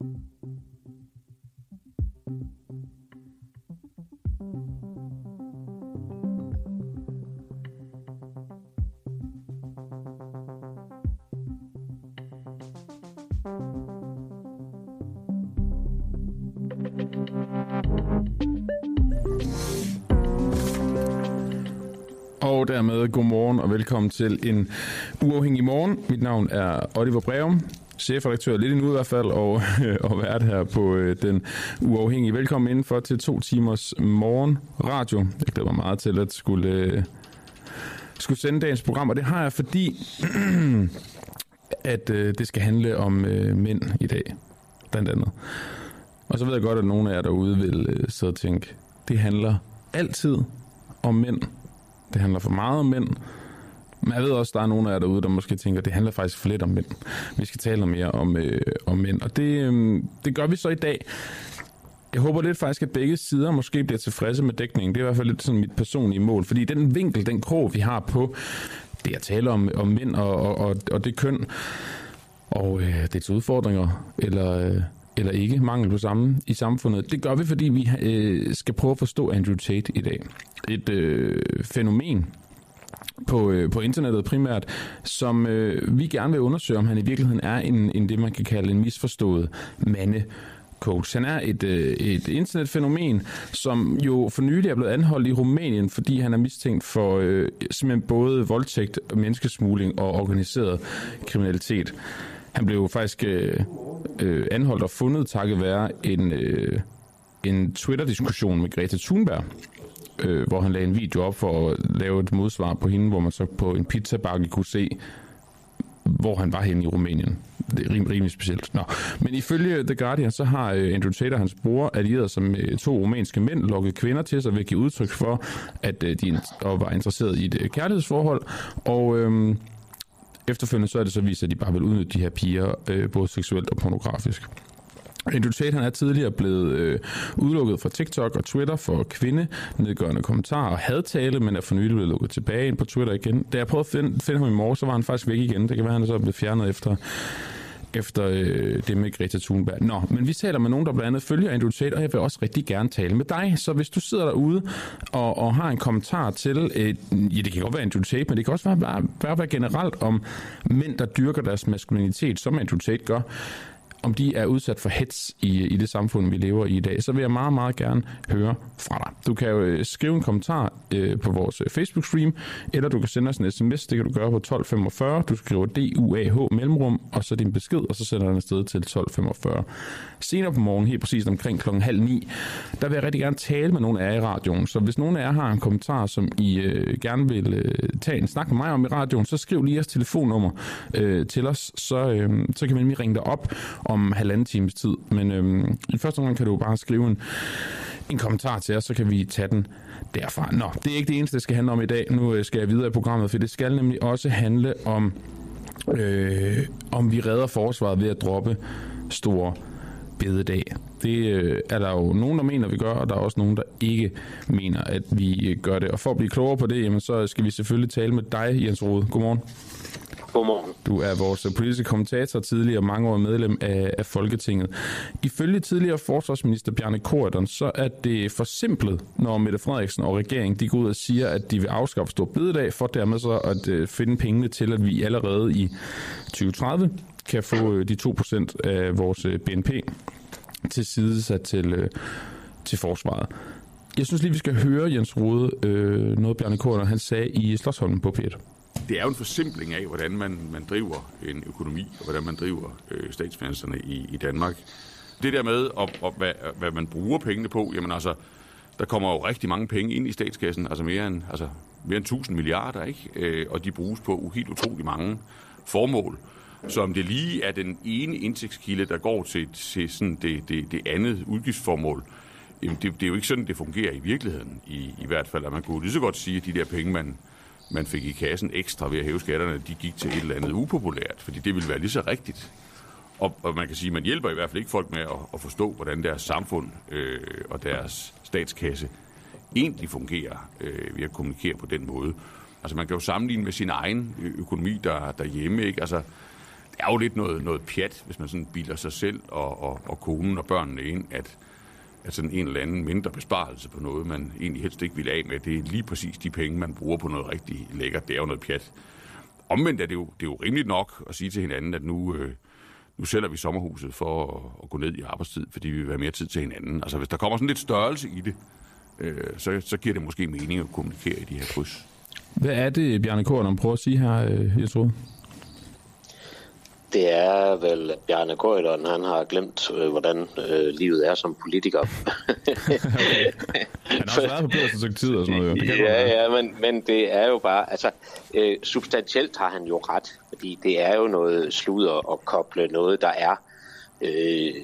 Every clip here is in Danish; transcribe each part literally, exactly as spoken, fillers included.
Og dermed godmorgen og velkommen til en uafhængig morgen. Mit navn er Oliver Breum, chefredaktør lidt endnu i hvert fald, og, og vært her på den uafhængige. Velkommen indenfor til to timers morgen radio. Jeg glæder mig meget til at skulle, skulle sende dagens program, og det har jeg, fordi at det skal handle om mænd i dag, blandt andet. Og så ved jeg godt, at nogle af jer derude vil så tænke, det handler altid om mænd. Det handler for meget om mænd. Men jeg ved også, at der er nogle af jer derude, der måske tænker, at det handler faktisk for lidt om mænd. Vi skal tale mere om, øh, om mænd. Og det, øh, det gør vi så i dag. Jeg håber lidt faktisk, at begge sider måske bliver tilfredse med dækningen. Det er i hvert fald lidt sådan mit personlige mål. Fordi den vinkel, den krog, vi har på det at tale om, om mænd og, og, og, og det køn, og øh, dets udfordringer, eller... Øh, eller ikke, mangel på samme i samfundet. Det gør vi, fordi vi øh, skal prøve at forstå Andrew Tate i dag. Et øh, fænomen på, øh, på internettet primært, som øh, vi gerne vil undersøge, om han i virkeligheden er en, en det, man kan kalde en misforstået mandecoach. Han er et, øh, et internetfænomen, som jo for nylig er blevet anholdt i Rumænien, fordi han er mistænkt for øh, simpelthen både voldtægt, menneskesmugling og organiseret kriminalitet. Han blev faktisk øh, øh, anholdt og fundet takket være en, øh, en Twitter-diskussion med Greta Thunberg, øh, hvor han lagde en video op for at lave et modsvar på hende, hvor man så på en pizzabakke kunne se, hvor han var henne i Rumænien. Det er rim, rimelig specielt. Nå. Men ifølge The Guardian, så har øh, Andrew Tate og hans bror allieret sig med to rumænske mænd, lokket kvinder til sig ved at give udtryk for, at øh, de var interesseret i et øh, kærlighedsforhold, og... Øh, Efterfølgende så er det så vist, at de bare vil udnytte de her piger, øh, både seksuelt og pornografisk. Andrew Tate, han er tidligere blevet øh, udelukket fra TikTok og Twitter for kvindenedgørende kommentarer og hadtale, men er for nylig blevet lukket tilbage ind på Twitter igen. Da jeg prøvede at finde, finde ham i morgen, så var han faktisk væk igen. Det kan være, han så er blevet fjernet efter... efter øh, det med Greta Thunberg. Nå, men vi taler med nogen, der blandt andet følger Andrew Tate, og jeg vil også rigtig gerne tale med dig. Så hvis du sidder derude og, og har en kommentar til, øh, ja, det kan godt være Andrew Tate, men det kan også være, bare, bare være generelt om mænd, der dyrker deres maskulinitet, som Andrew Tate gør, om de er udsat for hets i, i det samfund, vi lever i i dag, så vil jeg meget, meget gerne høre fra dig. Du kan jo skrive en kommentar øh, på vores Facebook-stream, eller du kan sende os en sms, det kan du gøre på tolv femogfyrre, du skriver D U A H mellemrum, og så din besked, og så sender den afsted til tolv femogfyrre. Senere på morgen, helt præcis omkring klokken halv ni, der vil jeg rigtig gerne tale med nogle af jer i radioen, så hvis nogen af jer har en kommentar, som I øh, gerne vil øh, tage en snak med mig om i radioen, så skriv lige jeres telefonnummer øh, til os, så, øh, så kan vi nemlig ringe dig op om halvanden times tid. Men øhm, i første omgang kan du bare skrive en, en kommentar til os, så kan vi tage den derfra. Nå, det er ikke det eneste, det skal handle om i dag. Nu skal jeg videre i programmet, for det skal nemlig også handle om, øh, om vi redder forsvaret ved at droppe store bededag. Det øh, er der jo nogen, der mener, vi gør, og der er også nogen, der ikke mener, at vi gør det. Og for at blive klogere på det, jamen, så skal vi selvfølgelig tale med dig, Jens Rohde. Godmorgen. Godmorgen. Du er vores politiske kommentator, tidligere mangeårig medlem af, af Folketinget. Ifølge tidligere forsvarsminister Bjarne Corydon, så er det forsimplet, når Mette Frederiksen og regeringen de går ud og siger, at de vil afskaffe stor bededag, for dermed så at uh, finde pengene til, at vi allerede i tyve tredive kan få uh, de to procent af vores uh, B N P tilsidesat til, uh, til forsvaret. Jeg synes lige, vi skal høre Jens Rohde uh, noget Bjarne Corydon han sagde i Slotsholmen på P et. Det er jo en forsimpling af, hvordan man, man driver en økonomi, og hvordan man driver øh, statsfinanserne i, i Danmark. Det der med, og, og hvad, hvad man bruger pengene på, jamen altså, der kommer jo rigtig mange penge ind i statskassen, altså mere end, altså, mere end tusind milliarder, ikke? Øh, og de bruges på helt utrolig mange formål. Så om det lige er den ene indtægtskilde, der går til, til sådan det, det, det andet udgiftsformål, jamen det, det er jo ikke sådan, det fungerer i virkeligheden, i, i hvert fald. At man kunne lige så godt sige, at de der penge, man man fik i kassen ekstra ved at hæve skatterne, de gik til et eller andet upopulært, fordi det ville være lige så rigtigt. Og, og man kan sige, at man hjælper i hvert fald ikke folk med at, at forstå, hvordan deres samfund øh, og deres statskasse egentlig fungerer øh, ved at kommunikere på den måde. Altså man kan jo sammenligne med sin egen økonomi der, derhjemme, ikke? Altså det er jo lidt noget, noget pjat, hvis man sådan bilder sig selv og, og, og konen og børnene ind, at, at sådan en eller anden mindre besparelse på noget, man egentlig helst ikke vil af med, det er lige præcis de penge, man bruger på noget rigtig lækkert. Det er jo noget pjat. Omvendt er det jo, det er jo rimeligt nok at sige til hinanden, at nu, øh, nu sælger vi sommerhuset for at, at gå ned i arbejdstid, fordi vi vil have mere tid til hinanden. Altså hvis der kommer sådan lidt størrelse i det, øh, så, så giver det måske mening at kommunikere i de her kryds. Hvad er det, Bjarne Corydon prøver at sige her, Jens Rohde? Det er vel, at Bjarne Corydon, han har glemt, øh, hvordan øh, livet er som politiker. Okay. Han har også været på børsen tid og sådan noget. Det kan ja, ja, men, men det er jo bare, altså, øh, substantielt har han jo ret, fordi det er jo noget sludder at koble noget, der er, øh,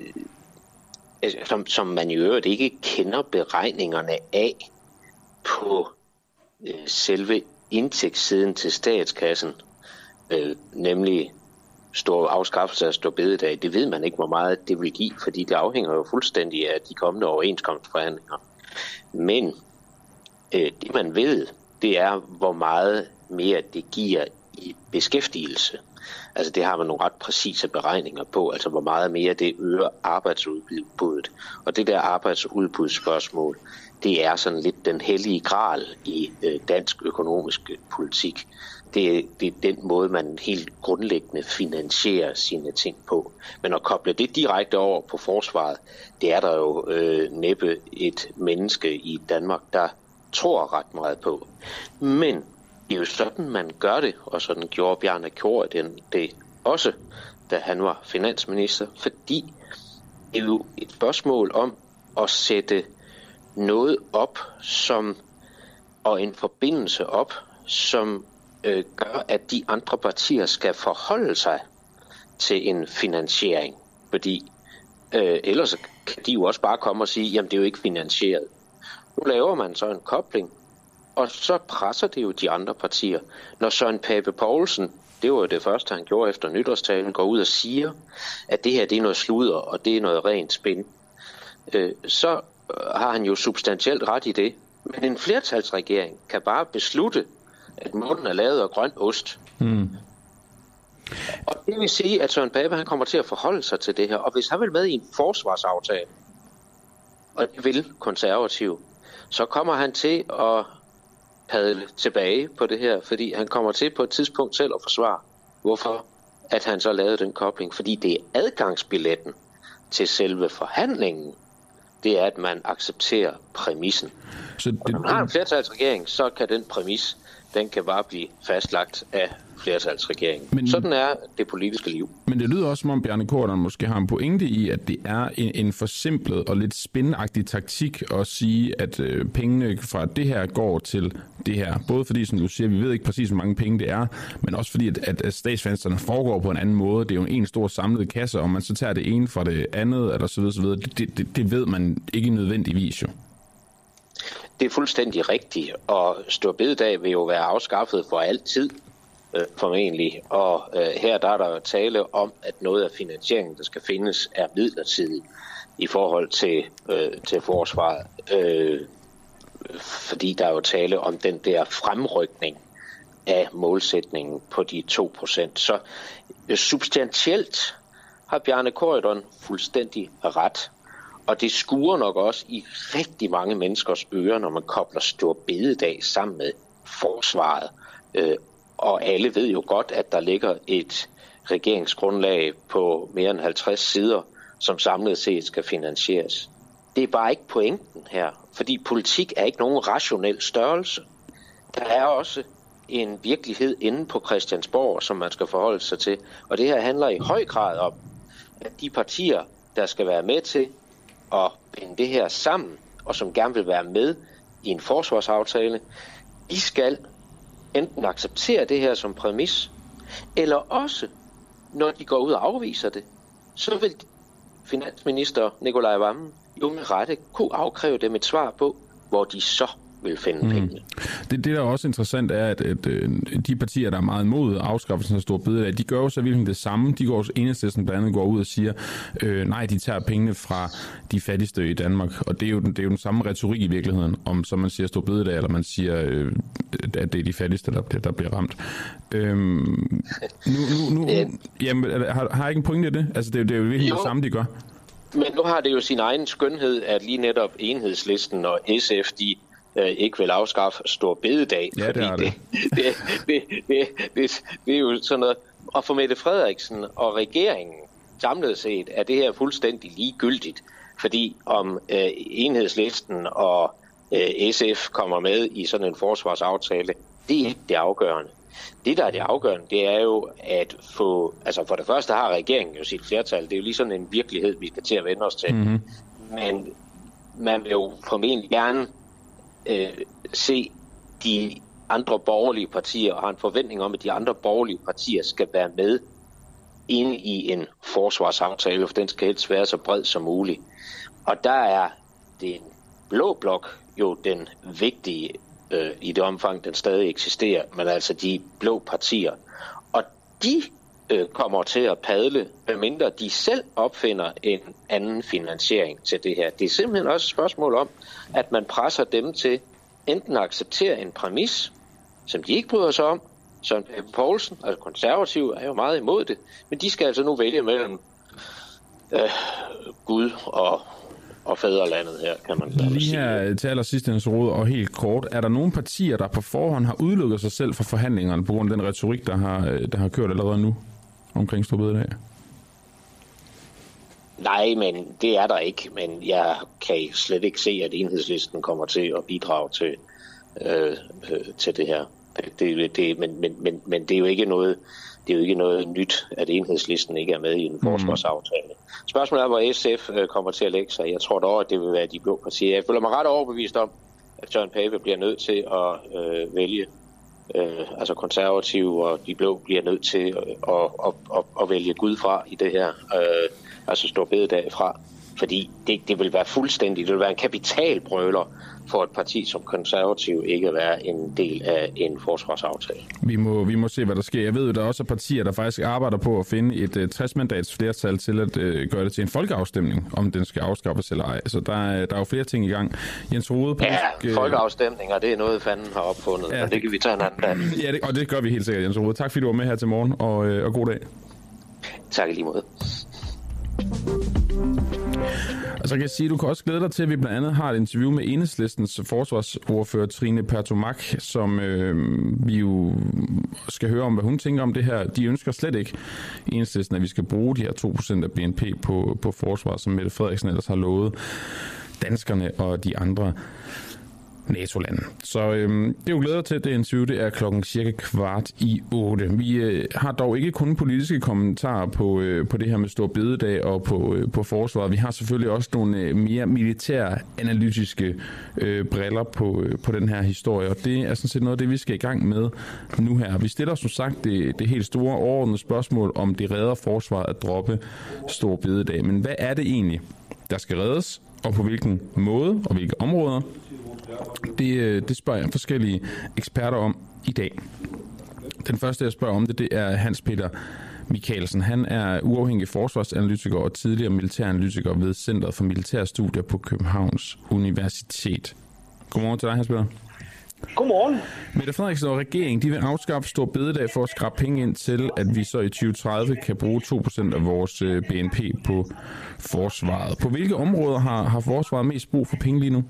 som, som man i øvrigt ikke kender beregningerne af på øh, selve indtægtssiden til statskassen, øh, nemlig stor afskaffelse af store bededag. Det ved man ikke, hvor meget det vil give, fordi det afhænger jo fuldstændig af de kommende overenskomstforhandlinger. Men øh, det man ved, det er, hvor meget mere det giver i beskæftigelse. Altså det har man nogle ret præcise beregninger på, altså hvor meget mere det øger arbejdsudbuddet. Og det der arbejdsudbudsspørgsmål, det er sådan lidt den hellige gral i øh, dansk økonomisk politik. Det er, det er den måde, man helt grundlæggende finansierer sine ting på. Men at koble det direkte over på forsvaret, det er der jo øh, næppe et menneske i Danmark, der tror ret meget på. Men det er jo sådan, man gør det, og sådan gjorde Bjarne Corydon det også, da han var finansminister, fordi det er jo et spørgsmål om at sætte noget op, som og en forbindelse op, som øh, gør, at de andre partier skal forholde sig til en finansiering. Fordi øh, ellers kan de jo også bare komme og sige, jamen det er jo ikke finansieret. Nu laver man så en kobling, og så presser det jo de andre partier. Når Søren Pape Poulsen, det var jo det første, han gjorde efter nytårstalen, går ud og siger, at det her det er noget sludder, og det er noget rent spin, øh, så har han jo substantielt ret i det. Men en flertalsregering kan bare beslutte, at munden er lavet af grøn ost. Mm. Og det vil sige, at Søren Pape han kommer til at forholde sig til det her. Og hvis han vil med i en forsvarsaftale, og det vil konservativ, så kommer han til at padle tilbage på det her, fordi han kommer til på et tidspunkt selv at forsvare, hvorfor at han så lavede den kobling. Fordi det er adgangsbilletten til selve forhandlingen, det er, at man accepterer præmissen. Så det, og når man har en flertalsregering, så kan den præmis, den kan bare blive fastlagt af flertalsregeringen. Men, sådan er det politiske liv. Men det lyder også, som om Bjarne Corydon måske har en pointe i, at det er en, en forsimplet og lidt spinagtig taktik at sige, at øh, pengene fra det her går til det her. Både fordi, som du siger, vi ved ikke præcis, hvor mange penge det er, men også fordi, at, at, at statsfinanserne foregår på en anden måde. Det er jo en stor samlet kasse, og man så tager det ene fra det andet, eller så videre, så videre. Det, det, det ved man ikke nødvendigvis jo. Det er fuldstændig rigtigt, og store bededag vil jo være afskaffet for altid, øh, formentlig. Og øh, her der er der jo tale om, at noget af finansieringen, der skal findes, er midlertidig i forhold til, øh, til forsvaret. Øh, fordi der er jo tale om den der fremrykning af målsætningen på de to procent. Så øh, substantielt har Bjarne Corydon fuldstændig ret. Og det skuer nok også i rigtig mange menneskers ører, når man kobler store bededag sammen med forsvaret. Øh, og alle ved jo godt, at der ligger et regeringsgrundlag på mere end halvtreds sider, som samlet set skal finansieres. Det er bare ikke pointen her, fordi politik er ikke nogen rationel størrelse. Der er også en virkelighed inde på Christiansborg, som man skal forholde sig til. Og det her handler i høj grad om, at de partier, der skal være med til og binde det her sammen, og som gerne vil være med i en forsvarsaftale, de skal enten acceptere det her som præmis, eller også, når de går ud og afviser det, så vil finansminister Nicolai Wammen jo med rette kunne afkræve dem et svar på, hvor de så vil finde mm. pengene. Det, det, der er også interessant, er, at, at, at de partier, der er meget imod afskaffelsen af store bededag, de gør jo så virkelig det samme. De går også, Enhedslisten blandt andet går ud og siger, øh, nej, de tager pengene fra de fattigste i Danmark. Og det er jo, det er jo den samme retorik i virkeligheden, om så man siger store bededag, eller man siger, øh, at det er de fattigste, der, der bliver ramt. Øhm, nu, nu, nu, jamen, har, har jeg ikke en pointe i det? Altså, det, det er jo virkelig jo. det samme, de gør. Men nu har det jo sin egen skønhed, at lige netop Enhedslisten og S F, de øh, ikke vil afskaffe store bededag. Ja, det er det. Det, det, det, det, det. Det er jo sådan noget. Og for Mette Frederiksen og regeringen samlet set er det her fuldstændig ligegyldigt. Fordi om øh, Enhedslisten og øh, S F kommer med i sådan en forsvarsaftale, det er ikke det afgørende. Det, der er det afgørende, det er jo at få... Altså for det første har regeringen jo sit flertal. Det er jo lige sådan en virkelighed, vi skal til at vende os til. Mm-hmm. Men man vil jo formentlig gerne øh, se de andre borgerlige partier, og har en forventning om, at de andre borgerlige partier skal være med inde i en forsvarsaftale, for den skal helst være så bred som muligt. Og der er den blå blok jo den vigtige øh, i det omfang, den stadig eksisterer, men altså de blå partier. Og de øh, kommer til at padle, medmindre de selv opfinder en anden finansiering til det her. Det er simpelthen også et spørgsmål om, at man presser dem til enten at acceptere en præmis, som de ikke bryder sig om. Søren Pape Poulsen, altså konservative, er jo meget imod det, men de skal altså nu vælge mellem øh, Gud og og fædrelandet her, kan man sige. Lige her til allersidst, Jens Rohde, og helt kort, er der nogle partier, der på forhånd har udelukket sig selv fra forhandlingerne på grund af den retorik, der har, der har kørt allerede nu omkring store bededag? Nej, men det er der ikke. Men jeg kan slet ikke se, at Enhedslisten kommer til at bidrage til, øh, øh, til det her. Det, det, men, men, men, men det er jo ikke noget... Det er jo ikke noget nyt, at Enhedslisten ikke er med i en forsvarsaftale. Spørgsmålet er, hvor S F øh, kommer til at lægge sig. Jeg tror dog, at det vil være de blå partier. Jeg føler mig ret overbevist om, at Søren Pape bliver nødt til at øh, vælge, øh, altså konservative og de blå bliver nødt til at, at, at, at, at vælge Gud fra i det her, øh, altså store bededag fra. Fordi det, det vil være fuldstændig, det vil være en kapitalbrøler for et parti som konservativ ikke at være en del af en forsvarsaftale. Vi må, vi må se, hvad der sker. Jeg ved jo, der er også partier, der faktisk arbejder på at finde et uh, tres-mandats flertal til at uh, gøre det til en folkeafstemning, om den skal afskaffes eller ej. Så der er, der er jo flere ting i gang. Jens Rohde... Ja, folkeafstemninger, det er noget, fanden har opfundet, ja, og det kan vi tage en anden dag. Ja, det, og det gør vi helt sikkert, Jens Rohde. Tak fordi du var med her til morgen, og, uh, og god dag. Tak i lige måde. Og så kan jeg sige, at du kan også glæde dig til, at vi blandt andet har et interview med Enhedslistens forsvarsordfører Trine Pertou Mach, som øh, vi jo skal høre om, hvad hun tænker om det her. De ønsker slet ikke Enhedslisten, at vi skal bruge de her to procent af B N P på, på forsvar, som Mette Frederiksen ellers har lovet danskerne og de andre NATO-lande. Så øhm, det er jo glæder til, det interview. Det er klokken cirka kvart i otte. Vi øh, har dog ikke kun politiske kommentarer på, øh, på det her med store bededag og på, øh, på forsvaret. Vi har selvfølgelig også nogle øh, mere militære analytiske øh, briller på, øh, på den her historie, og det er sådan set noget af det, vi skal i gang med nu her. Vi stiller som sagt det, det helt store overordnede spørgsmål, om det redder forsvaret at droppe store bededag. Men hvad er det egentlig, der skal reddes, og på hvilken måde og hvilke områder? Det, det spørger jeg forskellige eksperter om i dag. Den første, jeg spørger om det, det er Hans Peter Michaelsen. Han er uafhængig forsvarsanalytiker og tidligere militæranalytiker ved Centret for Militærstudier på Københavns Universitet. Godmorgen til dig, Hans Peter. Godmorgen. Mette Frederiksen og regeringen, de vil afskaffe store bededag for at skrabe penge ind til, at vi så i tyve tredive kan bruge to procent af vores B N P på forsvaret. På hvilke områder har, har forsvaret mest brug for penge lige nu?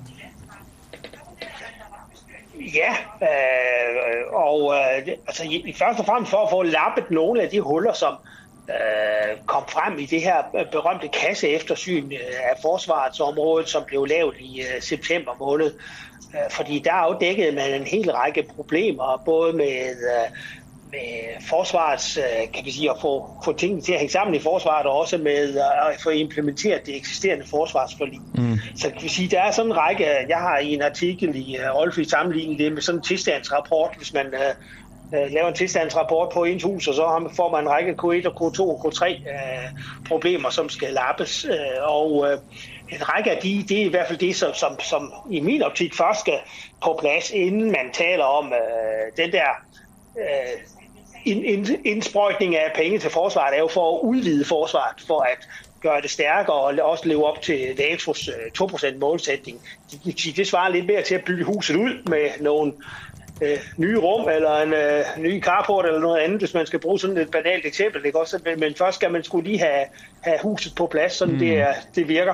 Ja, øh, og øh, altså, først og fremmest for at få lappet nogle af de huller, som øh, kom frem i det her berømte kasseeftersyn af forsvarets område, som blev lavet i øh, september måned. Øh, fordi der afdækkede man en hel række problemer, både med, øh, med forsvarets, øh, kan vi sige, at få, få tingene til at hænge sammen i forsvaret, og også med øh, at få implementeret det eksisterende forsvarsforlig. Mm. Så kan vi sige, der er sådan en række, jeg har i en artikel i uh, Olfi sammenlignet det med sådan en tilstandsrapport, hvis man uh, øh, laver en tilstandsrapport på ens hus, og så får man en række K et og K to og K tre øh, problemer, som skal lappes. Øh, og øh, en række af de, det er i hvert fald det, som, som, som i min optik først skal på plads, inden man taler om øh, den der øh, ind, ind, indsprøjtning af penge til forsvaret, er jo for at udvide forsvaret, for at gøre det stærkere og også leve op til NATO's to procent målsætning. Det, det svarer lidt mere til at bygge huset ud med nogle øh, nye rum eller en øh, ny carport eller noget andet, hvis man skal bruge sådan et banalt eksempel. Det også, men først skal man skulle lige have, have huset på plads, så mm. det, det virker.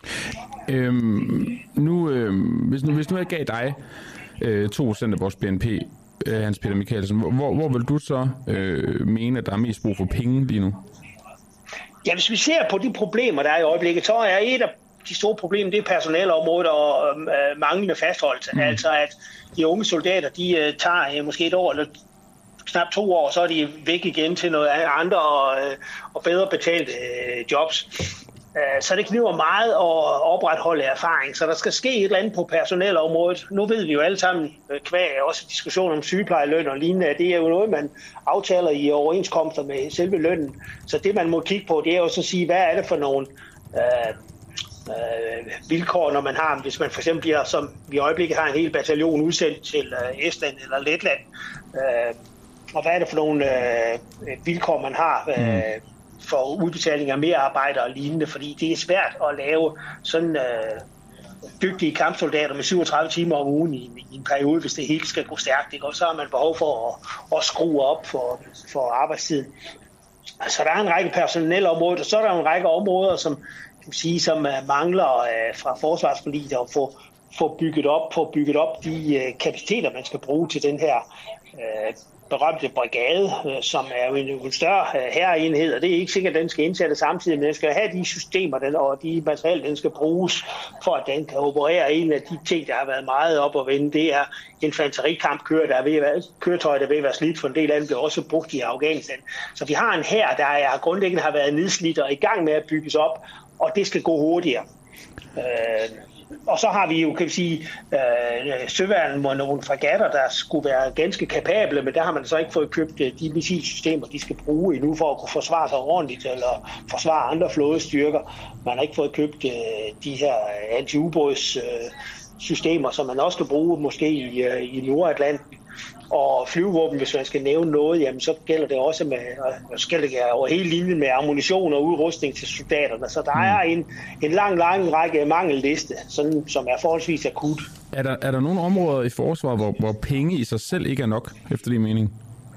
Øhm, nu, øh, hvis, nu, hvis nu jeg gav dig øh, to procent af vores B N P, øh, Hans Peter Michaelsen, hvor, hvor vil du så øh, mene, at der er mest brug for penge lige nu? Ja, hvis vi ser på de problemer, der er i øjeblikket, så er et af de store problemer, det er personaleområdet og øh, manglende fastholdelse. Mm. Altså at de unge soldater, de øh, tager øh, måske et år eller knap to år, så er de væk igen til noget andre og, øh, og bedre betalte øh, jobs. Så det kniver meget at opretholde erfaring, så der skal ske et eller andet på personelområdet. Nu ved vi jo alle sammen, kvæg også diskussion om sygeplejeløn og lignende, det er jo noget, man aftaler i overenskomster med selve lønnen. Så det, man må kigge på, det er jo så at sige, hvad er det for nogle øh, øh, vilkår, når man har, hvis man for eksempel bliver, som vi i øjeblikket har en hel bataljon udsendt til øh, Estland eller Letland, øh, og hvad er det for nogle øh, vilkår, man har øh, mm. for udbetaling af mere arbejde og lignende, fordi det er svært at lave sådan øh, dygtige kampsoldater med syvogtredive timer om ugen i, i en periode, hvis det hele skal gå stærkt. Ikke? Og så har man behov for at, at skrue op for, for arbejdstiden. Så der er en række personelområder, og så er der en række områder, som, kan man sige, som uh, mangler uh, fra forsvarsforliget at få, få bygget op, få bygget op de uh, kapaciteter, man skal bruge til den her uh, berømte brigade, som er jo en, en større hærenhed, og det er ikke sikkert, at den skal indsætte samtidig, men den skal have de systemer den, og de materialer, den skal bruges, for at den kan operere. En af de ting, der har været meget op at vende, det er infanterikampkører, der er ved at være, køretøj, der er ved at være slidt, for en del af dem bliver også brugt i Afghanistan. Så vi har en hær, der er, grundlæggende har været nedslidt og i gang med at bygges op, og det skal gå hurtigere. Øh, Og så har vi jo, kan vi sige, øh, søværnen og nogle fregatter, der skulle være ganske kapable, men der har man så ikke fået købt de missilsystemer, de skal bruge endnu for at kunne forsvare sig ordentligt eller forsvare andre flådestyrker. Man har ikke fået købt øh, de her anti-ubåds øh, systemer, som man også skal bruge måske i, øh, i Nordatlanten. Og flyvevåben, hvis man skal nævne noget, jamen så gælder det også med, og så gælder det over hele linjen med ammunition og udrustning til soldaterne. Så der er en, en lang, lang række mangelliste, sådan, som er forholdsvis akut. Er der, er der nogle områder i forsvaret, hvor, hvor penge i sig selv ikke er nok, efter din mening?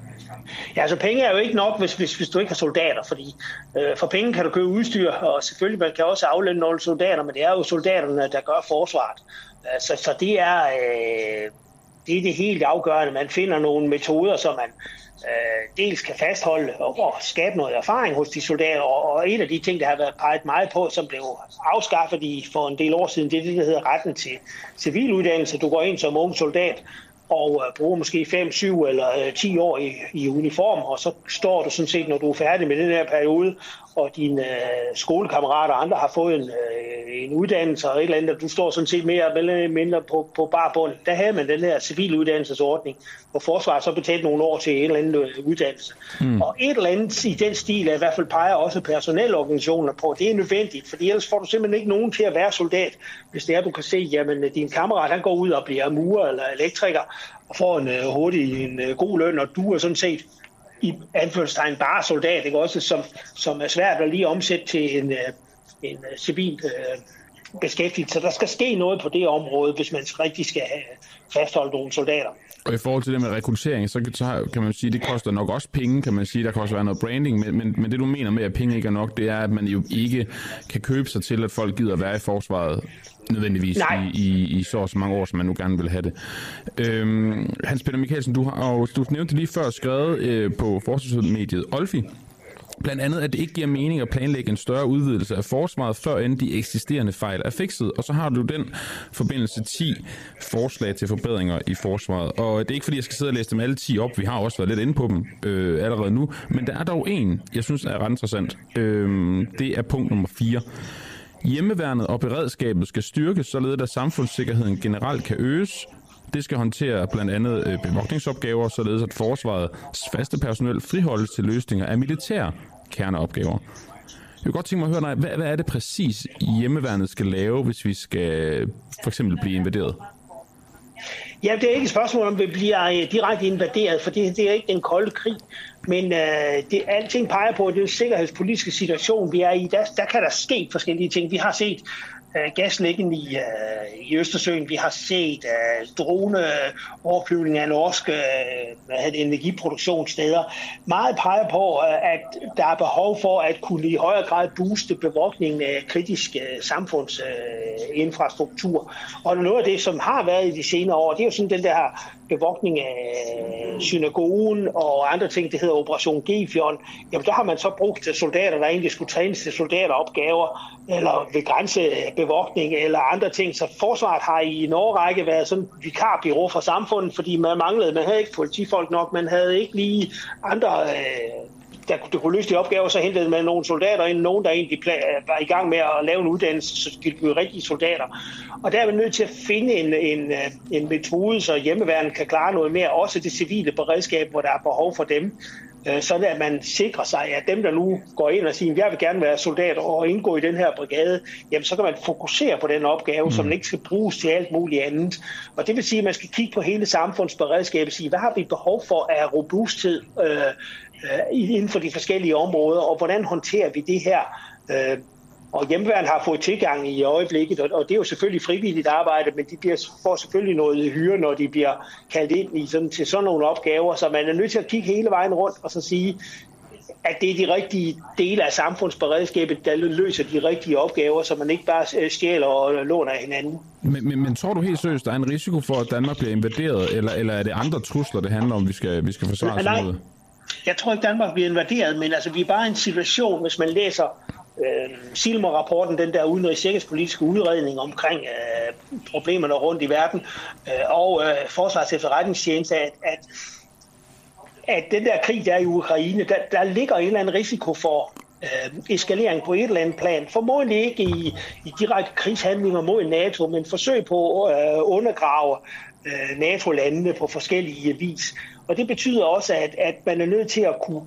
Ja, altså penge er jo ikke nok, hvis, hvis, hvis du ikke har soldater, fordi øh, for penge kan du købe udstyr, og selvfølgelig man kan også aflønne nogle soldater, men det er jo soldaterne, der gør forsvaret. Så, så det er... Øh, Det er det helt afgørende. Man finder nogle metoder, som man øh, dels kan fastholde og, og skabe noget erfaring hos de soldater. Og, og en af de ting, der har været peget meget på, som blev afskaffet i, for en del år siden, det er det, der hedder retten til civiluddannelse. Du går ind som ung soldat og øh, bruger måske fem, syv eller øh, ti år i, i uniform, og så står du sådan set, når du er færdig med den her periode, og dine øh, skolekammerater og andre har fået en, øh, en uddannelse og et eller andet, og du står sådan set mere eller mindre på, på bar bund. Der havde man den her civiluddannelsesordning, hvor forsvaret så betalte nogle år til en eller anden uddannelse. Mm. Og et eller andet i den stil, er i hvert fald peger også personelorganisationer på, det er nødvendigt, for ellers får du simpelthen ikke nogen til at være soldat, hvis det er, du kan se, jamen din kammerat, han går ud og bliver murer eller elektriker, og får en uh, hurtig, en uh, god løn, og du er sådan set i anførselstegn bare soldat, ikke? Også, som, som er svært at lige omsætte til en, en uh, civil uh, beskæftigelse. Så der skal ske noget på det område, hvis man rigtig skal fastholde nogle soldater. Og i forhold til det med rekruttering, så kan man sige, at det koster nok også penge, kan man sige. Der kan også være noget branding, men, men, men det du mener med, at penge ikke er nok, det er, at man jo ikke kan købe sig til, at folk gider at være i forsvaret nødvendigvis i, i, i så og så mange år, som man nu gerne vil have det. Øhm, Hans Peter Michaelsen, du har og du nævnte lige før skrevet øh, på forsvarsmediet Olfi, blandt andet, at det ikke giver mening at planlægge en større udvidelse af forsvaret, før end de eksisterende fejl er fikset. Og så har du den forbindelse ti forslag til forbedringer i forsvaret. Og det er ikke, fordi jeg skal sidde og læse dem alle ti op. Vi har også været lidt inde på dem øh, allerede nu. Men der er dog en, jeg synes er ret interessant. Øh, det er punkt nummer fire. Hjemmeværnet og beredskabet skal styrkes, således at samfundssikkerheden generelt kan øges. Det skal håndtere blandt andet øh, bevogtningsopgaver, således at forsvarets faste personel friholdes til løsninger af militære kerneopgaver. Jeg vil godt tænke mig at høre, nej, hvad, hvad er det præcis, hjemmeværnet skal lave, hvis vi skal for eksempel blive invaderet? Ja, det er ikke et spørgsmål, om vi bliver direkte invaderet, for det, det er ikke den kolde krig. Men øh, det, alting peger på, at det er den sikkerhedspolitiske situation, vi er i. Der, der kan der ske forskellige ting. Vi har set øh, gaslæggen i, øh, i Østersøen. Vi har set øh, droneoverflyvning af norske øh, energiproduktionssteder. Meget peger på, øh, at der er behov for at kunne i højere grad booste bevogtningen af kritisk øh, samfundsinfrastruktur. Øh, og noget af det, som har været i de senere år, det er jo sådan den der bevogtning af synagogen og andre ting, det hedder Operation Gefion. Jamen der har man så brugt soldater, der egentlig skulle trænes til soldateropgaver, eller ved grænsebevogtning eller andre ting. Så forsvaret har i en årrække været sådan et vikarbyrå for samfundet, fordi man manglede, man havde ikke politifolk nok, man havde ikke lige andre, øh, der, der kunne løse de opgaver, så hentede man nogle soldater ind, nogen der egentlig var i gang med at lave en uddannelse, så de blev rigtige soldater. Og der er vi nødt til at finde en, en, en metode, så hjemmeværnet kan klare noget mere, også det civile beredskab, hvor der er behov for dem, sådan at man sikrer sig, at dem, der nu går ind og siger, jeg vil gerne være soldat og indgå i den her brigade, jamen så kan man fokusere på den opgave, mm. så man ikke skal bruges til alt muligt andet. Og det vil sige, at man skal kigge på hele samfundsberedskabet og sige, hvad har vi behov for af robusthed øh, øh, inden for de forskellige områder, og hvordan håndterer vi det her? Øh, Og hjemmeværnet har fået tilgang i øjeblikket, og det er jo selvfølgelig frivilligt arbejde, men de bliver, får selvfølgelig noget hyre, når de bliver kaldt ind i sådan, til sådan nogle opgaver, så man er nødt til at kigge hele vejen rundt og så sige, at det er de rigtige dele af samfundsberedskabet, der løser de rigtige opgaver, så man ikke bare stjæler og låner af hinanden. Men, men, men tror du helt seriøst, der er en risiko for, at Danmark bliver invaderet, eller, eller er det andre trusler, det handler om, vi skal, vi skal forsvare sig mod? Jeg tror ikke, Danmark bliver invaderet, men altså, vi er bare i en situation, hvis man læser Øh, Silmer-rapporten, den der udenrigs- sikkerhedspolitiske udredning omkring øh, problemerne rundt i verden, øh, og øh, Forsvarets efterretningstjeneste, at, at, at den der krig, der er i Ukraine, der, der ligger en eller anden risiko for øh, eskalering på et eller andet plan. Formodentlig ikke i, i direkte krigshandlinger mod NATO, men forsøg på at øh, undergrave øh, NATO-landene på forskellige vis. Og det betyder også, at, at man er nødt til at kunne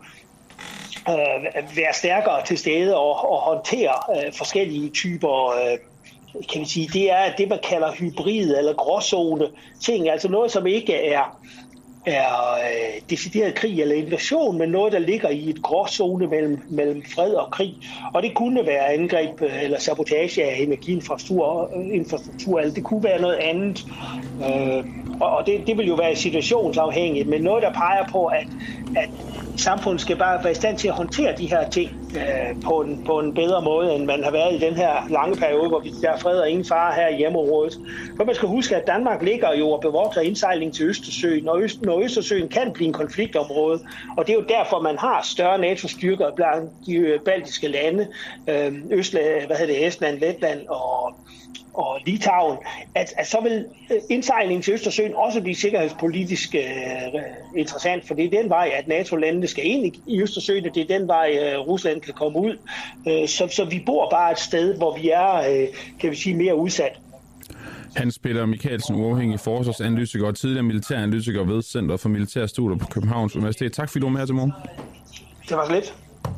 Øh, være stærkere til stede og, og håndtere øh, forskellige typer, øh, kan vi sige, det er det, man kalder hybrid eller gråzone ting, altså noget, som ikke er, er øh, decideret krig eller invasion, men noget, der ligger i et gråzone mellem, mellem fred og krig. Og det kunne være angreb øh, eller sabotage af energiinfrastruktur, infrastruktur, eller det kunne være noget andet. Øh, og og det, det vil jo være situationsafhængigt, men noget, der peger på, at, at samfundet skal bare være i stand til at håndtere de her ting øh, på, en, på en bedre måde, end man har været i den her lange periode, hvor vi der er fred og ingen fare her i hjemmeområdet. For man skal huske, at Danmark ligger jo og bevogter indsejling til Østersøen, og Øst, når Østersøen kan blive en konfliktområde, og det er jo derfor, man har større NATO-styrker blandt de baltiske lande, øh, Øst, hvad hedder det, Estland, Letland og og Litauen, at, at så vil indsejlingen til Østersøen også blive sikkerhedspolitisk øh, interessant, for det er den vej, at NATO-landene skal ind i, i Østersøen, og det er den vej, øh, Rusland kan komme ud. Øh, så, så vi bor bare et sted, hvor vi er, øh, kan vi sige, mere udsat. Hans Peter Michaelsen, uafhængig forsvarsanalytiker og tidligere militæranalytiker ved Center for Militære Studier på Københavns Universitet. Tak fordi du var med her til morgen. Det var så lidt.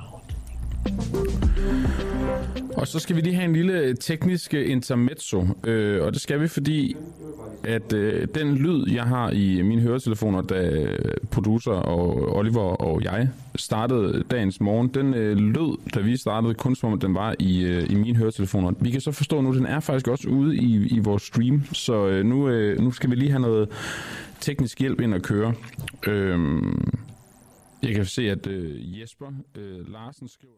Og så skal vi lige have en lille teknisk intermezzo, øh, og det skal vi, fordi at øh, den lyd, jeg har i mine høretelefoner, da producer og Oliver og jeg startede dagens morgen, den øh, lød, da vi startede, kun som om den var i, øh, i mine høretelefoner. Vi kan så forstå nu, at den er faktisk også ude i, i vores stream, så øh, nu, øh, nu skal vi lige have noget teknisk hjælp ind at køre. Øh, jeg kan se, at øh, Jesper øh, Larsen skriver...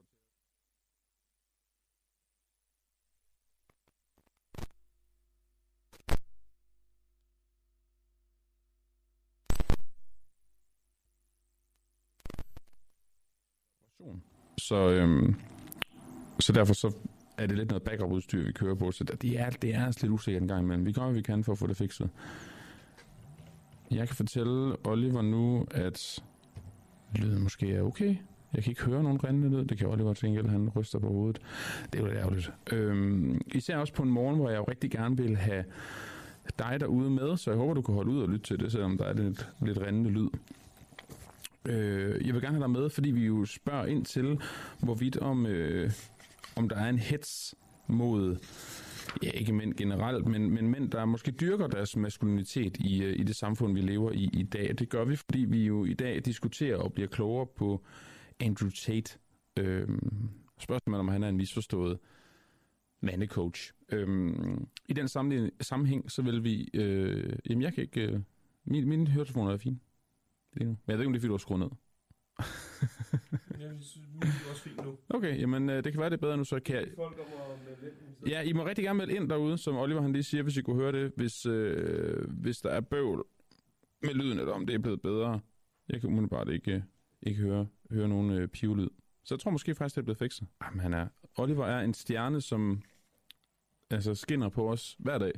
Så, øhm, så derfor så er det lidt noget backup-udstyr, vi kører på, så det er, det er lidt usikkert en gang imellem. Vi gør, hvad vi kan for at få det fikset. Jeg kan fortælle Oliver nu, at lyden måske er okay. Jeg kan ikke høre nogen rindende lyd. Det kan Oliver tænke, at han ryster på hovedet. Det er jo lidt ærgerligt. Øhm, især også på en morgen, hvor jeg jo rigtig gerne vil have dig derude med, så jeg håber, du kan holde ud og lytte til det, selvom der er lidt, lidt rindende lyd. Øh, jeg vil gerne have dig med, fordi vi jo spørger ind til, hvorvidt om, øh, om der er en hets mod, ja, ikke mænd generelt, men, men mænd, der måske dyrker deres maskulinitet i, i det samfund, vi lever i i dag. Det gør vi, fordi vi jo i dag diskuterer og bliver klogere på Andrew Tate. Øh, spørgsmålet om han er en misforstået mandecoach. Øhm, I den sammenhæng, så vil vi... Øh, jamen, jeg kan ikke... Øh, min, mine høretelefoner er fine lige nu. Men jeg ved ikke, om det er, fordi du har skruet ned. Ja, det er også fint nu. Okay, jamen, øh, det kan være, det er bedre nu, så kan jeg... Folk kommer med lidt. Ja, I må rigtig gerne melde ind derude, som Oliver han lige siger, hvis I kunne høre det, hvis, øh, hvis der er bøvl med lyden, eller om det er blevet bedre. Jeg kan umiddelbart ikke, ikke høre, høre nogen øh, pivlyd. Så jeg tror måske faktisk, det er blevet fikset. Jamen, han er... Oliver er en stjerne, som altså skinner på os hver dag.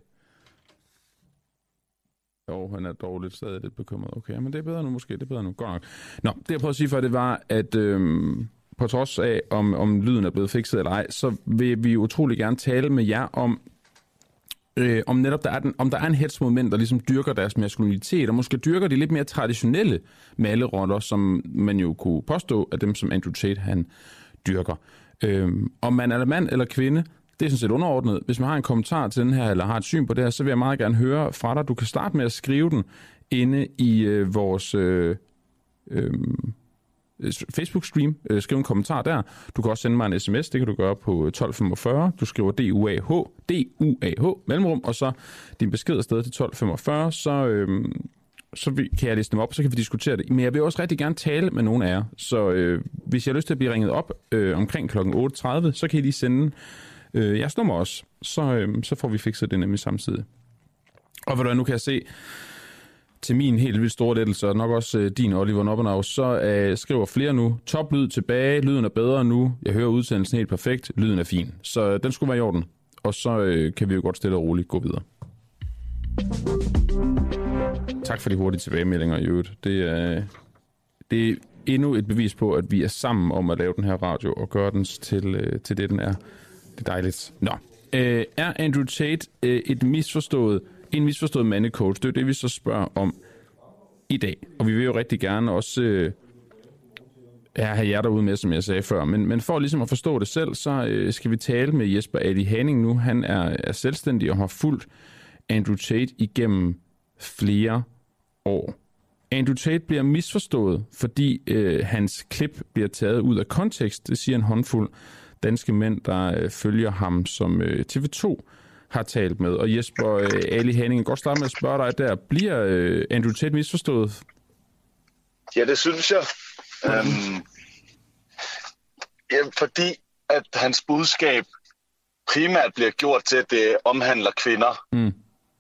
Jo, han er dog lidt stadig lidt bekymret. Okay, men det er bedre nu måske, det er bedre nu. Godt nok. Nå, det jeg prøver at sige for, det var, at øhm, på trods af, om, om lyden er blevet fikset eller ej, så vil vi utrolig gerne tale med jer om, øh, om netop der er, den, om der er en hets mod mænd, der ligesom dyrker deres maskulinitet, og måske dyrker de lidt mere traditionelle maleroller, som man jo kunne påstå, at dem som Andrew Tate han dyrker. Øhm, om man er mand eller kvinde, det er sådan set underordnet. Hvis man har en kommentar til den her, eller har et syn på det her, så vil jeg meget gerne høre fra dig. Du kan starte med at skrive den inde i øh, vores øh, øh, Facebook-stream. Øh, skriv en kommentar der. Du kan også sende mig en sms. Det kan du gøre på tolv femogfyrre. Du skriver D U A H, D U A H, mellemrum, og så din besked afsted til tolv femogfyrre. Så, øh, så kan jeg læse dem op, så kan vi diskutere det. Men jeg vil også rigtig gerne tale med nogle af jer. Så øh, hvis jeg har lyst til at blive ringet op øh, omkring klokken otte tredive, så kan I lige sende Øh, jeres nummer også, så, øh, så får vi fikset det nemlig samtidig. Og hvad du nu kan jeg se, til min helt vildt store lettelse, og nok også øh, din, Oliver Noppenau, så øh, skriver flere nu, toplyd tilbage, lyden er bedre nu, jeg hører udsendelsen helt perfekt, lyden er fin. Så øh, den skulle være i orden, og så øh, kan vi jo godt stille og roligt gå videre. Tak for de hurtige tilbagemeldinger i øvrigt. Det er, det er endnu et bevis på, at vi er sammen om at lave den her radio og gøre den til, øh, til det, den er. Det er dejligt. Nå. Øh, er Andrew Tate øh, et misforstået, en misforstået mandecoach? Det er det, vi så spørger om i dag. Og vi vil jo rigtig gerne også øh, have jer derude med, som jeg sagde før. Men, men for ligesom at forstå det selv, så øh, skal vi tale med Jesper Ali Haning nu. Han er, er selvstændig og har fulgt Andrew Tate igennem flere år. Andrew Tate bliver misforstået, fordi øh, hans klip bliver taget ud af kontekst. Det siger en håndfuld danske mænd, der øh, følger ham, som øh, T V to har talt med. Og Jesper øh, Ali Haning, jeg kan godt starte med at spørge dig der. Bliver øh, Andrew Tate misforstået? Ja, det synes jeg. Øhm, ja, fordi at hans budskab primært bliver gjort til, at det omhandler kvinder. Mm.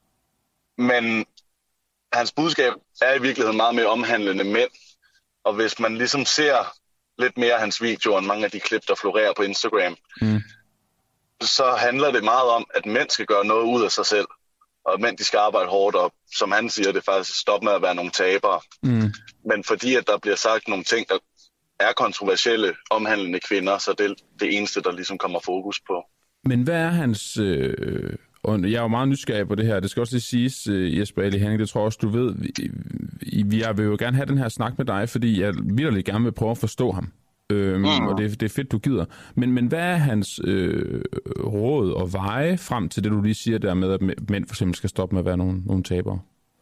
Men hans budskab er i virkeligheden meget mere omhandlende mænd. Og hvis man ligesom ser lidt mere af hans videoer end mange af de klip, der florerer på Instagram, mm. så handler det meget om, at mænd skal gøre noget ud af sig selv. Og at mænd de skal arbejde hårdt, og som han siger, det er faktisk stop med at være nogle tabere. Mm. Men fordi at der bliver sagt nogle ting, der er kontroversielle, omhandlende kvinder, så det er det eneste, der ligesom kommer fokus på. Men hvad er hans... Øh, og jeg er jo meget nysgerrig på det her, det skal også lige siges, Jesper Ali Haning, det tror jeg også, du ved. Vi, jeg vil jo gerne have den her snak med dig, fordi jeg virkelig gerne vil prøve at forstå ham. Øhm, mm. Og det, det er fedt, du gider. Men, men hvad er hans øh, råd og veje frem til det, du lige siger der med, at mænd for eksempel skal stoppe med at være nogle, nogle tabere?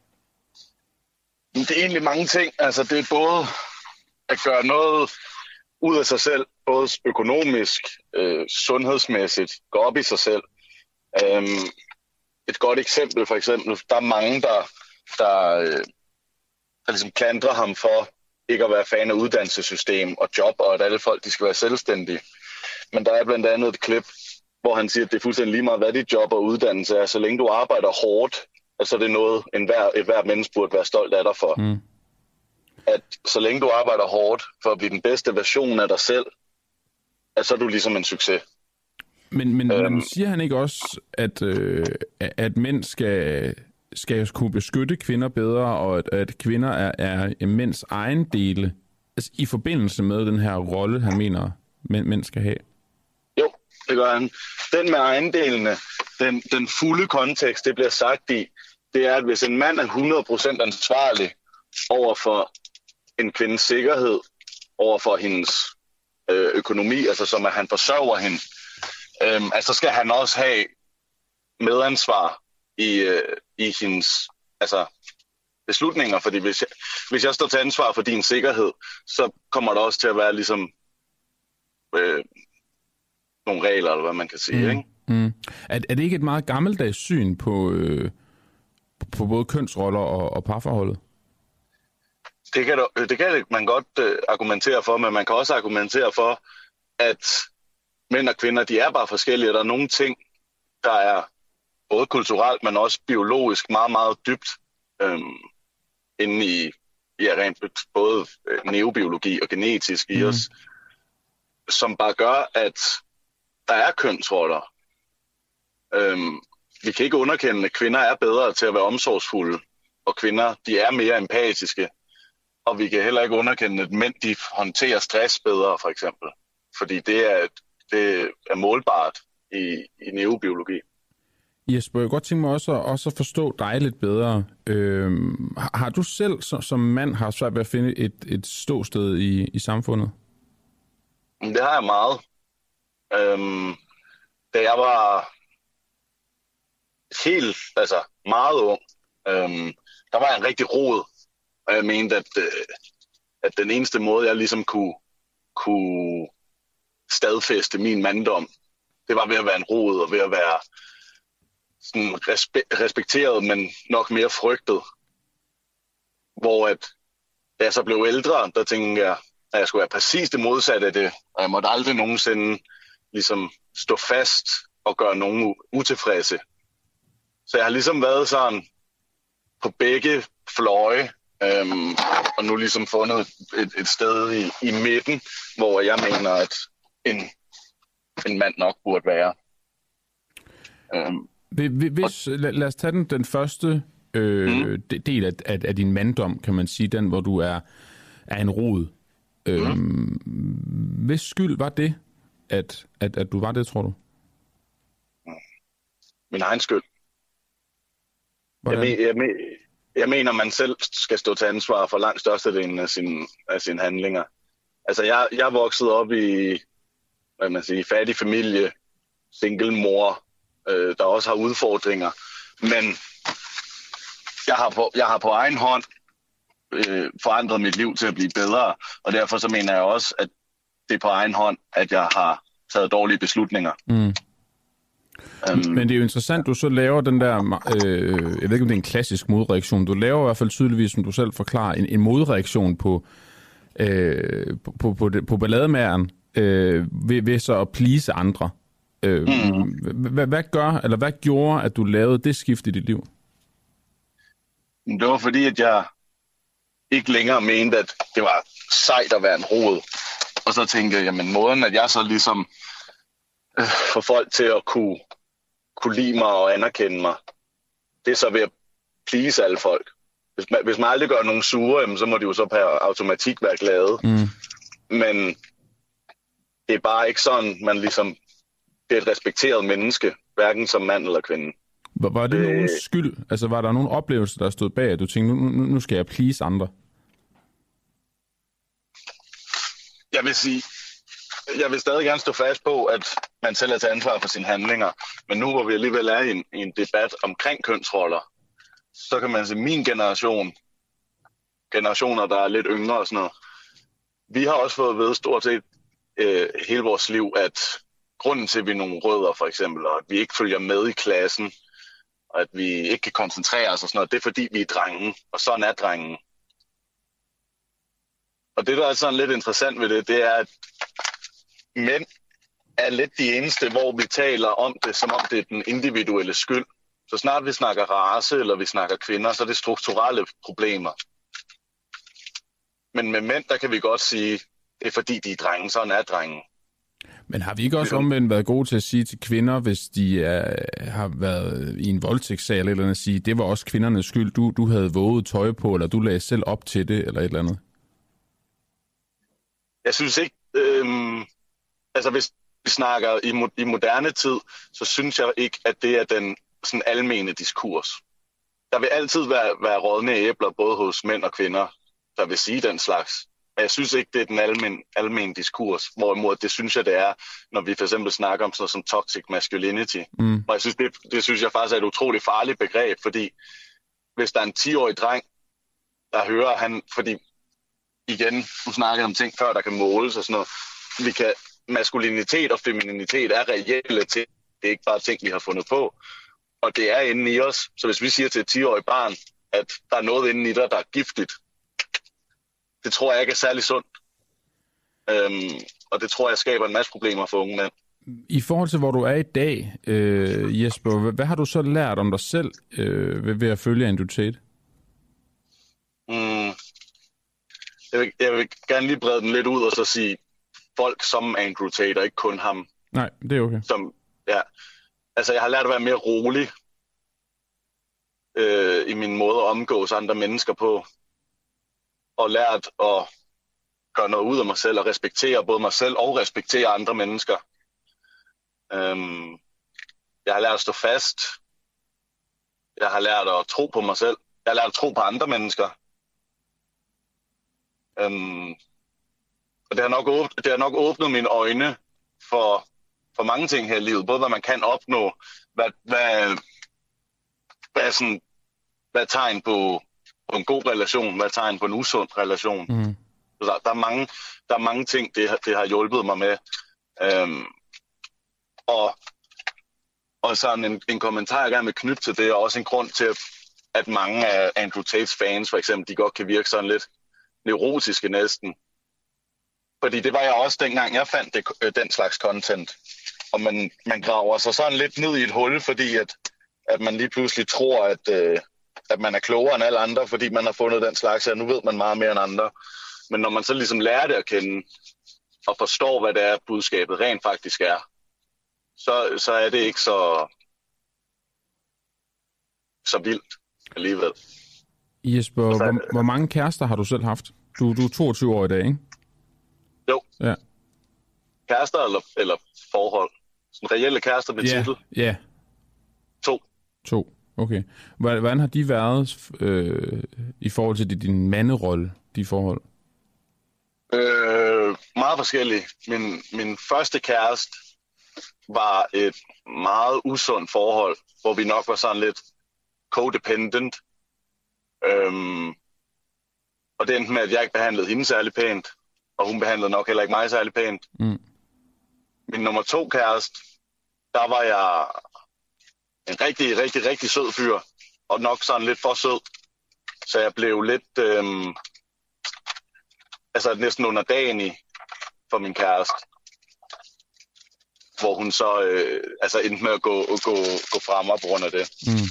Det er egentlig mange ting. Altså, det er både at gøre noget ud af sig selv, både økonomisk, øh, sundhedsmæssigt, gå op i sig selv. Øhm, et godt eksempel for eksempel, der er mange, der, der, der ligesom klandrer ham for ikke at være fan af uddannelsessystem og job, og at alle folk de skal være selvstændige. Men der er blandt andet et klip, hvor han siger, at det er fuldstændig lige meget, hvad dit job og uddannelse er. Så længe du arbejder hårdt, altså det er noget, en hver, et hver menneske burde være stolt af dig for. Mm. At så længe du arbejder hårdt for at blive den bedste version af dig selv, at så er du ligesom en succes. Men, men, øhm, men siger han ikke også, at, øh, at mænd skal, skal kunne beskytte kvinder bedre, og at, at kvinder er, er mænds egen dele, altså i forbindelse med den her rolle, han mener, mænd, mænd skal have? Jo, det gør han. Den med egendelene, den, den fulde kontekst, det bliver sagt i, det er, at hvis en mand er hundrede procent ansvarlig over for en kvindes sikkerhed, over for hendes øh, økonomi, altså som at han forsørger hende, øh, altså skal han også have medansvar i, øh, i hendes altså, beslutninger, fordi hvis jeg, hvis jeg står til ansvar for din sikkerhed, så kommer der også til at være ligesom øh, nogle regler, eller hvad man kan sige, mm. ikke? Mm. Er, er det ikke et meget gammeldags syn på, øh, på både kønsroller og, og parforholdet? Det kan, det kan man godt øh, argumentere for, men man kan også argumentere for, at mænd og kvinder, de er bare forskellige. Der er nogle ting, der er både kulturelt, men også biologisk meget, meget dybt øhm, inde i ja, rent både øh, neurobiologi og genetisk i mm. os, som bare gør, at der er kønsroller. Øhm, vi kan ikke underkende, at kvinder er bedre til at være omsorgsfulde, og kvinder, de er mere empatiske. Og vi kan heller ikke underkende, at mænd, de håndterer stress bedre, for eksempel. Fordi det er, det er målbart i, i neurobiologi. Jesper, jeg godt tænke mig også, også at forstå dig lidt bedre. Øhm, har, har du selv som, som mand har svært ved at finde et, et ståsted i, i samfundet? Det har jeg meget. Øhm, da jeg var helt, altså meget ung, øhm, der var jeg en rigtig rod. Og jeg mente, at, øh, at den eneste måde, jeg ligesom kunne, kunne stadfæste min manddom, det var ved at være en rod og ved at være sådan respe- respekteret, men nok mere frygtet. Hvor at, da jeg så blev ældre, der tænkte jeg, at jeg skulle være præcis det modsatte af det. Og jeg måtte aldrig nogensinde ligesom stå fast og gøre nogen utilfredse. Så jeg har ligesom været sådan på begge fløje, øhm, og nu ligesom fundet et, et sted i, i midten, hvor jeg mener, at en, en mand nok burde være. Øhm, Hvis, lad, lad os tage den, den første øh, mm. del af, af, af din manddom, kan man sige, den hvor du er, er en rod. Øhm, mm. Hvis skyld var det, at, at, at du var det, tror du? Min egen skyld. Jeg, men, jeg, men, jeg mener, man selv skal stå til ansvar for langt størstedelen af sine af sin handlinger. Altså, jeg, jeg voksede op i, hvad man siger, fattig familie, single mor, øh, der også har udfordringer. Men jeg har på, jeg har på egen hånd øh, forandret mit liv til at blive bedre, og derfor så mener jeg også, at det er på egen hånd, at jeg har taget dårlige beslutninger. Mm. Um, Men det er jo interessant, du så laver den der, øh, jeg ved ikke om det er en klassisk modreaktion, du laver i hvert fald tydeligvis, som du selv forklarer, en, en modreaktion på, øh, på, på, på, på ballademageren, øh, ved, ved så at please andre. Øh, mm. hvad, hvad gør, eller hvad gjorde, at du lavede det skift i dit liv? Det var fordi, at jeg ikke længere mente, at det var sejt at være en rod. Og så tænkte jeg, jamen måden, at jeg så ligesom øh, får folk til at kunne, kunne lide mig og anerkende mig, det er så ved at please alle folk. Hvis man, hvis man aldrig gør nogen sure, jamen, så må de jo så per automatik være glade. Mm. Men det er bare ikke sådan, man ligesom det er et respekteret menneske, hverken som mand eller kvinde. Var, var det øh, nogen skyld? Altså var der nogen oplevelse, der stod bag, at du tænkte, nu, nu, nu skal jeg please andre? Jeg vil sige, jeg vil stadig gerne stå fast på, at man selv er til ansvar for sine handlinger. Men nu hvor vi alligevel er i en, i en debat omkring kønsroller, så kan man sige, min generation, generationer, der er lidt yngre og sådan noget, vi har også fået at vide stort set øh, hele vores liv, at grunden til, at vi er nogle rødder for eksempel, og at vi ikke følger med i klassen, og at vi ikke kan koncentrere os og sådan noget, det er fordi, vi er drenge, og sådan er drengen. Og det, der er sådan lidt interessant ved det, det er, at mænd er lidt de eneste, hvor vi taler om det, som om det er den individuelle skyld. Så snart vi snakker race, eller vi snakker kvinder, så er det strukturelle problemer. Men med mænd, der kan vi godt sige, det er fordi, de er drenge, sådan er drengen. Men har vi ikke også omvendt været gode til at sige til kvinder, hvis de er, har været i en voldtægtssag eller et eller andet, at sige, det var også kvindernes skyld, du, du havde våget tøj på, eller du lagde selv op til det, eller et eller andet? Jeg synes ikke, øh, altså hvis vi snakker i, mo- i moderne tid, så synes jeg ikke, at det er den sådan almene diskurs. der vil altid være, være rådne æbler, både hos mænd og kvinder, der vil sige den slags. Men jeg synes ikke, det er den almen, almen diskurs, hvorimod det synes jeg, det er, når vi for eksempel snakker om sådan noget som toxic masculinity. Mm. Og jeg synes, det, det synes jeg faktisk er et utroligt farligt begreb, fordi hvis der er en ti-årig dreng, der hører han, fordi igen, du snakkede om ting før, der kan måles og sådan noget, vi kan, maskulinitet og femininitet er reelle ting, det er ikke bare ting, vi har fundet på, og det er inde i os, så hvis vi siger til et ti-årig barn, at der er noget inde i dig, der er giftigt, det tror jeg ikke er særlig sundt. Øhm, og det tror jeg skaber en masse problemer for unge mænd. I forhold til, hvor du er i dag, øh, Jesper, hvad, hvad har du så lært om dig selv øh, ved, ved at følge Andrew Tate? Mm, jeg, vil, jeg vil gerne lige brede den lidt ud og så sige folk som Andrew Tate, og ikke kun ham. Nej, det er okay. Som, ja, altså, jeg har lært at være mere rolig øh, i min måde at omgås andre mennesker på. Og lært at gøre noget ud af mig selv og respektere både mig selv og respektere andre mennesker. Øhm, jeg har lært at stå fast. Jeg har lært at tro på mig selv. Jeg har lært at tro på andre mennesker. Øhm, og det har, nok åbnet, det har nok åbnet mine øjne for, for mange ting her i livet. Både hvad man kan opnå, hvad, hvad, hvad, sådan, hvad er tegn på på en god relation, hvad er tegn på en usund relation. Mm. Der, der, er mange, der er mange ting, det, det har hjulpet mig med. Øhm, og, og sådan en, en kommentar, jeg gerne vil knytte til det, og også en grund til, at mange af Andrew Tates fans, for eksempel, de godt kan virke sådan lidt neurotiske næsten. Fordi det var jeg også, dengang jeg fandt det, den slags content. Og man, man graver sig sådan lidt ned i et hul, fordi at, at man lige pludselig tror, at øh, at man er klogere end alle andre, fordi man har fundet den slags, og nu ved man meget mere end andre. Men når man så ligesom lærer det at kende, og forstår, hvad det er, budskabet rent faktisk er, så, så er det ikke så, så vildt alligevel. Jesper, hvor, hvor mange kærester har du selv haft? Du, du er toogtyve år i dag, ikke? Jo. Ja. Kærester eller, eller forhold? Sådan reelle kærester med yeah. titel? Ja. Yeah. To. To. Okay. Hvordan har de været øh, i forhold til din manderolle, de forhold? Øh, meget forskellige. Min, min første kæreste var et meget usundt forhold, hvor vi nok var sådan lidt codependent. Øhm, og det endte med, at jeg ikke behandlede hende særlig pænt, og hun behandlede nok heller ikke mig særlig pænt. Mm. Min nummer to kæreste, der var jeg en rigtig, rigtig, rigtig sød fyr, og nok sådan lidt for sød. Så jeg blev lidt, øhm, altså næsten underdanig for min kæreste. Hvor hun så øh, altså endte med at gå, gå, gå frem på grund af det. Mm.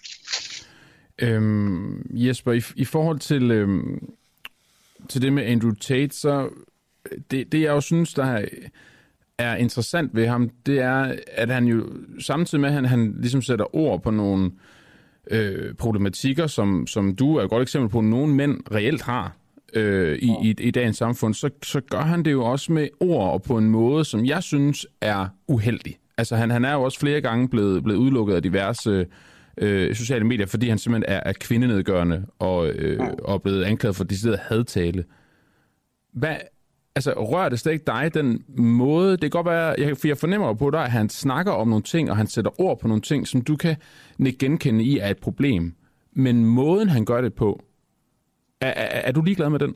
Øhm, Jesper, i, i forhold til, øhm, til det med Andrew Tate, så det, det jeg jo synes, der er, er interessant ved ham, det er, at han jo samtidig med, at han, han ligesom sætter ord på nogle øh, problematikker, som, som du er et godt eksempel på, nogle mænd reelt har øh, i, i, i dagens samfund, så, så gør han det jo også med ord og på en måde, som jeg synes er uheldig. Altså han, han er jo også flere gange blevet, blevet udelukket af diverse øh, sociale medier, fordi han simpelthen er, er kvindenedgørende og, øh, og blevet anklaget for decideret hadtale. Hvad, altså rører det slet ikke dig, den måde, det kan godt være, jeg, for jeg fornemmer på dig, at han snakker om nogle ting, og han sætter ord på nogle ting, som du kan ikke genkende i er et problem. Men måden han gør det på, er, er, er du ligeglad med den?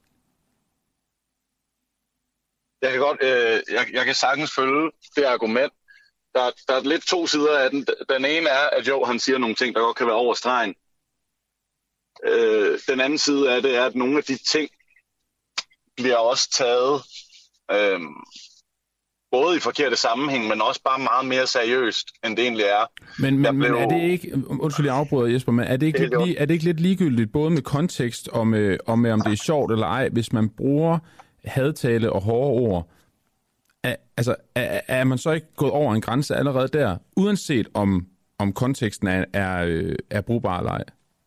Jeg kan godt, øh, jeg, jeg kan sagtens følge det argument. Der, der er lidt to sider af den. Den ene er, at jo, han siger nogle ting, der godt kan være over stregen. Øh, den anden side af det er, at nogle af de ting bliver også taget øh, både i forkerte sammenhæng, men også bare meget mere seriøst, end det egentlig er. Men, men, blev... men er det ikke, undskyld jeg afbryder Jesper, men er det ikke, det lidt, lige, er det ikke lidt ligegyldigt, både med kontekst og med, og med om det er sjovt eller ej, hvis man bruger hadtale og hårde ord? Er, altså, er, er man så ikke gået over en grænse allerede der, uanset om, om konteksten er, er, er brugbar eller ej?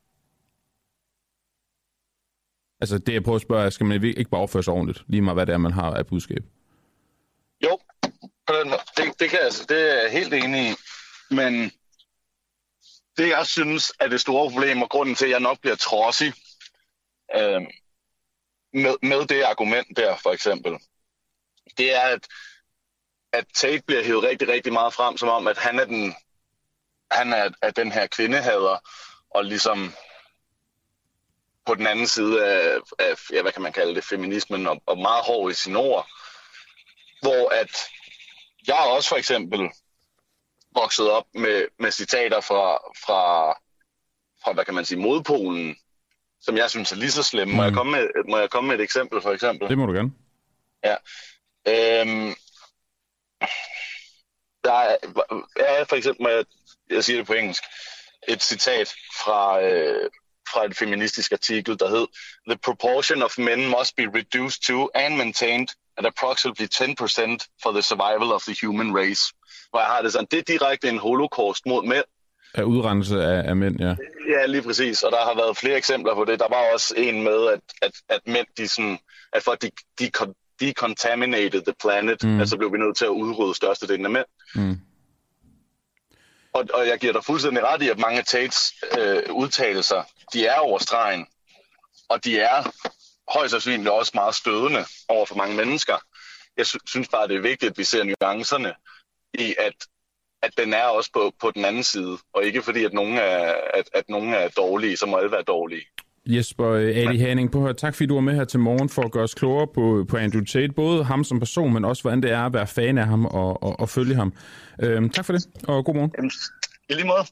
Altså det jeg prøver at spørge, skal man ikke bare opføre sig ordentligt, lige meget hvad det er, man har af budskab? Jo, det, det, kan, altså, det er jeg helt enig i, men det, jeg synes er det store problem, og grunden til, at jeg nok bliver trodsig øh, med, med det argument der, for eksempel, det er, at, at Tate bliver hævet rigtig, rigtig meget frem, som om, at han er den, han er, er den her kvindehader, og ligesom på den anden side af, af ja, hvad kan man kalde det, feminismen, og, og meget hård i sine ord, hvor at jeg også for eksempel vokset op med, med citater fra, fra, fra, hvad kan man sige, modpolen, som jeg synes er lige så slemme. Mm. Må, jeg komme med, må jeg komme med et eksempel, for eksempel? Det må du gerne. Ja. Øhm, der er, er for eksempel, må jeg, jeg siger det på engelsk, et citat fra, øh, fra et feministisk artikel, der hed The proportion of men must be reduced to and maintained at approximately ten percent for the survival of the human race. Hvor jeg har det sådan, det er direkte en holocaust mod mænd. Af udrenselse af, af mænd, ja. Ja, lige præcis. Og der har været flere eksempler på det. Der var også en med, at, at, at mænd, de sådan, at for de, de decontaminated the planet, mm. altså blev vi nødt til at udrydde størstedelen af mænd. Mm. Og, og jeg giver dig fuldstændig ret i, at mange af Tates øh, udtalelser, de er over stregen, og de er højst sandsynligt også meget stødende over for mange mennesker. Jeg sy- synes bare, det er vigtigt, at vi ser nuancerne i, at, at den er også på, på den anden side, og ikke fordi, at nogen er, at, at nogen er dårlige, så må alle være dårlige. Jesper Ali Haning, på her. Tak fordi du var med her til morgen for at gøre os klogere på, på Andrew Tate, både ham som person, men også hvordan det er at være fan af ham og, og, og følge ham. Øhm, tak for det, og god morgen. Jamen, i lige måde.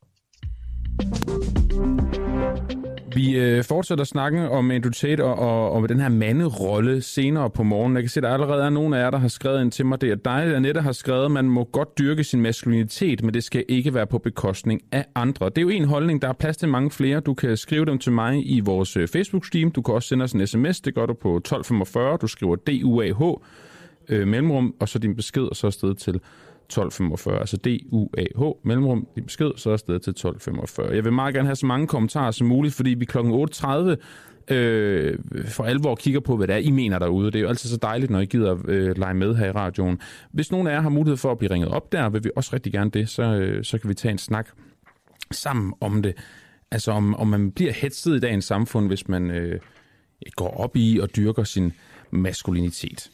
Vi øh, fortsætter snakken om Andrew Tate og, og, og den her manderolle senere på morgenen. Jeg kan se, at der allerede er nogen af jer, der har skrevet ind til mig. Det er dig, Annette, har skrevet, at man må godt dyrke sin maskulinitet, men det skal ikke være på bekostning af andre. Det er jo en holdning, der er plads til mange flere. Du kan skrive dem til mig i vores Facebook-stream. Du kan også sende os en sms. Det gør du på tolv femogfyrre. Du skriver D U A H øh, mellemrum, og så din besked, og så afsted til tolv femogfyrre, altså D U A H, mellemrum, din besked, så er afsted til tolv femogfyrre. Jeg vil meget gerne have så mange kommentarer som muligt, fordi vi klokken otte tredive øh, for alvor kigger på, hvad det er, I mener derude. Det er jo altid så dejligt, når I gider øh, lege med her i radioen. Hvis nogen af jer har mulighed for at blive ringet op der, vil vi også rigtig gerne det, så, øh, så kan vi tage en snak sammen om det. Altså om, om man bliver hetset i dagens samfund, hvis man øh, går op i og dyrker sin maskulinitet.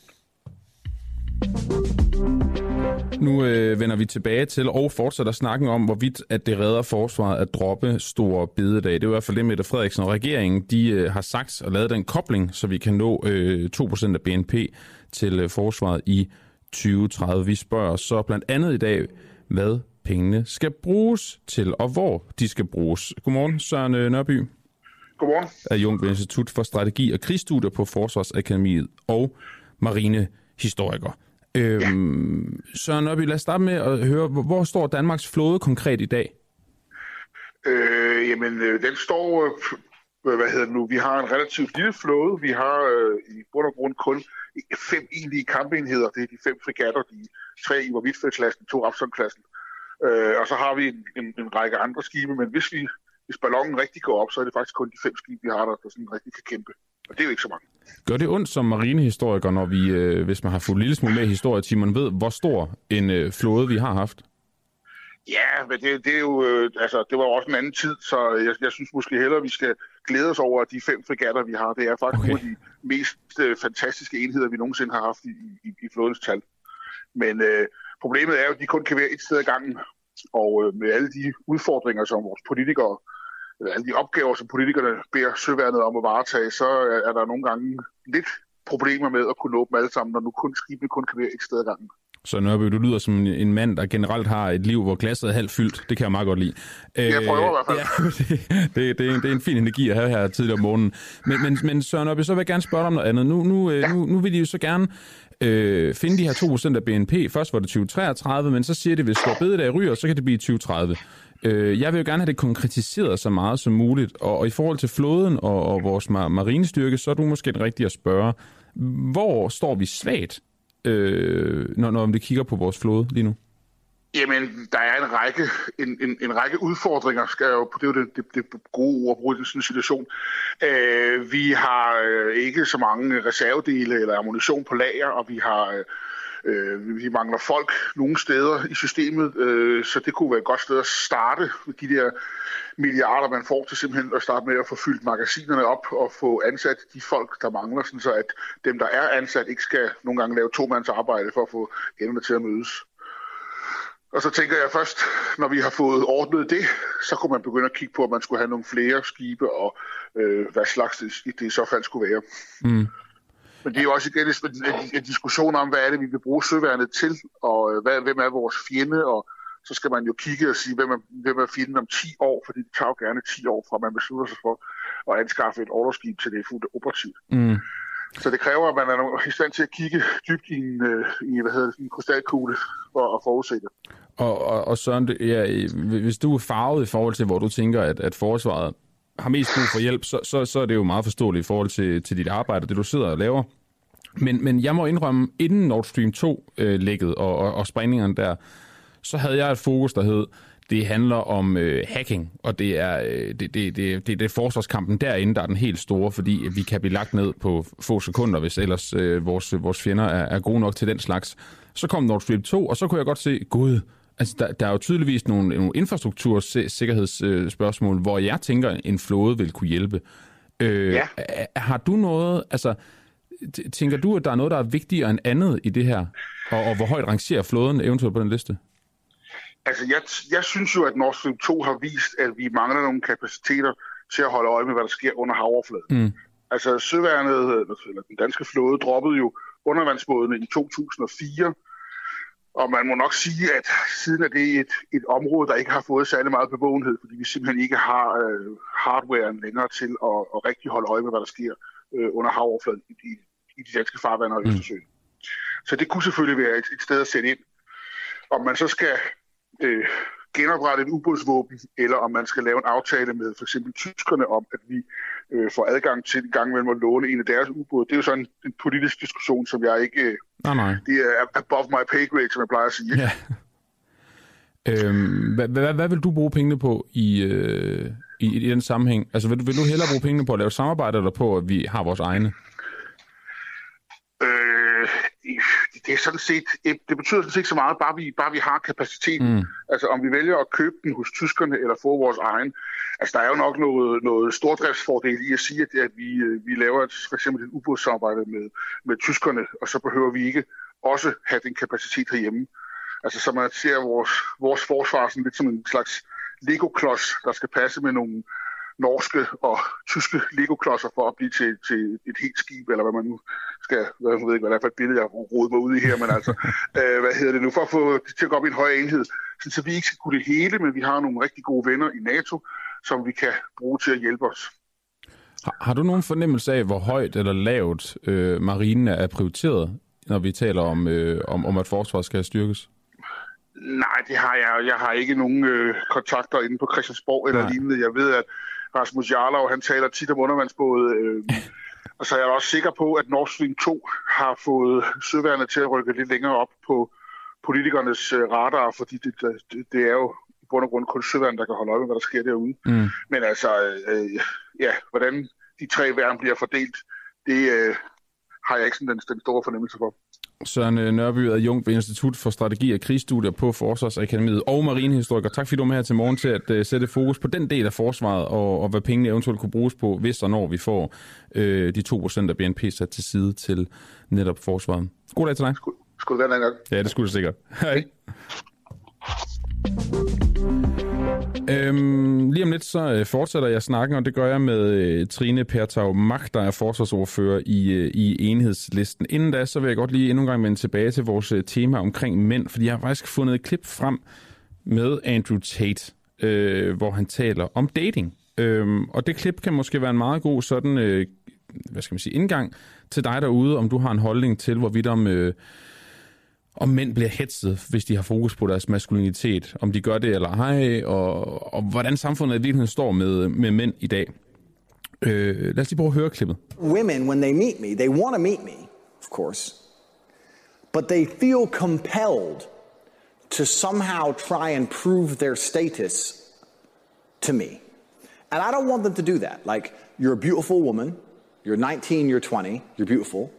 Nu øh, vender vi tilbage til og fortsætter snakken om, hvorvidt at det redder forsvaret at droppe store bededag. Det er i hvert fald det, Mette Frederiksen og regeringen de, øh, har sagt og lavet den kobling, så vi kan nå øh, to procent af B N P til øh, forsvaret i tyve tredive. Vi spørger så blandt andet i dag, hvad pengene skal bruges til, og hvor de skal bruges. Godmorgen, Søren øh, Nørby. Godmorgen. Adjunkt ved Institut for Strategi og Krigsstudier på Forsvarsakademiet og marinehistoriker. Øhm, ja. Søren Nørby, lad os starte med at høre, hvor står Danmarks flåde konkret i dag? Øh, jamen, den står, øh, hvad hedder det nu, vi har en relativt lille flåde. Vi har øh, i bund og grund kun fem egentlige kampenheder. Det er de fem fregatter, de tre i Wittfeldt-klassen, to Absalon-klassen. Øh, og så har vi en, en, en række andre skibe, men hvis vi hvis ballonen rigtig går op, så er det faktisk kun de fem skibe, vi har, der, der sådan rigtig kan kæmpe. Og det er jo ikke så mange. Gør det ondt som marinehistoriker, når vi, øh, hvis man har fået en lille smule med i historietimerne, ved, hvor stor en øh, flåde vi har haft? Ja, men det, det er jo, øh, altså, det var jo også en anden tid, så jeg, jeg synes måske hellere, at vi skal glæde os over de fem fregatter, vi har. Det er faktisk okay. Nogle af de mest øh, fantastiske enheder, vi nogensinde har haft i, i, i flådens tal. Men øh, problemet er jo, at de kun kan være et sted ad gangen. Og øh, med alle de udfordringer, som vores politikere alle de opgaver, som politikerne beder søværnet om at varetage, så er der nogle gange lidt problemer med at kunne nå dem alle sammen, når nu kun skibene kun kan være et sted ad gangen. Så Nørby, du lyder som en mand, der generelt har et liv, hvor glasset er halvt fyldt. Det kan jeg meget godt lide. Jeg prøver i hvert fald. Ja, det, det, det, er en, det er en fin energi at have her tidligere om morgenen. Men, men, men Søren Nørby, så vil jeg gerne spørge dig om noget andet. Nu, nu, ja. nu, nu vil de jo så gerne øh, finde de her to procent af B N P. Først var det tyve treogtredive, men så siger de, at hvis store bededag ryger, så kan det blive tyve tredive. Jeg vil jo gerne have det konkretiseret så meget som muligt, og, og i forhold til flåden og, og vores mar- marinestyrke, så er du måske den rigtige at spørge, hvor står vi svagt, øh, når, når vi kigger på vores flåde lige nu? Jamen, der er en række, en, en, en række udfordringer, skal jeg jo, det er jo det, det, det gode ord at bruge i sådan en situation. Øh, vi har øh, ikke så mange reservedele eller ammunition på lager, og vi har... Øh, Øh, vi mangler folk nogle steder i systemet, øh, så det kunne være et godt sted at starte med de der milliarder, man får til simpelthen at starte med at få fyldt magasinerne op og få ansat de folk, der mangler, sådan så at dem, der er ansat, ikke skal nogle gange lave to mands arbejde for at få enderne til at mødes. Og så tænker jeg først, når vi har fået ordnet det, så kunne man begynde at kigge på, at man skulle have nogle flere skibe, og øh, hvad slags det, det i så fald skulle være. Mm. Men det er jo også igen en, en, en diskussion om, hvad er det, vi vil bruge søværnet til, og hvad, hvem er vores fjende, og så skal man jo kigge og sige, hvem er, hvem er fjenden om ti år, fordi det tager jo gerne ti år fra, man beslutter sig for at anskaffe et orlogsskib til det er fuldt operativt. Mm. Så det kræver, at man er i stand til at kigge dybt i en, i, hvad hedder det, en krystalkugle for at forudse det. Og, og, og Søren, ja, hvis du er farvet i forhold til, hvor du tænker, at, at forsvaret har mest brug for hjælp, så, så, så er det jo meget forståeligt i forhold til, til dit arbejde, det du sidder og laver. Men, men jeg må indrømme, inden Nord Stream to-lægget øh, og, og, og sprængningerne der, så havde jeg et fokus, der hed, det handler om øh, hacking, og det er, øh, det, det, det, det, det er forsvarskampen derinde, der er den helt store, fordi vi kan blive lagt ned på få sekunder, hvis ellers øh, vores, vores fjender er, er gode nok til den slags. Så kom Nord Stream to, og så kunne jeg godt se, gud, altså der, der er jo tydeligvis nogle, nogle infrastruktursikkerhedsspørgsmål, hvor jeg tænker, en flåde vil kunne hjælpe. Øh, ja. Har du noget, altså tænker du, at der er noget, der er vigtigere end andet i det her, og, og hvor højt rangerer flåden eventuelt på den liste? Altså, jeg, jeg synes jo, at Nord Stream to har vist, at vi mangler nogle kapaciteter til at holde øje med, hvad der sker under havoverfladen. Mm. Altså, søværnet, eller den danske flåde, droppede jo undervandsbådene i to tusind og fire, og man må nok sige, at siden er det et, et område, der ikke har fået særlig meget bevågenhed, fordi vi simpelthen ikke har øh, hardwaren længere til at, at rigtig holde øje med, hvad der sker øh, under havoverfladen i, i, i de danske farvande og mm. Østersøen. Så det kunne selvfølgelig være et, et sted at sætte ind. Om man så skal Øh, genoprette et ubådsvåben, eller om man skal lave en aftale med for eksempel tyskerne om, at vi øh, får adgang til en gang mellem at låne en af deres ubåde. Det er jo sådan en, en politisk diskussion, som jeg ikke... Øh, nej, nej. Det er above my pay grade, som jeg plejer at sige. Ja. øhm, hvad, hvad, hvad vil du bruge pengene på i, øh, i, i den sammenhæng? Altså vil, vil du hellere bruge pengene på at lave samarbejde, eller på, at vi har vores egne? Øh, det er sådan set, det betyder sådan set ikke så meget, bare vi, bare vi har kapaciteten. Mm. Altså om vi vælger at købe den hos tyskerne eller få vores egen. Altså der er jo nok noget, noget stordriftsfordel i at sige, at, at vi, vi laver et, for eksempel et ubådssamarbejde med, med tyskerne, og så behøver vi ikke også have den kapacitet herhjemme. Altså så man ser vores, vores forsvar sådan lidt som en slags Lego-klods, der skal passe med nogle norske og tyske Lego-klodser for at blive til, til et helt skib, eller hvad man nu skal, jeg ved ikke, hvad det er for et billede, jeg roder mig ud i her, men altså, øh, hvad hedder det nu, for at få det til at gå op i en højere enhed, så vi ikke skal kunne det hele, men vi har nogle rigtig gode venner i NATO, som vi kan bruge til at hjælpe os. Har, har du nogen fornemmelse af, hvor højt eller lavt øh, marinen er prioriteret, når vi taler om, øh, om, om at forsvaret skal styrkes? Nej, det har jeg. Jeg har ikke nogen øh, kontakter inde på Christiansborg eller Nej. lignende. Jeg ved, at Rasmus Jarlov, han taler tit om undervandsbåde, øh, og så er jeg også sikker på, at Nord Stream to har fået søværnet til at rykke lidt længere op på politikernes øh, radar, fordi det, det, det er jo i bund og grund kun søværnet, der kan holde øje med, hvad der sker derude. Mm. Men altså, øh, ja, hvordan de tre værn bliver fordelt, det øh, har jeg ikke sådan den, den store fornemmelse for. Søren Nørby er adjunkt ved Institut for Strategi og Krigsstudier på Forsvarsakademiet og marinehistoriker. Tak fordi du er med her til morgen til at uh, sætte fokus på den del af forsvaret, og, og hvad pengene eventuelt kunne bruges på, hvis og når vi får øh, de to procent af B N P sat til side til netop forsvaret. God dag til dig. Skulle, skulle det være den gang? Ja, det skulle det sikkert. Hej. Øhm, lige om lidt så øh, fortsætter jeg snakken, og det gør jeg med øh, Trine Pertau Mach, der er forsvarsordfører i, øh, i Enhedslisten. Inden da, så vil jeg godt lige endnu en gang vende tilbage til vores øh, tema omkring mænd, fordi jeg har faktisk fundet et klip frem med Andrew Tate, øh, hvor han taler om dating. Øhm, og det klip kan måske være en meget god sådan, øh, hvad skal man sige, indgang til dig derude, om du har en holdning til, hvorvidt om... Øh, om mænd bliver hetset, hvis de har fokus på deres maskulinitet, om de gør det eller ej, og, og hvordan samfundet i virkeligheden står med, med mænd i dag. Øh, lad os lige prøve at høre klippet. Women, when they meet me, they want to meet me, of course, but they feel compelled to somehow try and prove their status to me. And I don't want them to do that. Like, you're a beautiful woman, you're nineteen, you're twenty, you're beautiful.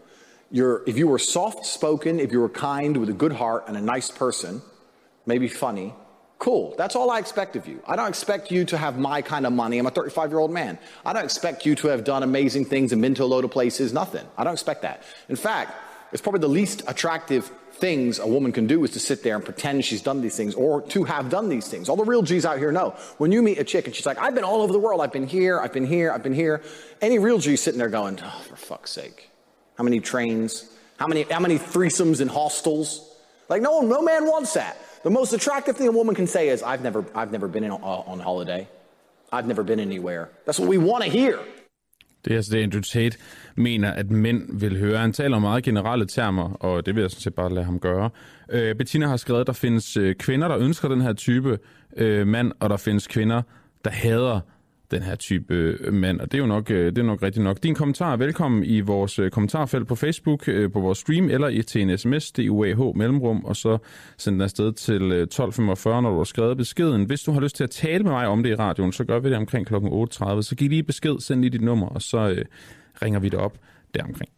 You're, if you were soft-spoken, if you were kind, with a good heart and a nice person, maybe funny, cool. That's all I expect of you. I don't expect you to have my kind of money. I'm a thirty-five-year-old man. I don't expect you to have done amazing things and been to a load of places. Nothing. I don't expect that. In fact, it's probably the least attractive things a woman can do is to sit there and pretend she's done these things or to have done these things. All the real G's out here know. When you meet a chick and she's like, I've been all over the world. I've been here, I've been here, I've been here. Any real G sitting there going, oh, for fuck's sake. How many trains? How many, how many threesomes in hostels? Like, no one, no man wants that. The most attractive thing a woman can say is, I've never, I've never been in, uh, on holiday. I've never been anywhere. That's what we want to hear. Det er altså det, Andrew Tate mener, at mænd vil høre. Han taler om meget generelle termer, og det vil jeg sådan set bare lade ham gøre. Øh, Bettina har skrevet, at der findes øh, kvinder, der ønsker den her type øh, mand, og der findes kvinder, der hader den her type øh, mand, og det er jo nok, øh, det er nok rigtigt nok. Din kommentar er velkommen i vores øh, kommentarfelt på Facebook, øh, på vores stream, eller i til en sms, D U A H mellemrum, og så send den afsted til øh, tolv femogfyrre, når du har skrevet beskeden. Hvis du har lyst til at tale med mig om det i radioen, så gør vi det omkring klokken otte tredive. Så giv lige besked, send lige dit nummer, og så øh, ringer vi det op deromkring.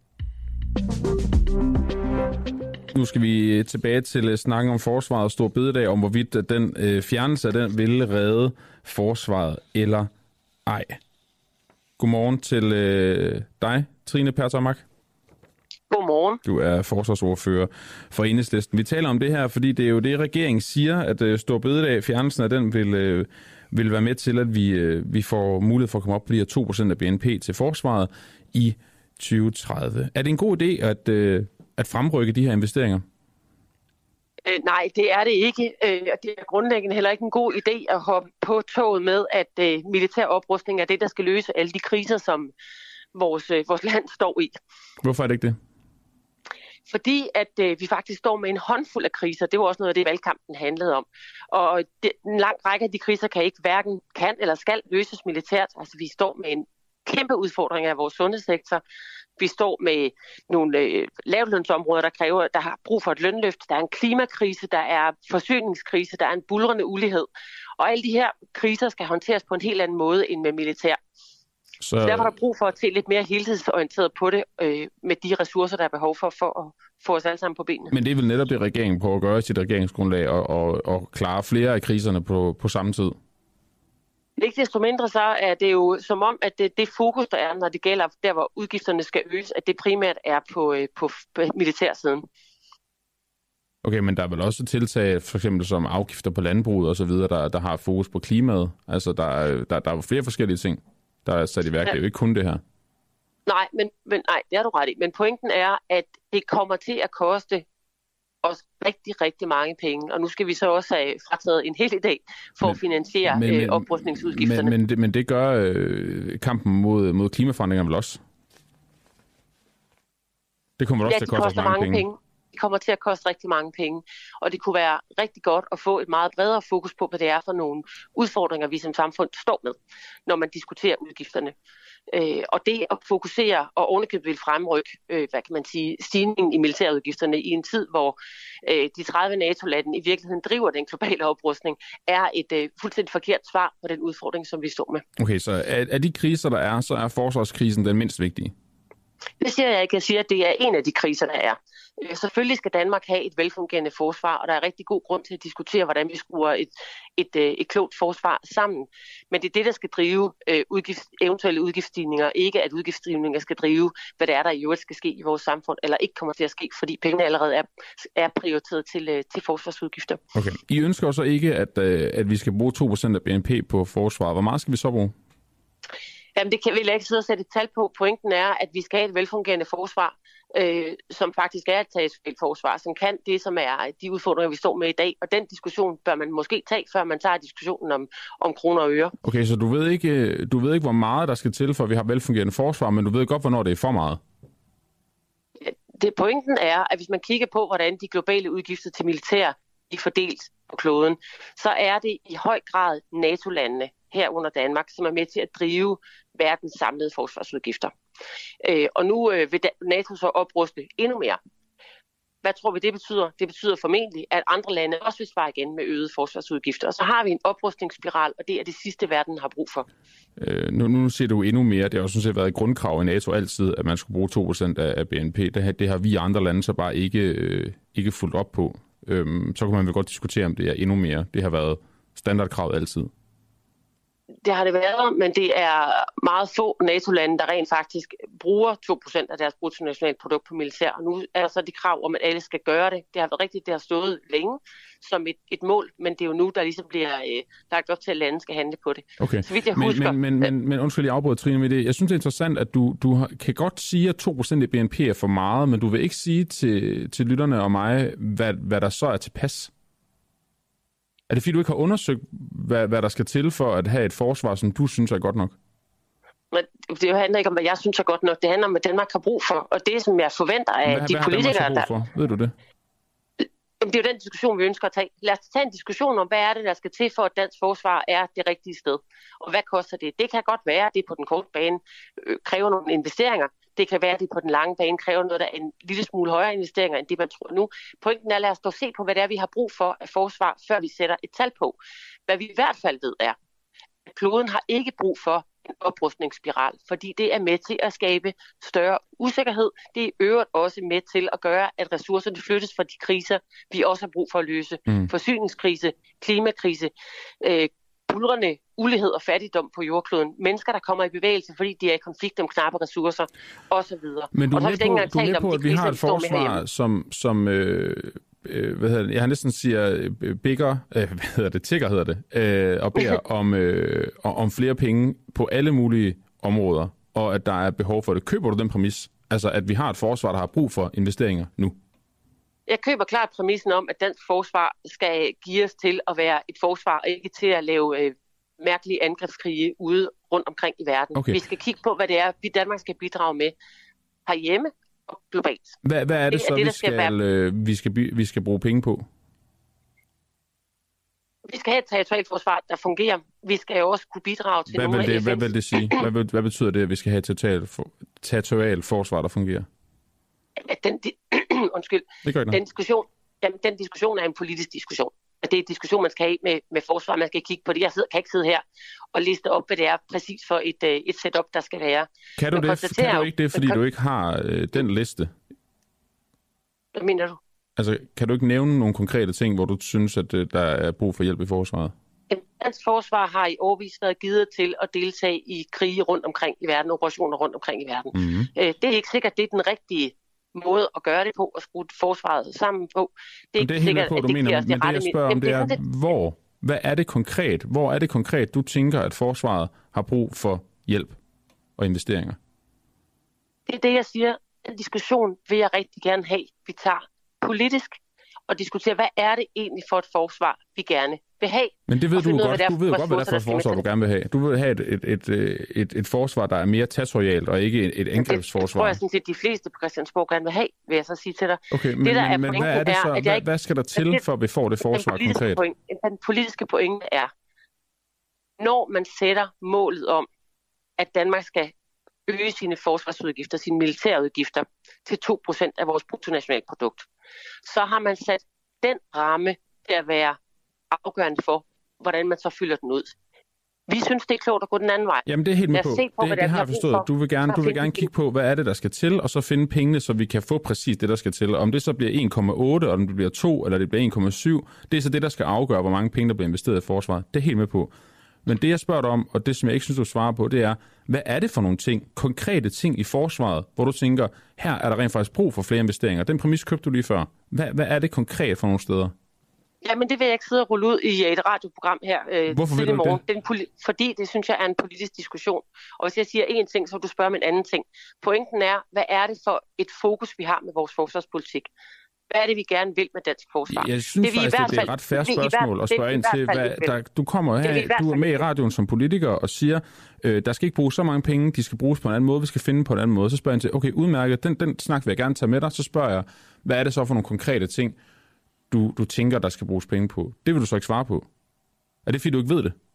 Nu skal vi tilbage til snakken om forsvaret og stor bededag, om hvorvidt den øh, fjernelse af den ville redde forsvaret eller ej. Godmorgen til øh, dig, Trine Pertøjmark. Godmorgen. Du er forsvarsordfører for Enhedslisten. Vi taler om det her, fordi det er jo det, regeringen siger, at øh, stor bededag, fjernelsen af den, vil, øh, vil være med til, at vi, øh, vi får mulighed for at komme op på de her to procent af B N P til forsvaret i tyve tredive. Er det en god idé at... Øh, at fremrykke de her investeringer? Øh, nej, det er det ikke. Øh, og det er grundlæggende heller ikke en god idé at hoppe på toget med, at øh, militær oprustning er det, der skal løse alle de kriser, som vores, øh, vores land står i. Hvorfor er det ikke det? Fordi at øh, vi faktisk står med en håndfuld af kriser. Det var også noget af det, valgkampen handlede om. Og det, en lang række af de kriser kan ikke hverken kan eller skal løses militært. Altså vi står med en kæmpe udfordring af vores sundhedssektor. Vi står med nogle øh, lavlønsområder, der kræver, der har brug for et lønløft. Der er en klimakrise, der er forsyningskrise, der er en buldrende ulighed. Og alle de her kriser skal håndteres på en helt anden måde end med militær. Så, Så derfor er der brug for at se lidt mere helhedsorienteret på det, øh, med de ressourcer, der er behov for, for at få os alle sammen på benene. Men det er vel netop det, regeringen prøver at gøre i sit regeringsgrundlag, og, og, og klare flere af kriserne på, på samme tid? Ikke desto mindre så er det jo som om, at det, det fokus, der er, når det gælder der, hvor udgifterne skal øges, at det primært er på, på, på militærsiden. Okay, men der er vel også tiltag, for eksempel som afgifter på landbruget og så videre, der, der har fokus på klimaet. Altså, der er, der, der er flere forskellige ting, der er sat i værk. Ja. Det er jo ikke kun det her. Nej, men, men nej, det er du ret i. Men pointen er, at det kommer til at koste os rigtig, rigtig mange penge. Og nu skal vi så også have frataget en hel dag for men, at finansiere men, øh, oprustningsudgifterne. Men, men, det, men det gør øh, kampen mod, mod klimaforandringer vel også? Det kommer også ja, til at koste mange, mange penge. penge. Det kommer til at koste rigtig mange penge. Og det kunne være rigtig godt at få et meget bredere fokus på, hvad det er for nogle udfordringer, vi som samfund står med, når man diskuterer udgifterne. Øh, og det at fokusere og ovenikøbet vil fremrykke, øh, hvad kan man sige, stigningen i militærudgifterne i en tid, hvor øh, de tredive NATO-lande i virkeligheden driver den globale oprustning, er et øh, fuldstændig forkert svar på den udfordring, som vi står med. Okay, så af, af de kriser, der er, så er forsvarskrisen den mindst vigtige? Det siger jeg ikke. Jeg siger, at det er en af de kriser, der er. Selvfølgelig skal Danmark have et velfungerende forsvar, og der er rigtig god grund til at diskutere, hvordan vi skruer et, et, et, et klogt forsvar sammen. Men det er det, der skal drive øh, udgift, eventuelle udgiftsstigninger, ikke at udgiftsstigninger skal drive, hvad det er, der i øvrigt skal ske i vores samfund, eller ikke kommer til at ske, fordi pengene allerede er, er prioriteret til, øh, til forsvarsudgifter. Okay. I ønsker så ikke, at, øh, at vi skal bruge to procent af B N P på forsvar. Hvor meget skal vi så bruge? Jamen, det kan vi ikke sidde og sætte et tal på. Pointen er, at vi skal have et velfungerende forsvar, øh, som faktisk er et territorialt forsvar, som kan det, som er de udfordringer, vi står med i dag. Og den diskussion bør man måske tage, før man tager diskussionen om, om kroner og øre. Okay, så du ved, ikke, du ved ikke, hvor meget der skal til, for at vi har velfungerende forsvar, men du ved godt, hvornår det er for meget? Det, pointen er, at hvis man kigger på, hvordan de globale udgifter til militær er fordelt på kloden, så er det i høj grad NATO-landene, herunder Danmark, som er med til at drive verdens samlede forsvarsudgifter. Øh, og nu øh, vil NATO så opruste endnu mere. Hvad tror vi, det betyder? Det betyder formentlig, at andre lande også vil svare igen med øgede forsvarsudgifter. Og så har vi en oprustningsspiral, og det er det sidste, verden har brug for. Øh, nu, nu siger du endnu mere. Det har jo sådan set været et grundkrav i NATO altid, at man skulle bruge to procent af B N P. Det, det har vi andre lande så bare ikke, øh, ikke fulgt op på. Øhm, så kan man vel godt diskutere, om det er endnu mere. Det har været standardkravet altid. Det har det været, men det er meget få NATO-lande, der rent faktisk bruger to procent af deres bruttonationalprodukt på militær. Og nu er der så det krav om, at alle skal gøre det. Det har været rigtigt, det har stået længe som et, et mål, men det er jo nu, der ligesom bliver øh, lagt op til, at lande skal handle på det. Okay. Så vidt jeg men, husker... Men, men, men, men undskyld, jeg afbryder Trine med det. Jeg synes, det er interessant, at du, du kan godt sige, at to procent af B N P er for meget, men du vil ikke sige til, til lytterne og mig, hvad, hvad der så er tilpas. Er det fordi, du ikke har undersøgt, hvad, hvad der skal til for at have et forsvar, som du synes er godt nok? Men det handler ikke om, hvad jeg synes er godt nok. Det handler om, hvad Danmark har brug for. Og det, som jeg forventer af hvad, de hvad politikere, der... For? Ved du det? Det er jo den diskussion, vi ønsker at tage. Lad os tage en diskussion om, hvad er det, der skal til for, at dansk forsvar er det rigtige sted. Og hvad koster det? Det kan godt være, at det på den korte bane øh, kræver nogle investeringer. Det kan være, at det på den lange bane kræver noget, der er en lille smule højere investeringer, end det man tror nu. Pointen er, lad os dog se på, hvad det er, vi har brug for af forsvar, før vi sætter et tal på. Hvad vi i hvert fald ved er, at kloden har ikke brug for en oprustningsspiral, fordi det er med til at skabe større usikkerhed. Det er i øvrigt også med til at gøre, at ressourcerne flyttes fra de kriser, vi også har brug for at løse. Mm. Forsyningskrise, klimakrise, øh, buldrende ulighed og fattigdom på jordkloden, mennesker, der kommer i bevægelse, fordi de er i konflikt om knappe ressourcer, osv. Men du er med på, du er med på at vi har et forsvar, som, som øh, øh, hvad hedder det, jeg har næsten siger bigger, øh, hvad hedder det, tigger hedder det, øh, og beder om, øh, om flere penge på alle mulige områder, og at der er behov for det. Køber du den præmis? Altså, at vi har et forsvar, der har brug for investeringer nu? Jeg køber klart præmissen om, at dansk forsvar skal give os til at være et forsvar, og ikke til at lave øh, mærkelige angrebskrige ude rundt omkring i verden. Okay. Vi skal kigge på, hvad det er, vi Danmark skal bidrage med herhjemme og globalt. Hvad, hvad er det, det så, er det, vi, skal, skal øh, vi, skal, vi skal bruge penge på? Vi skal have et territorialforsvar, der fungerer. Vi skal jo også kunne bidrage til hvad nogle vil det, af Hvad vil det sige? Hvad, vil, hvad betyder det, at vi skal have et territorialforsvar, der fungerer? Den, de, undskyld, den diskussion, jamen, den diskussion er en politisk diskussion. Det er en diskussion, man skal have med, med forsvar. Man skal kigge på det. Jeg sidder, kan ikke sidde her og liste op, hvad det er præcis for et, et setup, der skal være. Kan du, det, kan du ikke det, fordi du ikke har øh, den liste? Hvad mener du? Altså, kan du ikke nævne nogle konkrete ting, hvor du synes, at øh, der er brug for hjælp i forsvaret? Dansk forsvar har i årevis været givet til at deltage i krige rundt omkring i verden, operationer rundt omkring i verden. Mm-hmm. Øh, det er ikke sikkert, det er den rigtige måde at gøre det på, og skrue forsvaret sammen på. Det er ikke det er sikkert, på, at det mener, giver os det rette... Men det, jeg spørger om, det er, det... hvor? Hvad er det konkret? Hvor er det konkret, du tænker, at forsvaret har brug for hjælp og investeringer? Det er det, jeg siger. Den diskussion vil jeg rigtig gerne have, vi tager politisk, og diskutere, hvad er det egentlig for et forsvar, vi gerne vil have. Men det ved du godt. Du ved jo godt, hvad det er for et forsvar, du gerne vil have. Du vil have et, et, et, et, et forsvar, der er mere territorialt, og ikke et, et angrebsforsvar. Det tror jeg sådan set, de fleste på Christiansborg gerne vil have, vil jeg så sige til dig. Okay, men, det, der er men hvad er det så? Er, hvad, ikke, hvad skal der til, for at vi får det forsvar den konkret? Point, den politiske pointe er, når man sætter målet om, at Danmark skal øge sine forsvarsudgifter, sine militærudgifter til to procent af vores bruttonationalprodukt, så har man sat den ramme til at være afgørende for, hvordan man så fylder den ud. Vi synes, det er klogt at gå den anden vej. Jamen, det er helt med på. på. Det, det, det har jeg forstået. Du vil gerne, du vil gerne kigge på, hvad er det, der skal til, og så finde pengene, så vi kan få præcis det, der skal til. Om det så bliver en komma otte, og om det bliver to, eller det bliver en komma syv, det er så det, der skal afgøre, hvor mange penge, der bliver investeret i forsvaret. Det er helt med på. Men det, jeg spørger dig om, og det, som jeg ikke synes, du svarer på, det er, hvad er det for nogle ting, konkrete ting i forsvaret, hvor du tænker, her er der rent faktisk brug for flere investeringer. Den præmis købte du lige før. Hvad, hvad er det konkret for nogle steder? Jamen, det vil jeg ikke sidde og rulle ud i et radioprogram her. Øh, Hvorfor vil du morgen. det? Den poli- fordi det, synes jeg, er en politisk diskussion. Og hvis jeg siger én ting, så vil du spørge om en anden ting. Pointen er, hvad er det for et fokus, vi har med vores forsvarspolitik? Hvad er det, vi gerne vil med dansk forsvar? Jeg synes det, faktisk, det er et ret fair spørgsmål at spørge ind til. Hvad, der, du kommer her, du er med i radioen som politiker og siger, øh, der skal ikke bruges så mange penge, de skal bruges på en anden måde, vi skal finde på en anden måde. Så spørger jeg ind til, okay, udmærket, den, den snak vil jeg gerne tage med dig. Så spørger jeg, hvad er det så for nogle konkrete ting, du, du tænker, der skal bruges penge på? Det vil du så ikke svare på. Er det fordi, du ikke ved det?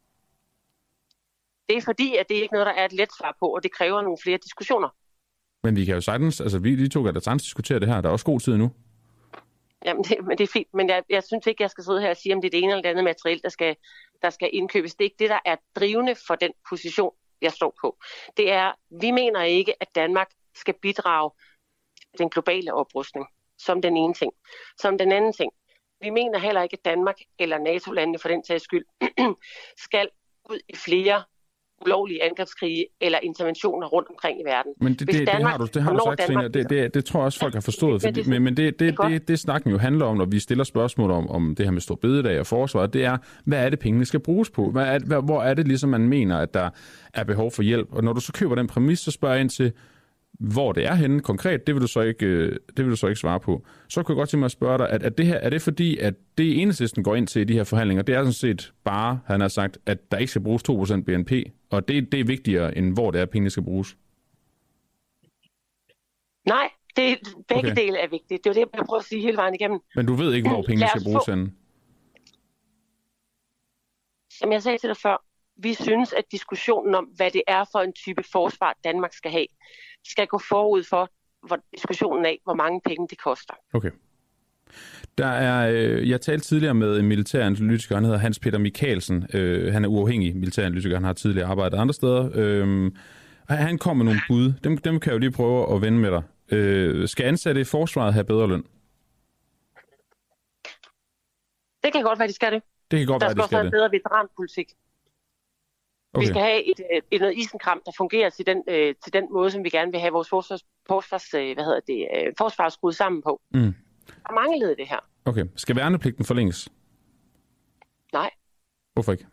Det er fordi, at det ikke er noget, der er et let svar på, og det kræver nogle flere diskussioner. Men vi kan jo sagtens, altså vi de to kan da sagtens diskutere det her. Der er også god tid nu. Jamen, det, men det er fint, men jeg, jeg synes ikke, jeg skal sidde her og sige, om det er det ene eller det andet materiel, der skal, der skal indkøbes. Det er ikke det, der er drivende for den position, jeg står på. Det er, vi mener ikke, at Danmark skal bidrage til den globale oprustning, som den ene ting. Som den anden ting. Vi mener heller ikke, at Danmark eller NATO-landene for den sags skyld skal ud i flere ulovlige angrebskrige eller interventioner rundt omkring i verden. Men det, det, Danmark, det har du, det har du sagt, Trine. Det, det, det tror jeg også, folk har forstået. Ja, fordi, men men det, det, det, det, det snakken jo handler om, når vi stiller spørgsmål om, om det her med stor bededag og forsvar, det er, hvad er det, pengene skal bruges på? Hvad er, hvad, hvor er det, ligesom man mener, at der er behov for hjælp? Og når du så køber den præmis, så spørger jeg ind til, hvor det er henne konkret, det vil du så ikke, det vil du så ikke svare på. Så kunne jeg godt tænke mig at spørge dig, at, at det her, er det fordi, at det Enhedslisten går ind til i de her forhandlinger, det er sådan set bare, han har sagt, at der ikke skal bruges to procent B N P, og det, det er vigtigere, end hvor det er, pengene skal bruges? Nej, det, begge okay. dele er vigtigt. Det er det, jeg prøver at sige hele vejen igennem. Men du ved ikke, hvor pengene skal bruges henne? Som jeg sagde til dig før, vi synes, at diskussionen om, hvad det er for en type forsvar, Danmark skal have, skal gå forud for hvor diskussionen af, hvor mange penge det koster. Okay. Der er, øh, jeg talte tidligere med en militæranalytiker, han hedder Hans Peter Michaelsen. Øh, han er uafhængig militæranalytiker, han har tidligere arbejdet andre steder. Øh, han kom med nogle bud. Dem, dem kan jeg jo lige prøve at vende med dig. Øh, skal ansatte i forsvaret have bedre løn? Det kan godt være, de skal det. Det kan godt der være, skal også have en bedre veteranpolitik. Okay. Vi skal have et, et, et noget isenkram, der fungerer til den, øh, til den måde, som vi gerne vil have vores forsvars, forsvars, øh, hvad hedder det, øh, forsvar skruet sammen på. Mm. Der er mange led i det her. Okay. Skal værnepligten forlænges? Nej. Hvorfor ikke?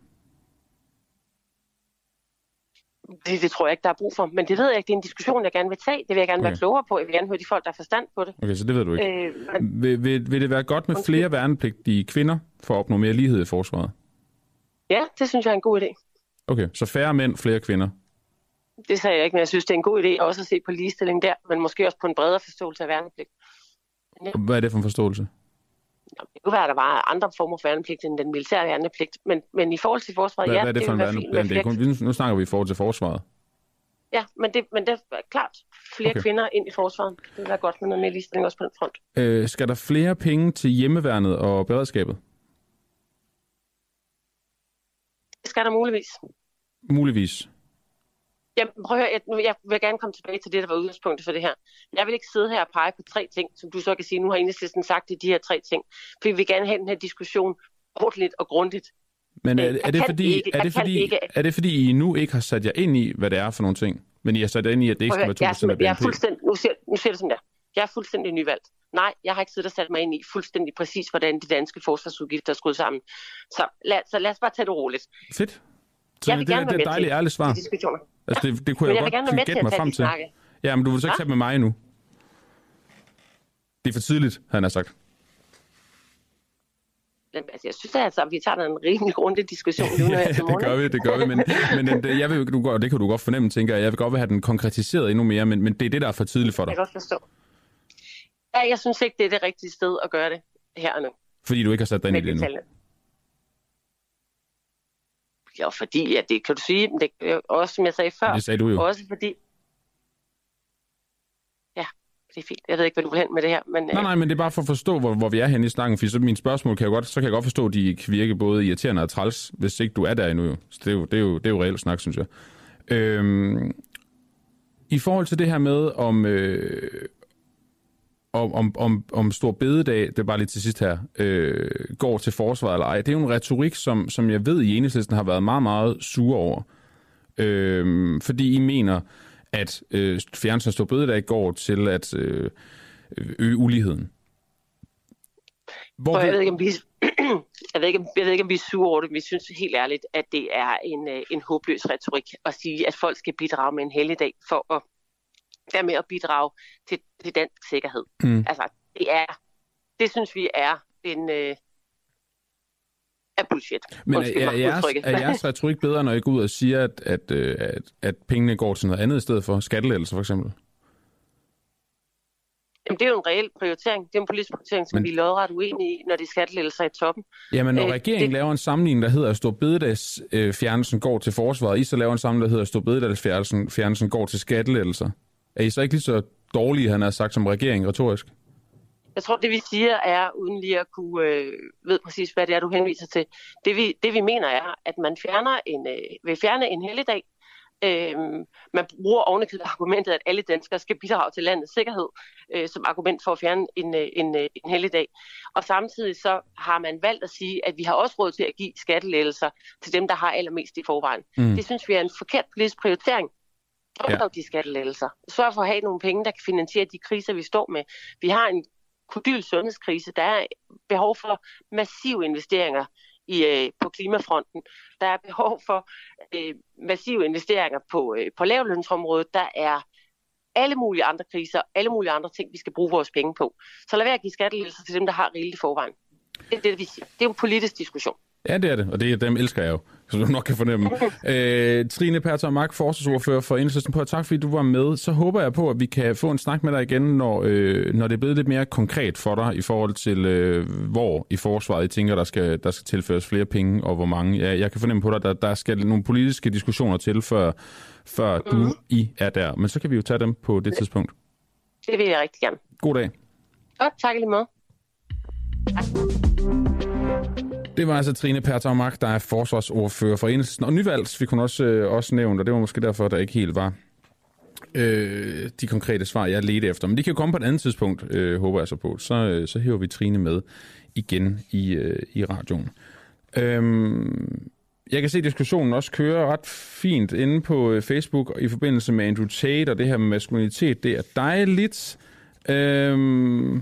Det, det tror jeg ikke, der er brug for. Men det ved jeg ikke. Det er en diskussion, jeg gerne vil tage. Det vil jeg gerne okay. være klogere på. Jeg vil gerne høre de folk, der har forstand på det. Okay, så det ved du ikke. Øh, men... vil, vil, vil det være godt med flere værnepligtige kvinder for at opnå mere lighed i forsvaret? Ja, det synes jeg er en god idé. Okay, så færre mænd, flere kvinder? Det sagde jeg ikke, men jeg synes, det er en god idé også at se på ligestilling der, men måske også på en bredere forståelse af værnepligt. Ja. Hvad er det for en forståelse? Nå, det kunne være, at der var andre former for værnepligt end den militære værnepligt, men, men i forhold til forsvaret, hvad, ja, hvad er det, det for en værnepligt? Flere... Nu snakker vi i forhold til forsvaret. Ja, men det, men det er klart flere okay. kvinder ind i forsvaret. Det vil være godt med noget mere ligestilling også på den front. Øh, skal der flere penge til hjemmeværnet og beredskabet? Det skal der muligvis. Muligvis? Jamen, prøv at høre, jeg, nu, jeg vil gerne komme tilbage til det, der var udgangspunktet for det her. Jeg vil ikke sidde her og pege på tre ting, som du så kan sige, nu har Enhedslisten sagt det, de her tre ting. For vi vil gerne have den her diskussion ordentligt og grundigt. Men er, er, det, fordi, ikke, er, det, fordi, ikke, er det fordi, I nu ikke har sat jer ind i, hvad det er for nogle ting? Men I har sat jer ind i, at det ikke skal være to procent af B N P? Jeg er fuldstændig, nu ser, nu ser det sådan der. Jeg er fuldstændig nyvalgt. Nej, jeg har ikke siddet og sat mig ind i fuldstændig præcis, hvordan de danske forsvarsudgifter er skruet sammen. Så lad, så lad os bare tage det roligt. Fedt. Så det, det er et dejligt ærligt svar. Altså, det, det kunne jeg, jeg godt gætte mig frem til. Ja, men du vil så ikke tage med mig nu. Det er for tidligt, han har sagt. Altså, jeg synes altså, at vi tager en rimelig grundig diskussion nu, når ja, det gør vi, det gør vi. Men, men det, jeg vil, du, det kan du godt fornemme, tænker jeg. Jeg vil godt vil have den konkretiseret endnu mere, men, men det er det, der er for tidligt for dig. Jeg kan godt forstå. Ja, jeg synes ikke, det er det rigtige sted at gøre det her og nu. Fordi du ikke har sat dig ind i det endnu? Ja, fordi, ja, det kan du sige, men det er også, som jeg sagde før. Det sagde du jo. Også fordi, ja, det er fint. Jeg ved ikke, hvad du vil hen med det her. Men, nej, nej, men det er bare for at forstå, hvor, hvor vi er henne i snakken. For så mine spørgsmål kan jeg godt, så kan jeg godt forstå, at de kan virke både irriterende og træls, hvis ikke du er der endnu. Jo. Så det er jo, det er jo, det er jo reelt snak, synes jeg. Øhm, I forhold til det her med, om... Øh, Om, om, om stor bededag, det er bare lige til sidst her, øh, går til forsvaret eller ej. Det er jo en retorik, som, som jeg ved i Enhedslisten har været meget, meget sure over. Øh, fordi I mener, at øh, fjernelsen af stor bededag går til at øh, øge uligheden. Hvor jeg, ved ikke, om vi, jeg, ved ikke, om, jeg ved ikke, om vi er sure over det, men vi synes helt ærligt, at det er en, en håbløs retorik at sige, at folk skal bidrage med en helligdag for at der med at bidrage til, til dansk sikkerhed. Mm. Altså, det er, det synes vi er en, øh, er bullshit. Men er, er, jeres, er jeres retorik bedre, når I går ud og siger, at, at, at, at pengene går til noget andet i stedet for skattelettelser for eksempel? Jamen, det er jo en reel prioritering. Det er en politisk prioritering, som Men... vi er lodret uenige i, når de skattelettelser er i toppen. Jamen, når Æh, regeringen det... laver en sammenligning, der hedder, at stor bededagsfjernelsen går til forsvaret, I så laver en sammenligning, der hedder, at stor bededagsfjernelsen går til skattelettelser. Er I så ikke lige så dårlige, han har sagt, som regering retorisk? Jeg tror, det vi siger er, uden lige at kunne øh, ved præcis, hvad det er, du henviser til. Det vi, det vi mener er, at man fjerner en, øh, vil fjerne en helligdag. Øh, man bruger ovenikøbet argumentet, at alle danskere skal bidrage til landets sikkerhed, øh, som argument for at fjerne en, en, en helligdag. Og samtidig så har man valgt at sige, at vi har også råd til at give skattelettelser til dem, der har allermest i forvejen. Mm. Det synes vi er en forkert politisk prioritering. Drop dog de skattelettelser. Sørg for at have nogle penge, der kan finansiere de kriser, vi står med. Vi har en kodyl sundhedskrise. Der er behov for massive investeringer i, øh, på klimafronten. Der er behov for øh, massive investeringer på, øh, på lavlønsområdet. Der er alle mulige andre kriser, alle mulige andre ting, vi skal bruge vores penge på. Så lad være at give skattelettelser til dem, der har rigeligt i forvejen. Det er det, vi siger. Det er jo en politisk diskussion. Ja, det er det, og det er dem elsker jeg jo, så du nok kan fornemme. Æ, Trine Pertou Mach, forsvarsordfører for Enhedslisten, på tak fordi du var med. Så håber jeg på, at vi kan få en snak med dig igen, når, øh, når det er blevet lidt mere konkret for dig i forhold til, øh, hvor i forsvaret I tænker, der skal, der skal tilføres flere penge, og hvor mange. Ja, jeg kan fornemme på dig, der, der skal nogle politiske diskussioner til, før, før mm. du I er der. Men så kan vi jo tage dem på det tidspunkt. Det vil jeg rigtig gerne. God dag. Godt, tak lige måde. Tak. Det var altså Trine Pertou Mach, der er forsvarsordfører for Enhedslisten. Og nyvalgs fik hun også, øh, også nævnt, og det var måske derfor, der ikke helt var øh, de konkrete svar, jeg ledte efter. Men de kan jo komme på et andet tidspunkt, øh, håber jeg så på. Så, øh, så hæver vi Trine med igen i, øh, i radioen. Øhm, jeg kan se, at diskussionen også kører ret fint inde på Facebook i forbindelse med Andrew Tate, og det her med maskulinitet, det er dejligt. Øhm,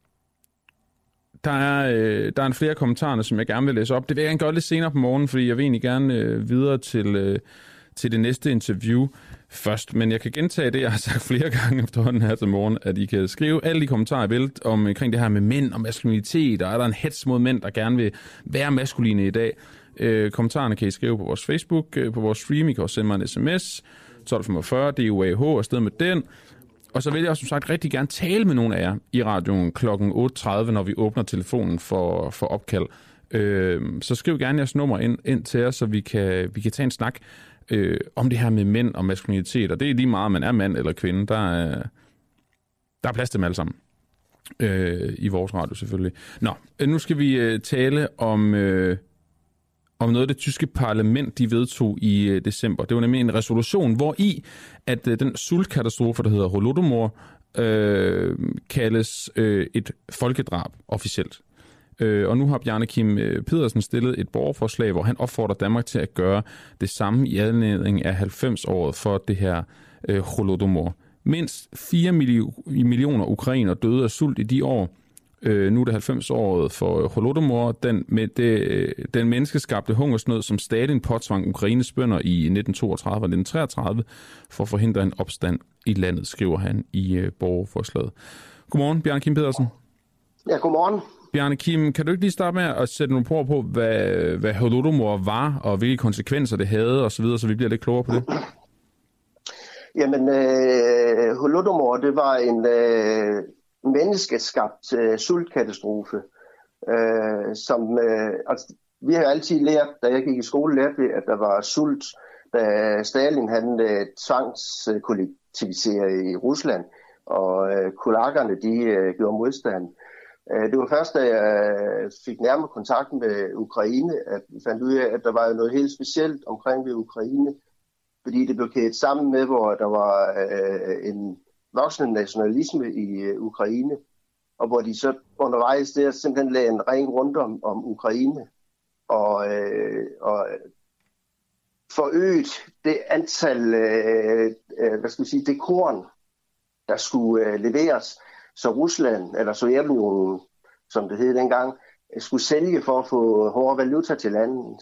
Der er, øh, der er en flere kommentarer, som jeg gerne vil læse op. Det vil jeg gerne gøre lidt senere på morgenen, fordi jeg vil egentlig gerne øh, videre til, øh, til det næste interview først. Men jeg kan gentage det, jeg har sagt flere gange efterhånden her til morgen, at I kan skrive alle de kommentarer, I vil, om, omkring det her med mænd og maskulinitet, og er der en hets mod mænd, der gerne vil være maskuline i dag. Øh, kommentarerne kan I skrive på vores Facebook, øh, på vores stream. I kan også sende mig en sms, tolv femogfyrre, D U A H, og afsted med den. Og så vil jeg som sagt rigtig gerne tale med nogle af jer i radioen klokken otte tredive, når vi åbner telefonen for, for opkald. Øh, så skriv gerne jeres nummer ind, ind til os, så vi kan, vi kan tage en snak øh, om det her med mænd og maskulinitet. Og det er lige meget, om man er mand eller kvinde. Der er, der er plads til dem alle sammen. Øh, I vores radio selvfølgelig. Nå, nu skal vi øh, tale om... Øh, om noget, det tyske parlament de vedtog i øh, december. Det var nemlig en resolution, hvor i at øh, den sultkatastrofe, der hedder Holodomor, øh, kaldes øh, et folkedrab officielt. Øh, og nu har Bjarne Kim Pedersen stillet et borgerforslag, hvor han opfordrer Danmark til at gøre det samme i anledning af halvfems-året for det her øh, Holodomor. Mindst fire millioner ukrainer døde af sult i de år. Øh, nu er det halvfems-året for Holodomor, den, med det, den menneskeskabte hungersnød, som Stalin påtvang Ukraines bønder i nitten toogtredive og nitten treogtredive for at forhindre en opstand i landet, skriver han i øh, borgerforslaget. Godmorgen, Bjarne Kim Pedersen. Ja, godmorgen. Bjarne Kim, kan du ikke lige starte med at sætte nogle ord på, hvad, hvad Holodomor var, og hvilke konsekvenser det havde, osv., så, så vi bliver lidt klogere på det? Jamen, øh, Holodomor, det var en... Øh menneskeskabt øh, sultkatastrofe, øh, som øh, altså, vi har altid lært, da jeg gik i skole, lærte vi, at der var sult, da Stalin han øh, tvangskollektiviserede i Rusland, og øh, kulakkerne de øh, gjorde modstand. Øh, det var først, da jeg fik nærmere kontakt med Ukraine, at vi fandt ud af, at der var noget helt specielt omkring ved Ukraine, fordi det blev kædet sammen med, hvor der var øh, en voksende nationalisme i uh, Ukraine, og hvor de så undervejs der simpelthen lagde en ring rundt om, om Ukraine, og, øh, og forøget det antal, øh, øh, hvad skal vi sige, det korn, der skulle øh, leveres, så Rusland, eller Sovjetunionen, som det hed dengang, skulle sælge for at få hårde valuta til landet.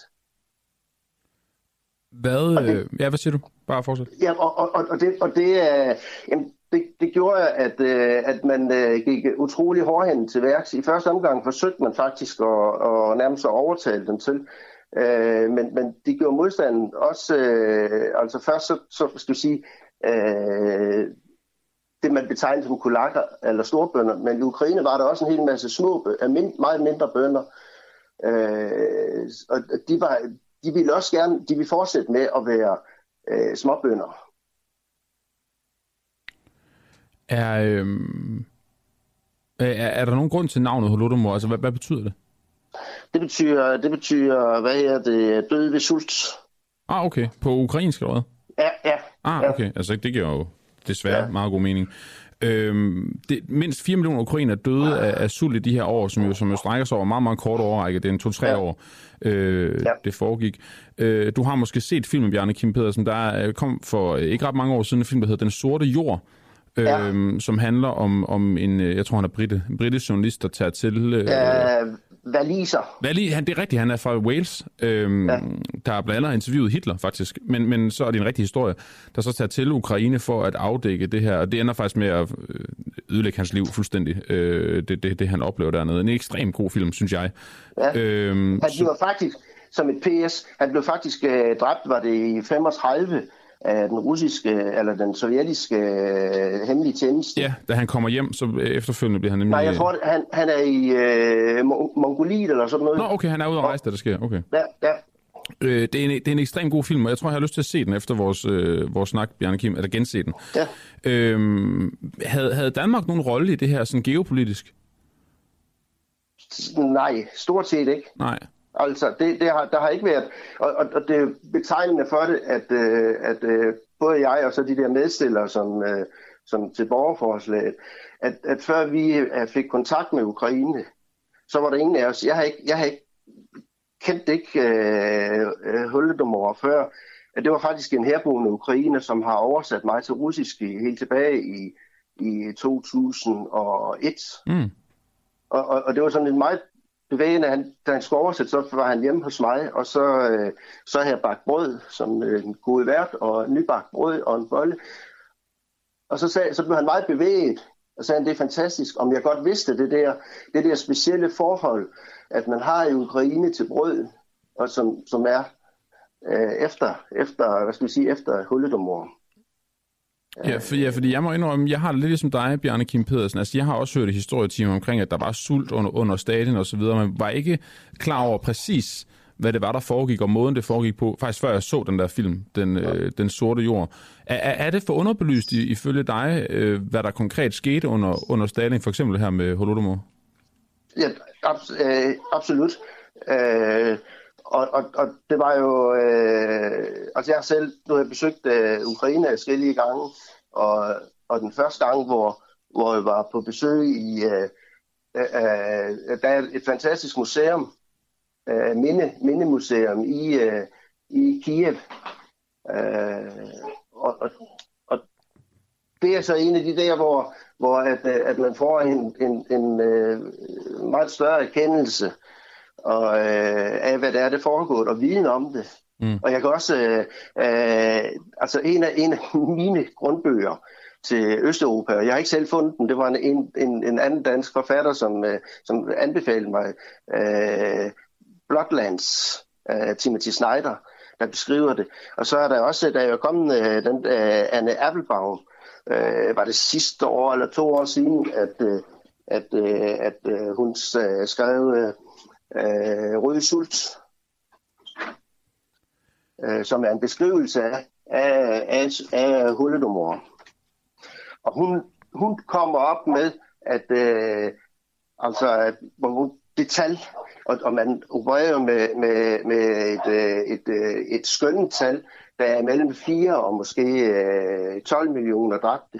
Hvad, det, ja, hvad siger du? Bare fortsæt. Ja, og, og, og det, og det er... Jamen, Det, det gjorde, at, øh, at man øh, gik utrolig hårdhændet til værks. I første omgang forsøgte man faktisk at, at nærmest at overtale dem til. Øh, men, men de gjorde modstanden også, øh, altså først så, så skal vi sige, øh, det man betegnede som kulakker eller storbønder, men i Ukraine var der også en hel masse små, mind, meget mindre bønder. Øh, og de, var, de ville også gerne, de ville fortsætte med at være øh, småbønder. Er, øhm, Er, er der nogen grund til navnet Holodomor? Altså, hvad, hvad betyder det? Det betyder, det betyder, hvad er det, død ved sult. Ah, okay. På ukrainsk eller hvad? Ja, ja. Ah, okay. Ja. Altså, det giver jo desværre ja. meget god mening. Øhm, det, mindst fire millioner ukrainer er døde af, af sult i de her år, som jo, som jo strækker sig over meget, meget kort overrække. Det er en to-tre ja. år, øh, ja. det foregik. Øh, du har måske set filmen, Bjarne Kim Pedersen, der kom for ikke ret mange år siden en film, der hedder Den Sorte Jord, øh, ja. som handler om, om en, jeg tror han er britte, en britisk journalist, der tager til... Øh, ja. Waliser. Vali, han, det er rigtigt, han er fra Wales, øhm, ja. der blandt andet har interviewet Hitler faktisk, men, men så er det en rigtig historie, der så tager til Ukraine for at afdække det her, og det ender faktisk med at ødelægge hans liv fuldstændig, øh, det, det, det han oplever dernede. En ekstremt god film, synes jeg. Ja. Øhm, han blev så... faktisk, som et P S, han blev faktisk øh, dræbt, var det i femogtredive, af den russiske, eller den sovjetiske øh, hemmelige tjeneste. Ja, da han kommer hjem, så efterfølgende bliver han nemlig... Nej, jeg tror, han, han er i øh, Mongoliet eller sådan noget. Nå, okay, han er ude at rejse, da det sker. Okay. Ja, ja. Øh, det, er en, det er en ekstremt god film, og jeg tror, jeg har lyst til at se den efter vores, øh, vores snak, Bjarne Kim, eller gense den. Ja. Øhm, havde, havde Danmark nogen rolle i det her sådan geopolitisk? Nej, stort set ikke. Nej. Altså, det, det har, der har ikke været, og, og, og det er betegnende for det, at, øh, at øh, både jeg og så de der medstillere, som, øh, som til borgerforslaget, at, at før vi øh, fik kontakt med Ukraine, så var der ingen af os, jeg har ikke, jeg har ikke kendt ikke øh, øh, Holodomor før, at det var faktisk en herboende ukrainer, som har oversat mig til russisk helt tilbage i, i to tusind og et. Mm. Og, og, og det var sådan en meget bevægende, han, da han skulle oversætte, så var han hjemme hos mig, og så, øh, så havde jeg bagt brød, som øh, en god vært, og nybagt brød og en bolle. Og så, sagde, så blev han meget bevæget, og sagde, det er fantastisk, om jeg godt vidste det der, det der specielle forhold, at man har i Ukraine til brød, og som, som er øh, efter, efter, hvad skal vi sige, efter Holodomor. Ja, for, ja, fordi jeg må indrømme, jeg har det lidt ligesom dig, Bjarne Kim Pedersen. Altså, jeg har også hørt i historietimer omkring, at der var sult under, under Stalin og så videre, men var ikke klar over præcis, hvad det var, der foregik, og måden det foregik på, faktisk før jeg så den der film, Den, ja. øh, den Sorte Jord. Er, er det for underbelyst i, ifølge dig, øh, hvad der konkret skete under, under Stalin, for eksempel her med Holodomor? Ja, abs- øh, absolut. Øh, og, og, og det var jo, øh, altså jeg har selv, nu har jeg besøgt øh, Ukraine forskellige gange, og, og den første gang, hvor, hvor jeg var på besøg i, øh, øh, der er et fantastisk museum, øh, minde, mindemuseum i, øh, i Kiev, øh, og, og, og det er så en af de der, hvor, hvor at, at man får en, en, en meget større erkendelse og, øh, af, hvad det er, det foregår, og viden om det. Mm. Og jeg kan også, øh, øh, altså en af, en af mine grundbøger til Østeuropa, og jeg har ikke selv fundet den, det var en, en, en anden dansk forfatter, som, øh, som anbefalede mig, øh, Bloodlands, øh, Timothy Snyder, der beskriver det. Og så er der også, der er jo kommet øh, den, øh, Anne Applebaum, øh, var det sidste år eller to år siden, at, øh, at, øh, at øh, hun øh, skrev øh, øh, Rød Sult, øh, som er en beskrivelse af, af, af, af Holodomor. Og hun, hun kommer op med, at øh, altså, at, hvor det tal, og, og man opererer med, med, med et, et, et, et skønnet tal, der er mellem fire og måske øh, tolv millioner dræbte.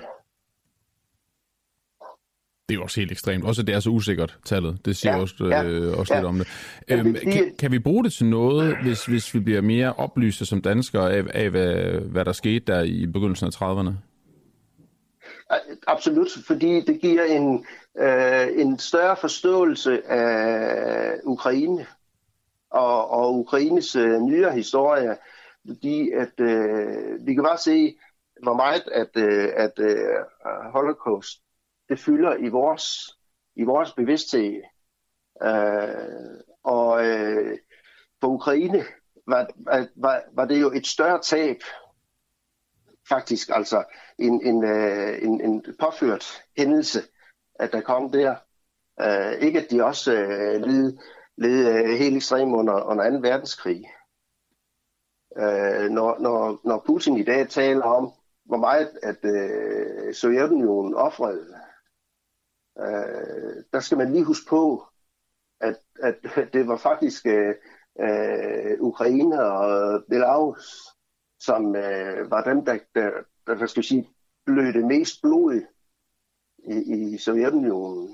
Det er jo også helt ekstremt. Også det er så usikkert, tallet. Det siger ja, også, ja, øh, også ja. lidt om det. Øhm, kan, kan vi bruge det til noget, hvis, hvis vi bliver mere oplyste som danskere af, af hvad, hvad der skete der i begyndelsen af trediverne? Absolut, fordi det giver en, øh, en større forståelse af Ukraine og, og Ukraines øh, nyere historie, fordi at øh, vi kan bare se, hvor meget at, øh, at øh, Holocaust det fylder i vores, i vores bevidsthed. Øh, og øh, for Ukraine var, var, var det jo et større tab, faktisk, altså en, en, en, en påført hændelse, at der kom der. Uh, ikke at de også uh, led, led uh, helt ekstremt under, under anden verdenskrig. Uh, når, når, når Putin i dag taler om, hvor meget at uh, Sovjetunionen offrede, øh, der skal man lige huske på, at, at det var faktisk øh, øh, Ukraine og Belarus, som øh, var dem, der, der, der, der skal sige, blev det mest blod i, i Sovjetunionen.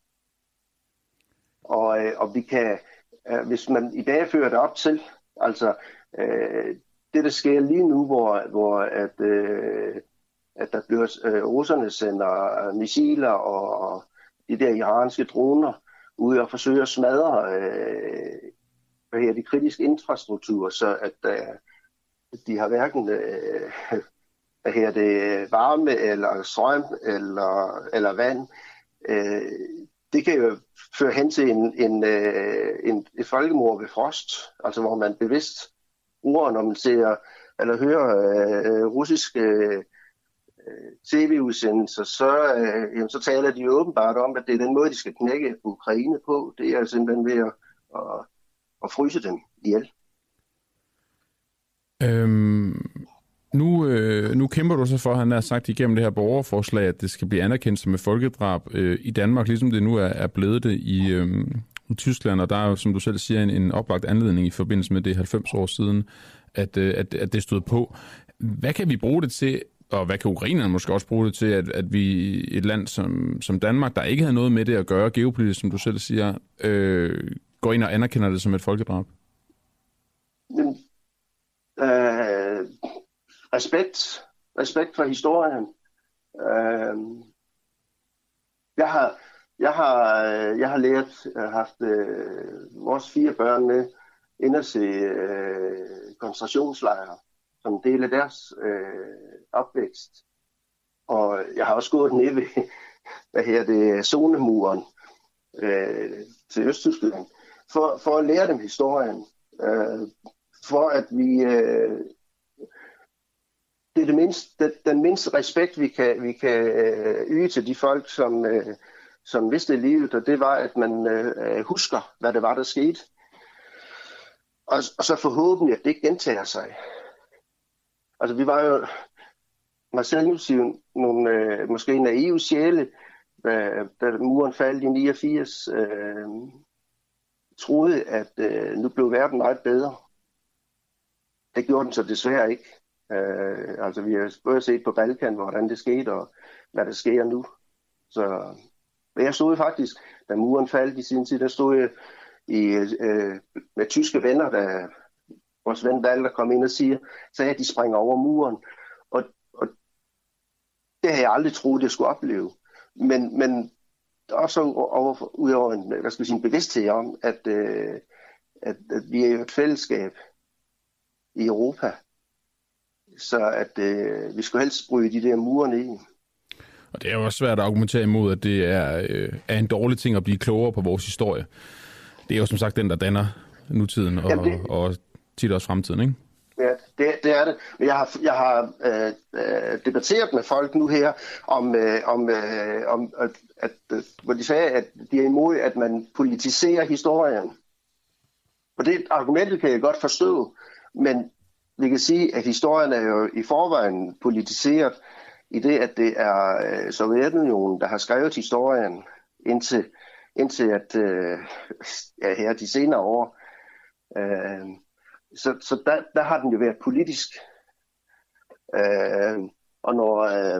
Og, øh, og vi kan, øh, hvis man i dag fører det op til, altså øh, det, der sker lige nu, hvor, hvor at, øh, at der bliver, øh, russerne sender missiler og de der iranske droner ud og forsøger at smadre øh, hvad her, de kritiske infrastrukturer, så at øh, de har hverken øh, hvad her, det, varme eller strøm eller, eller vand. Øh, det kan jo føre hen til en, en, en, et folkemord ved frost, altså hvor man bevidst bruger, når man ser eller hører øh, russiske øh, tv-udsendelser, så, øh, jamen, så taler de åbenbart om, at det er den måde, de skal knække Ukraine på. Det er simpelthen ved at, at, at fryse dem ihjel. Øhm, nu, øh, nu kæmper du så for, at han har sagt igennem det her borgerforslag, at det skal blive anerkendt som et folkedrab øh, i Danmark, ligesom det nu er, er blevet det i, øh, i Tyskland, og der er jo, som du selv siger, en, en oplagt anledning i forbindelse med det halvfems år siden, at, øh, at, at det stod på. Hvad kan vi bruge det til, og hvad kan ukrainerne måske også bruge det til, at, at vi et land som, som Danmark, der ikke havde noget med det at gøre geopolitisk, som du selv siger, øh, går ind og anerkender det som et folkedrab? Men, øh, respekt. Respekt for historien. Øh, jeg har jeg har jeg har lært, jeg har haft øh, vores fire børn med ind at se øh, koncentrationslejre som en del af deres øh, opvækst. Og jeg har også gået ned ved, hvad her det, zonemuren øh, til Østtyskland, for, for at lære dem historien. Øh, for at vi, øh, det er det mindste, det, den mindste respekt, vi kan, vi kan øh, yde til de folk, som, øh, som vidste livet, og det var, at man øh, husker, hvad det var, der skete. Og, og så forhåbentlig, at det ikke gentager sig. Altså, vi var jo, mig selv nu siger nogle øh, måske naive sjæle, da, da muren faldt i niogfirs, øh, troede, at øh, nu blev verden meget bedre. Det gjorde den så desværre ikke. Øh, altså, vi har både set på Balkan, hvordan det skete, og hvad der sker nu. Så jeg stod faktisk, da muren faldt i sin tid, der stod jeg i, øh, med tyske venner, der vores ven Valder kom ind og siger, så at de springer over muren. Og, og det har jeg aldrig troet, jeg skulle opleve. Men, men også over, ud over en, hvad skal jeg sige, en bevidsthed om, at, øh, at, at vi er et fællesskab i Europa. Så at øh, vi skulle helst bryde de der mure ned. Og det er jo også svært at argumentere imod, at det er, øh, er en dårlig ting at blive klogere på vores historie. Det er jo som sagt den, der danner nutiden og, Jamen det... og tit også fremtiden, ikke? Ja, det, det er det. Jeg har, jeg har øh, debatteret med folk nu her, om, øh, om, øh, om at, at, hvor de sagde, at de er imod, at man politiserer historien. Og det argumentet kan jeg godt forstå, men vi kan sige, at historien er jo i forvejen politiseret, i det, at det er øh, Sovjetunionen, der har skrevet historien, indtil, indtil at øh, ja, her de senere år. Øh, Så, så der, der har den jo været politisk. Øh, og når, øh,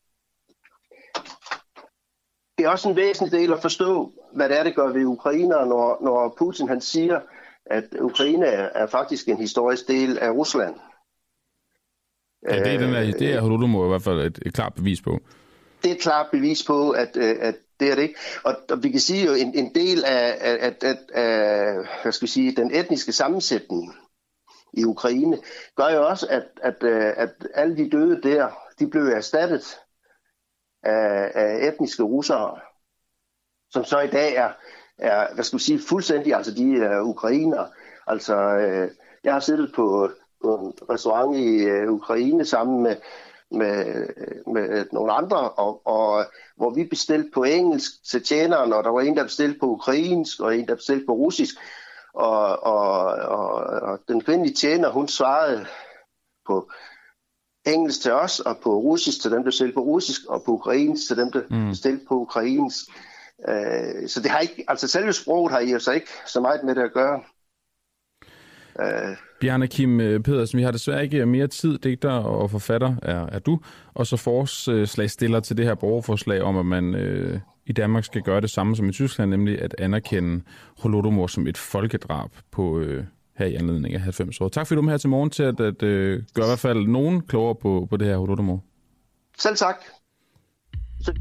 det er også en væsentlig del at forstå, hvad det er, det gør ved Ukraine, når, når Putin han siger, at Ukraine er, er faktisk en historisk del af Rusland. Ja, det er den der, det er Holodomor i hvert fald et, et klart bevis på. Det er et klart bevis på, at, at det er det ikke. Og, og vi kan sige jo, en, en del af, af, af, af hvad skal vi sige, den etniske sammensætning i Ukraine, gør jo også, at, at, at alle de døde der, de blev erstattet af, af etniske russere, som så i dag er, er hvad skal vi sige, fuldstændig, altså de er ukrainer. Altså, jeg har siddet på, på en restaurant i Ukraine sammen med, med, med nogle andre, og, og hvor vi bestilte på engelsk til tjeneren, og der var en, der bestilte på ukrainsk, og en, der bestilte på russisk. Og, og, og, og den kvindelige tjener, hun svarede på, engelsk til os, og på russisk til dem, der stiller på russisk, og på ukrainsk til dem, der mm. stiller på ukrainsk. Uh, så det har ikke, altså selve sproget har i og sig ikke så meget med det at gøre. Uh, Bjarne Kim Pedersen, vi har desværre ikke mere tid. Digter og forfatter er, er du, og så forslagsstiller til det her borgerforslag om, at man øh, i Danmark skal gøre det samme som i Tyskland, nemlig at anerkende Holodomor som et folkedrab på øh, her i anledning af halvfems år. Tak fordi du er med her til morgen til at, at øh, gøre i hvert fald nogen klogere på, på det her Holodomor. Selv tak. Så...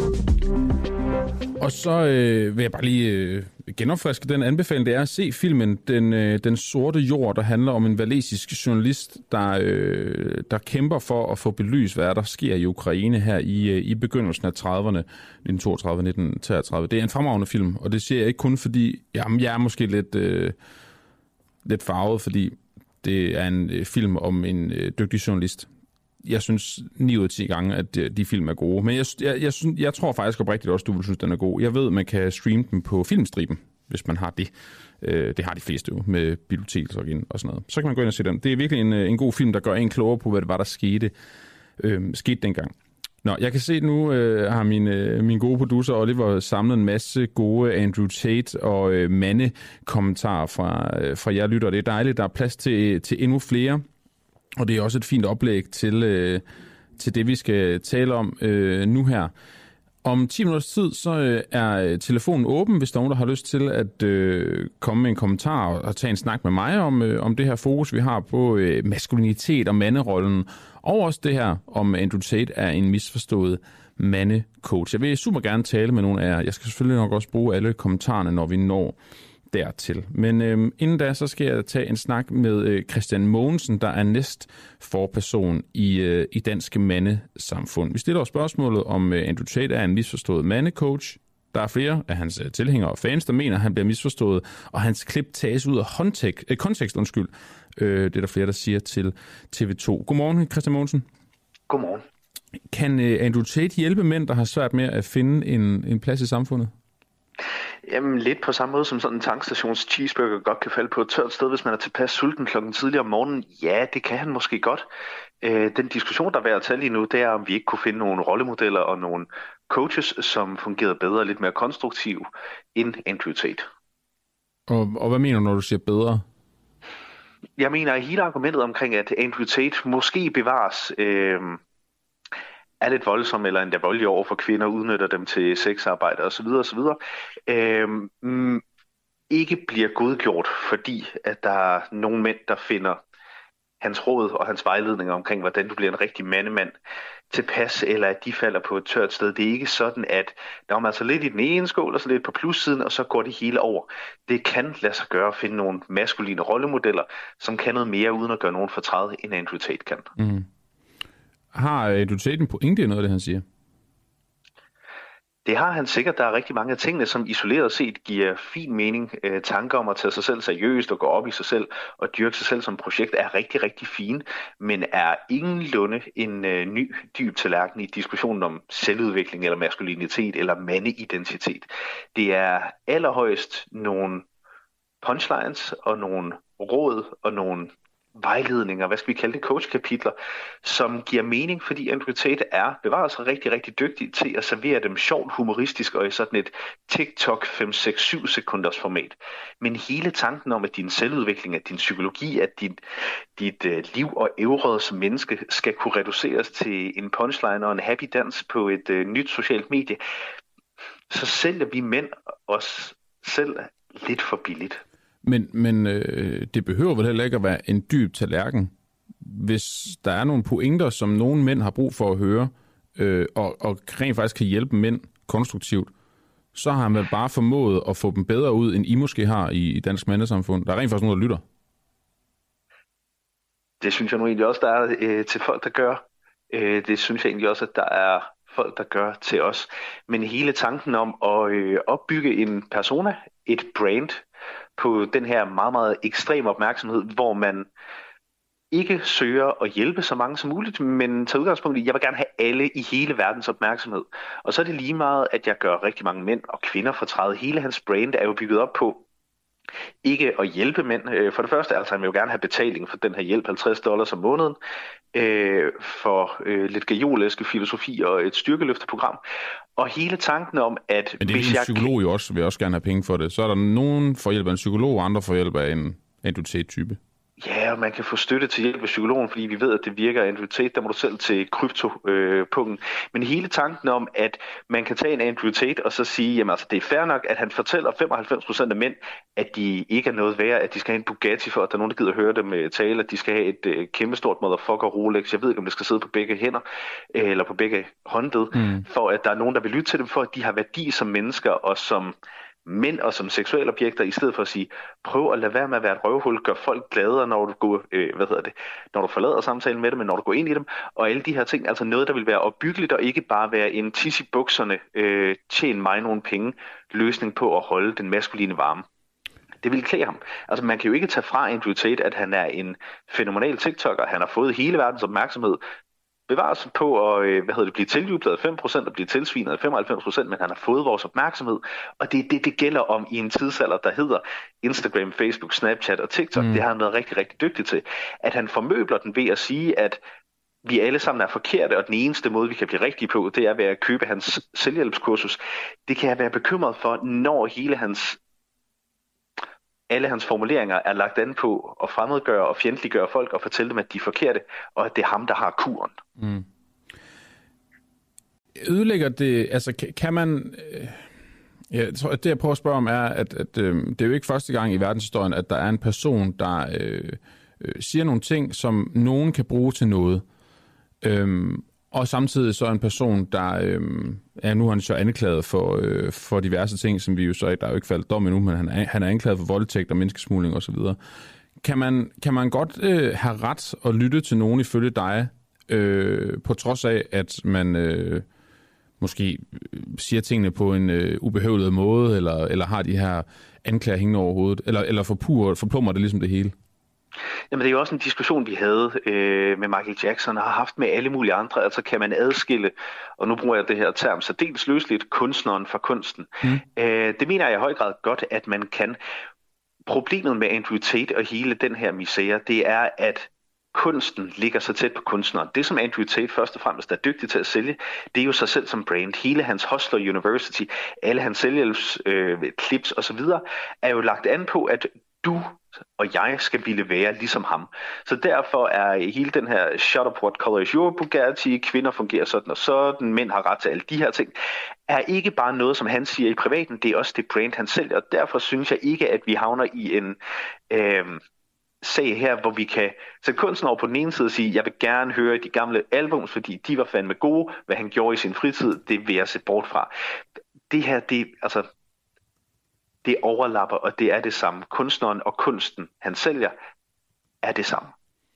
Og så øh, vil jeg bare lige øh, genopfriske den anbefaling, det er at se filmen Den, øh, Den Sorte Jord, der handler om en walisisk journalist, der, øh, der kæmper for at få belyst, hvad der sker i Ukraine her i, øh, i begyndelsen af trediverne, nitten toogtredive nitten treogtredive. Det er en fremragende film, og det siger jeg ikke kun fordi, jamen, jeg er måske lidt, øh, lidt farvet, fordi det er en øh, film om en øh, dygtig journalist. Jeg synes ni ud af ti gange, at de film er gode. Men jeg, jeg, jeg, synes, jeg tror faktisk oprigtigt også, du vil synes, den er god. Jeg ved, man kan streame den på Filmstriben, hvis man har det. Øh, det har de fleste jo, med bibliotekslogin og sådan noget. Så kan man gå ind og se den. Det er virkelig en, en god film, der gør en klogere på, hvad det var, der skete, øh, skete dengang. Nå, jeg kan se nu, øh, har min, øh, min gode producer Oliver samlet en masse gode Andrew Tate og øh, mande-kommentarer fra, øh, fra jer lytter. Det er dejligt, der er plads til, til endnu flere. Og det er også et fint oplæg til, øh, til det, vi skal tale om øh, nu her. Om ti minutters tid, så øh, er telefonen åben, hvis der er nogen, der har lyst til at øh, komme med en kommentar og, og tage en snak med mig om, øh, om det her fokus, vi har på øh, maskulinitet og manderollen. Og også det her, om Andrew Tate er en misforstået mandecoach. Jeg vil super gerne tale med nogle af jer. Jeg skal selvfølgelig nok også bruge alle kommentarerne, når vi når dertil. Men øh, inden da, så skal jeg tage en snak med øh, Christian Mogensen, der er næstforperson i, øh, i Danske Mandesamfund. Vi stiller spørgsmålet, om øh, Andrew Tate er en misforstået mandecoach. Der er flere af hans øh, tilhængere og fans, der mener, at han bliver misforstået, og hans klip tages ud af håndtek, øh, kontekst. Undskyld. Øh, det er der flere, der siger til T V to. Godmorgen, Christian Mogensen. Godmorgen. Kan øh, Andrew Tate hjælpe mænd, der har svært med at finde en, en plads i samfundet? Jamen lidt på samme måde som sådan en tankstations cheeseburger godt kan falde på et tørt sted, hvis man er tilpas sulten klokken tidligere om morgenen. Ja, det kan han måske godt. Øh, den diskussion, der er værd at tage lige nu, det er, om vi ikke kunne finde nogle rollemodeller og nogle coaches, som fungerede bedre og lidt mere konstruktive end Andrew Tate. Og, og hvad mener du, når du siger bedre? Jeg mener, at hele argumentet omkring, at Andrew Tate måske bevares... Øh, er lidt voldsom eller endda voldelig over for kvinder, udnytter dem til sexarbejde osv. osv. Øhm, ikke bliver godgjort, fordi at der er nogle mænd, der finder hans råd og hans vejledninger omkring, hvordan du bliver en rigtig mandemand tilpas, eller at de falder på et tørt sted. Det er ikke sådan, at der er man altså lidt i den ene skål, og så lidt på plussiden, og så går det hele over. Det kan lade sig gøre at finde nogle maskuline rollemodeller, som kan noget mere, uden at gøre nogen fortræd, end Andrew Tate kan. Mm. Har Andrew Tate en pointe i noget af det, han siger? Det har han sikkert. Der er rigtig mange af tingene, som isoleret set giver fin mening. Øh, tanker om at tage sig selv seriøst og gå op i sig selv og dyrke sig selv som projekt er rigtig, rigtig fine, men er ingenlunde en øh, ny dyb tallerken i diskussionen om selvudvikling eller maskulinitet eller mandeidentitet. Det er allerhøjst nogle punchlines og nogle råd og nogle vejledninger, hvad skal vi kalde det, coachkapitler, som giver mening, fordi Andrew Tate er bevaret sig rigtig, rigtig dygtig til at servere dem sjovt, humoristisk og i sådan et TikTok fem seks syv sekunders format. Men hele tanken om, at din selvudvikling, at din psykologi, at din, dit uh, liv og ævrede som menneske skal kunne reduceres til en punchline og en happy dans på et uh, nyt socialt medie, så sælger vi mænd os selv lidt for billigt. Men, men øh, det behøver vel heller ikke at være en dyb tallerken, hvis der er nogle pointer, som nogle mænd har brug for at høre, øh, og, og rent faktisk kan hjælpe mænd konstruktivt, så har han vel bare formået at få dem bedre ud, end I måske har i, i Dansk Mandesamfund. Der er rent faktisk nogen, der lytter. Det synes jeg nu egentlig også, der er øh, til folk, der gør. Øh, det synes jeg egentlig også, at der er folk, der gør til os. Men hele tanken om at øh, opbygge en persona, et brand, på den her meget, meget ekstrem opmærksomhed, hvor man ikke søger at hjælpe så mange som muligt, men tager udgangspunkt i, at jeg vil gerne have alle i hele verdens opmærksomhed. Og så er det lige meget, at jeg gør rigtig mange mænd og kvinder fortræde. Hele hans brand er jo bygget op på, ikke at hjælpe mænd. For det første, altså han vil jo gerne have betaling for den her hjælp, halvtreds dollars om måneden, øh, for øh, lidt gajoliske filosofi og et styrkeløfteprogram. Og hele tanken om, at... Men det er hvis en jeg... psykolog jo også, vil også gerne have penge for det. Så er der nogen for hjælp af en psykolog, og andre for hjælp af en Andrew Tate-type. Ja, og man kan få støtte til hjælp af psykologen, fordi vi ved, at det virker. Andrew Tate, der må du selv til krypto-punkten. Men hele tanken om, at man kan tage en Andrew Tate og så sige, jamen altså det er fair nok, at han fortæller femoghalvfems procent af mænd, at de ikke er noget værd, at de skal have en Bugatti for, at der er nogen, der gider høre dem tale, at de skal have et øh, kæmpestort motherfucker Rolex. Jeg ved ikke, om det skal sidde på begge hænder, øh, eller på begge håndled, mm. for at der er nogen, der vil lytte til dem, for at de har værdi som mennesker og som mænd og som seksuelle objekter, i stedet for at sige, prøv at lade være med at være et røvhul, gør folk glade, når du går, øh, hvad hedder det, når du forlader samtalen med dem, men når du går ind i dem, og alle de her ting, altså noget, der vil være opbyggeligt, og ikke bare være en tis i bukserne, øh, tjene mig nogle penge, løsning på at holde den maskuline varme. Det vil klæde ham. Altså man kan jo ikke tage fra Andrew Tate, at han er en fænomenal TikToker, han har fået hele verdens opmærksomhed, bevares på at hvad hedder det, blive tiljublet af fem procent og blive tilsvinet af femoghalvfems procent, men han har fået vores opmærksomhed, og det er det, det gælder om i en tidsalder, der hedder Instagram, Facebook, Snapchat og TikTok. Mm. Det har han været rigtig, rigtig dygtig til. At han formøbler den ved at sige, at vi alle sammen er forkerte, og den eneste måde, vi kan blive rigtige på, det er ved at købe hans selvhjælpskursus. Det kan jeg være bekymret for, når hele hans alle hans formuleringer er lagt an på at fremmedgøre og fjendtliggøre folk og fortælle dem, at de er forkerte, og at det er ham, der har kuren. Mm. Ødelægger det, altså kan man... Øh, jeg tror, at det jeg prøver at spørge om er, at, at øh, det er jo ikke første gang i verdenshistorien, at der er en person, der øh, øh, siger nogle ting, som nogen kan bruge til noget. Øhm, og samtidig så en person, der øhm, ja, nu er han så anklaget for, øh, for diverse ting, som vi jo så ikke, der er jo ikke faldet dom endnu, men han er, han er anklaget for voldtægt og menneskesmugling osv. Kan man, kan man godt øh, have ret at lytte til nogen ifølge dig, øh, på trods af, at man øh, måske siger tingene på en øh, ubehøvlet måde, eller, eller har de her anklager hængende over hovedet, eller, eller forpurrer, forplummer det ligesom det hele? Jamen det er jo også en diskussion, vi havde øh, med Michael Jackson og har haft med alle mulige andre. Altså kan man adskille, og nu bruger jeg det her term særdeles løsligt, kunstneren fra kunsten. Mm. Øh, det mener jeg i høj grad godt, at man kan. Problemet med Andrew Tate og hele den her misære, det er, at kunsten ligger så tæt på kunstneren. Det, som Andrew Tate først og fremmest er dygtig til at sælge, det er jo sig selv som brand. Hele hans Hustler University, alle hans selvhjælpsklips øh, osv. er jo lagt an på, at du og jeg skal ville være ligesom ham. Så derfor er hele den her shut up, what color is your Bugatti, kvinder fungerer sådan og sådan, mænd har ret til alle de her ting, er ikke bare noget, som han siger i privaten, det er også det brand, han sælger. Og derfor synes jeg ikke, at vi havner i en øh, sag her, hvor vi kan sætte kunsten over på den ene side og sige, jeg vil gerne høre de gamle albums, fordi de var fandme gode, hvad han gjorde i sin fritid, det vil jeg se bort fra. Det her, det altså det overlapper, og det er det samme. Kunstneren og kunsten, han sælger, er det samme.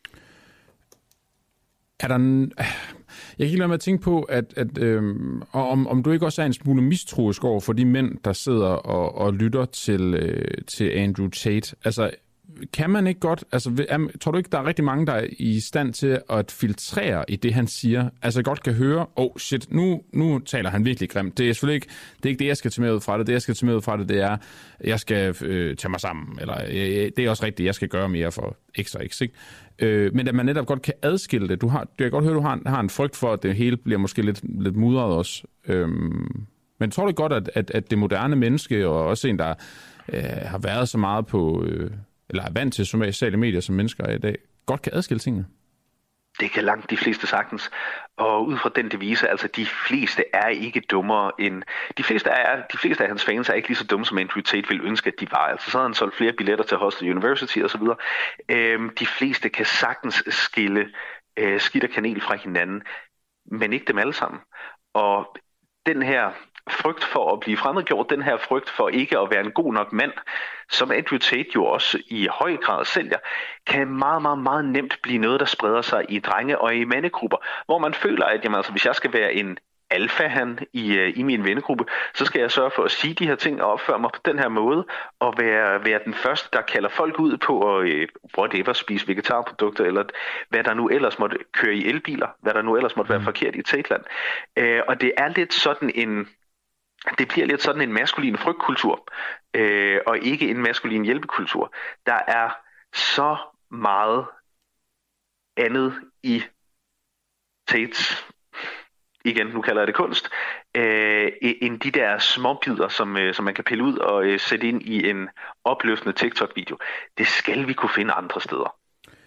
Er der en... Jeg kan ikke lade med at tænke på, at, at øhm, om, om du ikke også er en smule mistroisk over for de mænd, der sidder og, og lytter til, øh, til Andrew Tate. Altså, kan man ikke godt... Altså, er, tror du ikke, der er rigtig mange, der er i stand til at filtrere i det, han siger? Altså, godt kan høre, oh shit, nu, nu taler han virkelig grimt. Det er selvfølgelig ikke det, er ikke det jeg skal tage med ud fra det. Det, jeg skal tage med ud fra det, det er, jeg skal øh, tage mig sammen. Eller øh, det er også rigtigt, jeg skal gøre mere for x og x, ikke? Øh, men at man netop godt kan adskille det. Du har, jeg kan godt høre, du har, har en frygt for, at det hele bliver måske lidt, lidt mudret også. Øhm, men tror du godt, at, at, at det moderne menneske, og også en, der øh, har været så meget på... Øh, eller er vant til sociale medier, som mennesker er i dag, godt kan adskille tingene? Det kan langt de fleste sagtens. Og ud fra den devise, altså de fleste er ikke dummere end... De fleste, er, de fleste af hans fans er ikke lige så dumme, som Andrew Tate ville ønske, at de var. Altså så har han solgt flere billetter til Hustle University osv. Øhm, de fleste kan sagtens skille øh, skidt og kanel fra hinanden, men ikke dem alle sammen. Og den her frygt for at blive fremmedgjort, den her frygt for ikke at være en god nok mand, som Andrew Tate jo også i høj grad sælger, kan meget, meget, meget nemt blive noget, der spreder sig i drenge- og i mandegrupper, hvor man føler, at jamen, altså, hvis jeg skal være en alfa-han i, i min vennegruppe, så skal jeg sørge for at sige de her ting og opføre mig på den her måde, og være, være den første, der kalder folk ud på at uh, whatever, spise vegetarprodukter, eller hvad der nu ellers måtte køre i elbiler, hvad der nu ellers måtte være forkert i Tateland. Uh, og det er lidt sådan en Det bliver lidt sådan en maskulin frygtkultur, øh, og ikke en maskulin hjælpekultur. Der er så meget andet i Tates, igen, nu kalder jeg det kunst, øh, end de der småbider, som, øh, som man kan pille ud og øh, sætte ind i en opløftende TikTok-video. Det skal vi kunne finde andre steder.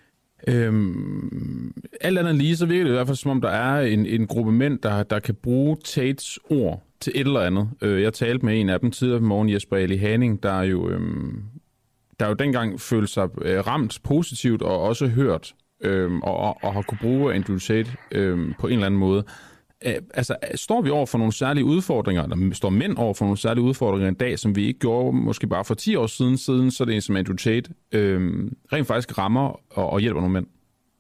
Øhm, alt andet lige, så virker det i hvert fald som om, der er en, en gruppe mænd, der, der kan bruge Tates ord til et eller andet. Øh, jeg talte med en af dem tidligere på morgen, Jesper Ali Haning, der jo, øhm, der jo dengang følte sig øh, ramt positivt og også hørt, øhm, og, og, og har kunne bruge Andrew Tate øhm, på en eller anden måde. Æh, altså, står vi over for nogle særlige udfordringer, eller står mænd over for nogle særlige udfordringer en dag, som vi ikke gjorde måske bare for ti år siden, siden så det er en som Andrew Tate øhm, rent faktisk rammer og, og hjælper nogle mænd?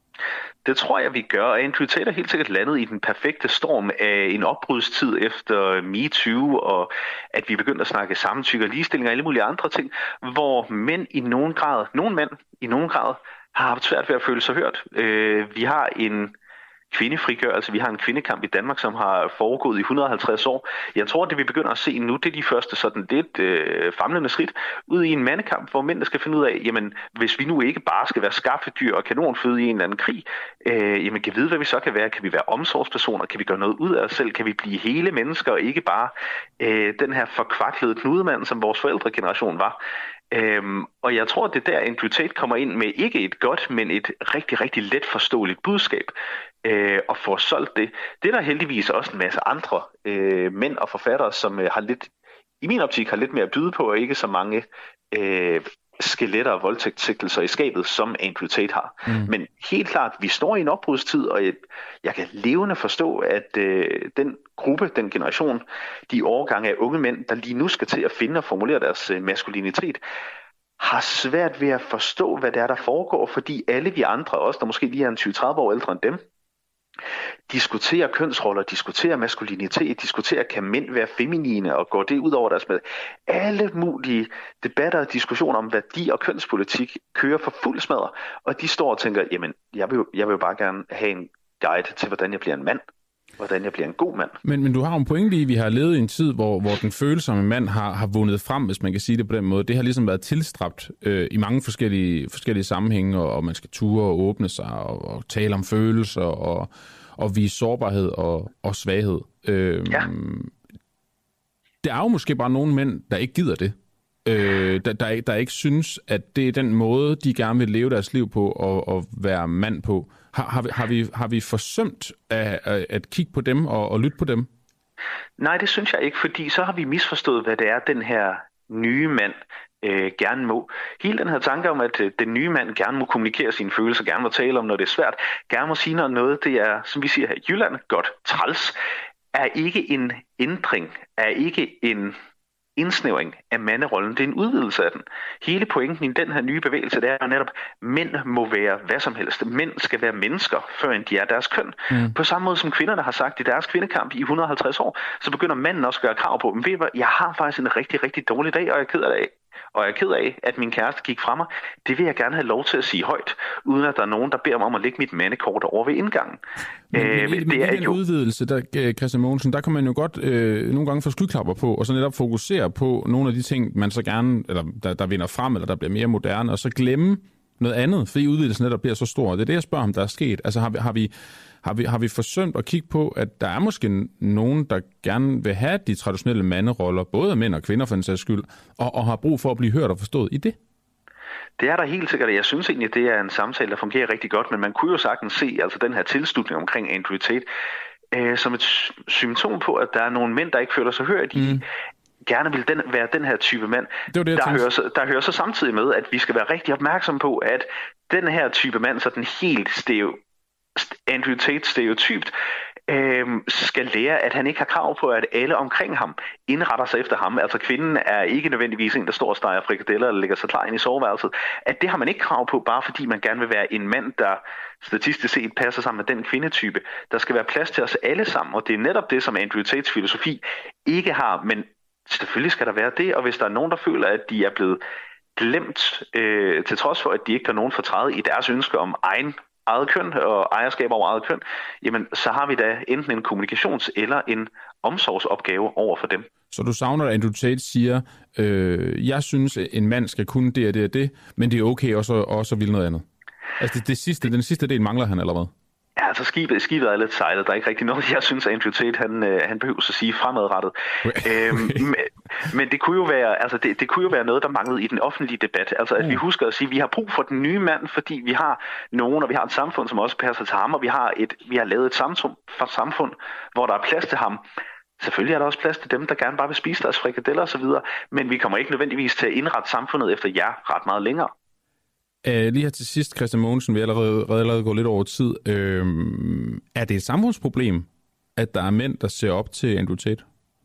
Det tror jeg, vi gør, og Andrew Tate er helt sikkert landet i den perfekte storm af en opbrudstid efter MeToo, og at vi begyndte at snakke samtykke og ligestilling og alle mulige andre ting, hvor mænd i nogen grad, nogle mænd i nogen grad, har haft svært ved at føle sig hørt. Øh, vi har en kvindefrigørelse, vi har en kvindekamp i Danmark, som har foregået i et hundrede og halvtreds år. Jeg tror, at det vi begynder at se nu, det er de første sådan lidt øh, famlende skridt ud i en mandekamp, hvor mændene skal finde ud af, jamen, hvis vi nu ikke bare skal være skaffedyr og kanonføde i en eller anden krig, øh, jamen, kan vi vide, hvad vi så kan være? Kan vi være omsorgspersoner? Kan vi gøre noget ud af os selv? Kan vi blive hele mennesker, og ikke bare øh, den her forkvaklede knudemand, som vores forældregeneration var? Øhm, og jeg tror, at det der Andrew Tate kommer ind med ikke et godt, men et rigtig, rigtig let forståeligt budskab, øh, og får solgt det. Det er der heldigvis også en masse andre øh, mænd og forfattere, som øh, har lidt, i min optik har lidt mere at byde på, og ikke så mange øh, skeletter og voldtægtssigtelser i skabet, som Andrew Tate har. Mm. Men helt klart, vi står i en opbrudstid, og jeg, jeg kan levende forstå, at øh, den gruppe, den generation, de årgange af unge mænd, der lige nu skal til at finde og formulere deres øh, maskulinitet, har svært ved at forstå, hvad det er, der foregår, fordi alle vi andre, også der måske lige er en tyve til tredive år ældre end dem, diskuterer kønsroller, diskuterer maskulinitet, diskuterer, kan mænd være feminine, og går det ud over deres med. Alle mulige debatter og diskussioner om værdi og kønspolitik kører for fuld smadre, og de står og tænker, jamen, jeg vil, jeg vil jo bare gerne have en guide til, hvordan jeg bliver en mand, hvordan jeg bliver en god mand. Men, men du har jo en pointe i, at vi har levet i en tid, hvor, hvor den følsomme mand har, har vundet frem, hvis man kan sige det på den måde. Det har ligesom været tilstræbt øh, i mange forskellige, forskellige sammenhænge, og, og man skal ture og åbne sig, og, og tale om følelser, og, og vise sårbarhed og, og svaghed. Øh, ja. Der er jo måske bare nogle mænd, der ikke gider det. Øh, der, der, der ikke synes, at det er den måde, de gerne vil leve deres liv på, og, og være mand på. Har, har, vi, har, vi, har vi forsømt at, at, at kigge på dem og, og lytte på dem? Nej, det synes jeg ikke, fordi så har vi misforstået, hvad det er, den her nye mand øh, gerne må. Hele den her tanke om, at øh, den nye mand gerne må kommunikere sine følelser, gerne må tale om, når det er svært, gerne må sige noget, det er, som vi siger her i Jylland, godt træls, er ikke en ændring, er ikke en indsnævring af manderollen. Det er en udvidelse af den. Hele pointen i den her nye bevægelse, det er jo netop, mænd må være hvad som helst. Mænd skal være mennesker, før de er deres køn. Mm. På samme måde som kvinderne har sagt i deres kvindekamp i et hundrede og halvtreds år, så begynder manden også at gøre krav på, men ved I hvad, jeg har faktisk en rigtig, rigtig dårlig dag, og jeg er ked af det. Og jeg er ked af, at min kæreste gik fra mig. Det vil jeg gerne have lov til at sige højt, uden at der er nogen, der beder mig om at lægge mit mandekort over ved indgangen. Men, øh, men, det er den jo udvidelse, der, Christian Mogensen, der kan man jo godt øh, nogle gange få skyklapper på, og så netop fokusere på nogle af de ting, man så gerne, eller der, der vinder frem, eller der bliver mere moderne, og så glemme noget andet, fordi udvidelsen netop bliver så stor. Det er det, jeg spørger om, der er sket. Altså har vi, har vi, har vi, har vi forsømt at kigge på, at der er måske nogen, der gerne vil have de traditionelle manderoller, både mænd og kvinder for en sags skyld, og, og har brug for at blive hørt og forstået i det? Det er der helt sikkert. Jeg synes egentlig, det er en samtale, der fungerer rigtig godt, men man kunne jo sagtens se altså den her tilslutning omkring Andrew Tate øh, som et symptom på, at der er nogle mænd, der ikke føler sig hørt i, mm. gerne vil den, være den her type mand. Det det, der, hører så, der hører så samtidig med, at vi skal være rigtig opmærksom på, at den her type mand, så den helt steo, Andrew Tate stereotypt, øhm, skal lære, at han ikke har krav på, at alle omkring ham indretter sig efter ham. Altså kvinden er ikke nødvendigvis en, der står og steger frikadeller eller lægger sig klar ind i soveværelset. At det har man ikke krav på, bare fordi man gerne vil være en mand, der statistisk set passer sammen med den kvindetype. Der skal være plads til os alle sammen, og det er netop det, som Andrew Tates filosofi ikke har, men selvfølgelig skal der være det, og hvis der er nogen, der føler, at de er blevet glemt, øh, til trods for, at de ikke har nogen fortræd i deres ønske om egen eget køn og ejerskab over eget køn, jamen så har vi da enten en kommunikations- eller en omsorgsopgave over for dem. Så du savner, at Andrew Tate siger, øh, jeg synes, en mand skal kunne det og det og det, men det er okay også, også at ville noget andet. Altså det, det sidste, den sidste del mangler han allerede. Ja, altså skibet, skibet er lidt sejlet. Der er ikke rigtig noget, jeg synes, Andrew Tate, han, han behøver at sige fremadrettet. Okay. Øhm, men, men det kunne jo være, altså det, det kunne jo være noget, der manglede i den offentlige debat. Altså at mm. vi husker at sige, at vi har brug for den nye mand, fordi vi har nogen, og vi har et samfund, som også passer til ham, og vi har, et, vi har lavet et samfund, samfund, hvor der er plads til ham. Selvfølgelig er der også plads til dem, der gerne bare vil spise deres frikadeller osv., men vi kommer ikke nødvendigvis til at indrette samfundet efter jer ret meget længere. Uh, lige her til sidst, Christian Mogensen, vi er allerede, allerede gået lidt over tid. Uh, er det et samfundsproblem, at der er mænd, der ser op til Andrew Tate?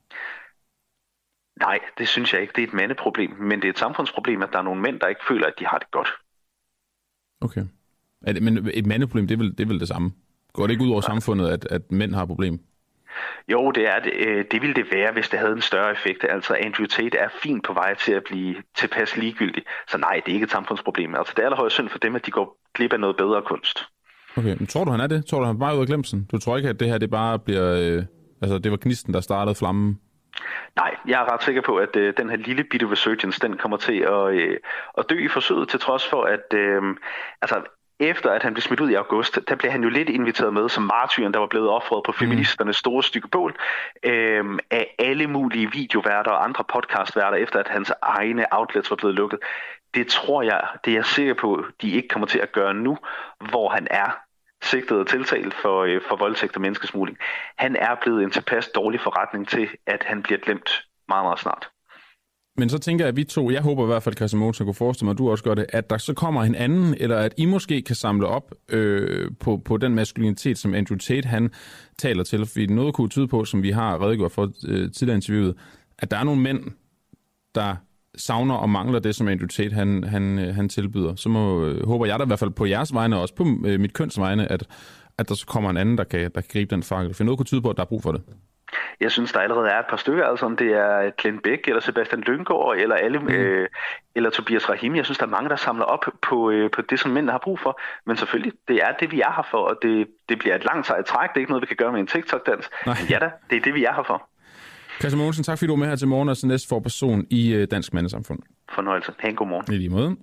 Nej, det synes jeg ikke. Det er et mandeproblem, men det er et samfundsproblem, at der er nogle mænd, der ikke føler, at de har det godt. Okay. Er det, men et mandeproblem, det er vel det, er vel det samme? Går det ikke ud over Nej. samfundet, at, at mænd har et problem? Jo, det er det. Det ville det være, hvis det havde en større effekt. Altså, Andrew Tate er fint på vej til at blive tilpas ligegyldig. Så nej, det er ikke et samfundsproblem. Altså, det er allerhøjst synd for dem, at de går glip af noget bedre kunst. Okay, men tror du, han er det? Tror du, han er bare ud af glemsen? Du tror ikke, at det her det bare bliver... Øh, altså, det var gnisten, der startede flammen? Nej, jeg er ret sikker på, at øh, den her lille bit of resurgence, den kommer til at, øh, at dø i forsøget, til trods for, at... Øh, altså, efter at han blev smidt ud i august, der blev han jo lidt inviteret med som martyren, der var blevet offret på feministernes store stykke bål øhm, af alle mulige videoværter og andre podcastværter, efter at hans egne outlets var blevet lukket. Det tror jeg, det er jeg sikker på, de ikke kommer til at gøre nu, hvor han er sigtet og tiltalt for, øh, for voldtægt og menneskesmugling. Han er blevet en tilpas dårlig forretning til, at han bliver glemt meget, meget snart. Men så tænker jeg, at vi to, jeg håber i hvert fald, Christian Mogensen kunne forestille mig, at du også gør det, at der så kommer en anden, eller at I måske kan samle op øh, på, på den maskulinitet, som Andrew Tate han taler til. Fordi noget kunne tyde på, som vi har redegjort for øh, tidligere interviewet, at der er nogle mænd, der savner og mangler det, som Andrew Tate han, han, han tilbyder. Så må, øh, håber jeg da i hvert fald på jeres vegne, og også på øh, mit køns vegne, at, at der så kommer en anden, der kan, der kan gribe den fakkel. For noget kunne tyde på, at der er brug for det. Jeg synes, der allerede er et par stykker, altså om det er Glenn Beck, eller Sebastian Lynggaard, eller, alle, mm. øh, eller Tobias Rahim. Jeg synes, der er mange, der samler op på, øh, på det, som mænd har brug for. Men selvfølgelig, det er det, vi er her for, og det, det bliver et langt sejt træk. Det er ikke noget, vi kan gøre med en TikTok-dans. Men ja da, det er det, vi er her for. Christian Mogensen, tak fordi du var med her til morgen, og så næste for person i øh, Dansk Mandesamfund. Fornøjelse. Ha' en god morgen. I lige måde.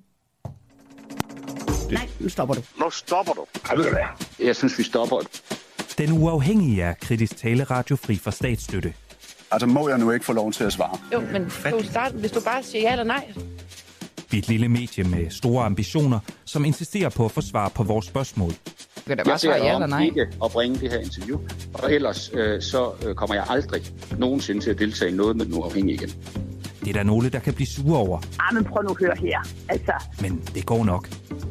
Nej, nu stopper du. Nu stopper du. Jeg synes, vi stopper. Den Uafhængige er kritisk taleradio fri for statsstøtte. Altså må jeg nu ikke få lov til at svare? Jo, men du starte, hvis du bare siger ja eller nej. Vi er et lille medie med store ambitioner, som insisterer på at få svar på vores spørgsmål. Kan da bare svare ja eller nej? Ikke at bringe det her interview, og ellers øh, så øh, kommer jeg aldrig nogensinde til at deltage i noget med Den Uafhængige igen. Det er der nogle, der kan blive sure over. Ah, men prøv nu at høre her. Altså. Men det går nok.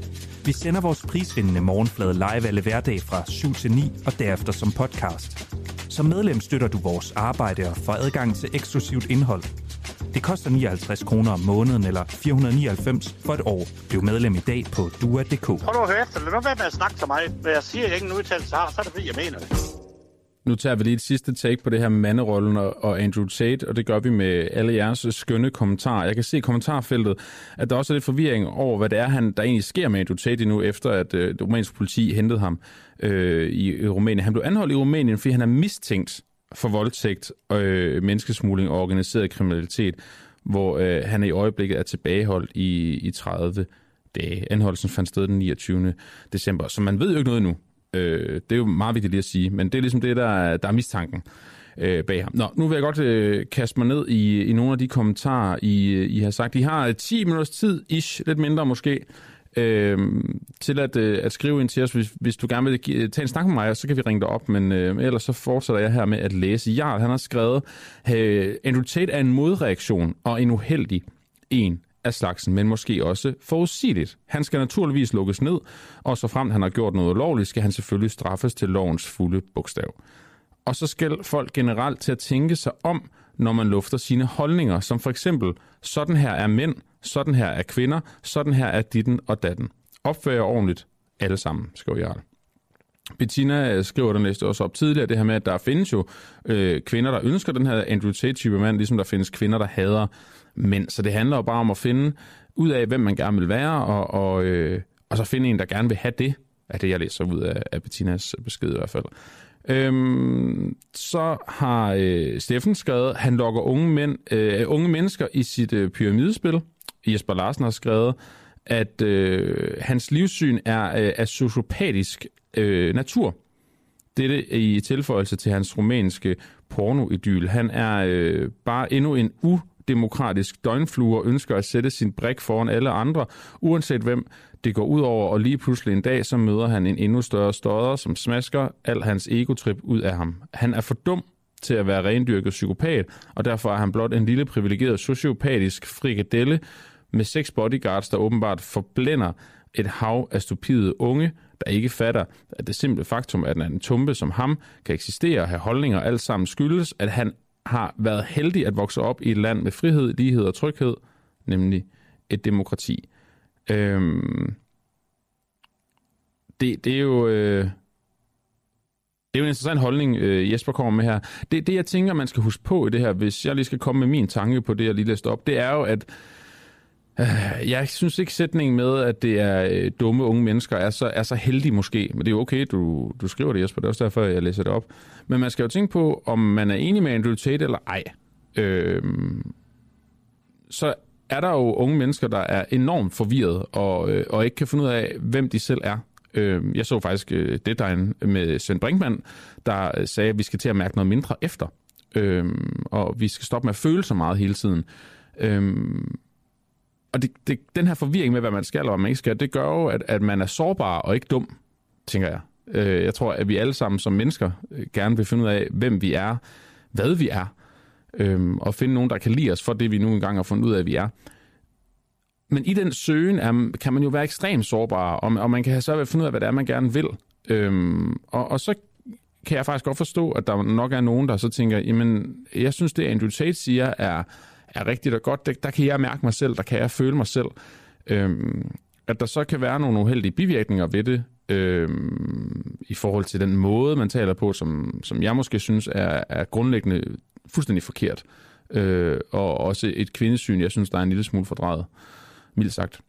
Vi sender vores prisvindende morgenflade live alle hverdag fra syv til ni og derefter som podcast. Som medlem støtter du vores arbejde og får adgang til eksklusivt indhold. Det koster nioghalvtreds kroner om måneden eller fire hundrede nioghalvfems for et år. Bliv medlem i dag på dua punktum d k. Prøv nu at høre efter. Lad nu være med at snakke til mig. Hvad jeg siger, jeg ikke en udtalelse har, så er det fordi, jeg mener det. Nu tager vi lige et sidste take på det her med manderollen og Andrew Tate, og det gør vi med alle jeres skønne kommentarer. Jeg kan se i kommentarfeltet, at der også er lidt forvirring over, hvad det er, han, der egentlig sker med Andrew Tate nu, efter at øh, det rumænske politi hentede ham øh, i, i Rumænien. Han blev anholdt i Rumænien, fordi han er mistænkt for voldtægt, øh, menneskesmugling og organiseret kriminalitet, hvor øh, han i øjeblikket er tilbageholdt i, i tredive dage. Anholdelsen fandt sted den niogtyvende december, så man ved jo ikke noget endnu. Øh, det er jo meget vigtigt lige at sige, men det er ligesom det, der er, der er mistanken øh, bag ham. Nå, nu vil jeg godt øh, kaste mig ned i, i nogle af de kommentarer, I, I har sagt. I har ti minutters tid, ish, lidt mindre måske, øh, til at, øh, at skrive ind til os. Hvis, hvis du gerne vil give, tage en snak med mig, så kan vi ringe dig op, men øh, ellers så fortsætter jeg her med at læse. Jarl, han har skrevet, øh, Andrew Tate er en modreaktion og en uheldig en af slagsen, men måske også forudsigeligt. Han skal naturligvis lukkes ned, og så frem han har gjort noget ulovligt, skal han selvfølgelig straffes til lovens fulde bogstav. Og så skal folk generelt til at tænke sig om, når man lufter sine holdninger, som for eksempel, sådan her er mænd, sådan her er kvinder, sådan her er ditten og datten. Opfør ordentligt alle sammen, skriver Jarl. Bettina skriver, der næste også op tidligere, det her med, at der findes jo øh, kvinder, der ønsker den her Andrew Tate-type mand, ligesom der findes kvinder, der hader mænd. Så det handler jo bare om at finde ud af, hvem man gerne vil være, og, og, øh, og så finde en, der gerne vil have det, af det, jeg læser ud af, af Bettinas besked i hvert fald. Øhm, så har øh, Steffen skrevet, han lokker unge, mænd, øh, unge mennesker i sit øh, pyramidespil. Jesper Larsen har skrevet, at øh, hans livssyn er øh, af sociopatisk øh, natur. Dette i tilføjelse til hans romanske pornoidyl. Han er øh, bare endnu en udemokratisk døgnflue og ønsker at sætte sin brik foran alle andre, uanset hvem det går ud over, og lige pludselig en dag, så møder han en endnu større stodder, som smasker al hans egotrip ud af ham. Han er for dum til at være rendyrket psykopat, og derfor er han blot en lille privilegeret sociopatisk frikadelle med seks bodyguards, der åbenbart forblænder et hav af stupide unge, der ikke fatter, at det simple faktum, at en tumpe som ham kan eksistere og have holdninger, alt sammen skyldes, at han har været heldig at vokse op i et land med frihed, lighed og tryghed, nemlig et demokrati. Øhm, det, det er jo øh, det er jo en interessant holdning, øh, Jesper kommer med her. Det, det, jeg tænker, man skal huske på i det her, hvis jeg lige skal komme med min tanke på det, jeg lige læste op, det er jo, at øh, jeg synes ikke sætningen med, at det er øh, dumme unge mennesker, er så, er så heldig måske. Men det er jo okay, du, du skriver det, Jesper, det er også derfor, jeg læser det op. Men man skal jo tænke på, om man er enig med Andrew Tate eller ej. Øh, så er der jo unge mennesker, der er enormt forvirret og, øh, og ikke kan finde ud af, hvem de selv er. Øh, jeg så faktisk øh, Deadline med Svend Brinkmann, der sagde, at vi skal til at mærke noget mindre efter. Øh, og vi skal stoppe med at føle så meget hele tiden. Øh, og det, det, den her forvirring med, hvad man skal og hvad man ikke skal, det gør jo, at, at man er sårbar og ikke dum, tænker jeg. Øh, jeg tror, at vi alle sammen som mennesker gerne vil finde ud af, hvem vi er, hvad vi er. Øhm, og finde nogen, der kan lide os for det, vi nu engang har fundet ud af, at vi er. Men i den søgen er, kan man jo være ekstremt sårbar, og, og man kan have så ved at finde ud af, hvad det er, man gerne vil. Øhm, og, og så kan jeg faktisk godt forstå, at der nok er nogen, der så tænker, jamen, jeg synes, det Andrew Tate siger, er, er rigtigt og godt. Der, der kan jeg mærke mig selv, der kan jeg føle mig selv. Øhm, at der så kan være nogle uheldige bivirkninger ved det, øhm, i forhold til den måde, man taler på, som, som jeg måske synes er, er grundlæggende fuldstændig forkert. Øh, og også et kvindesyn, jeg synes, der er en lille smule fordrejet, mildt sagt.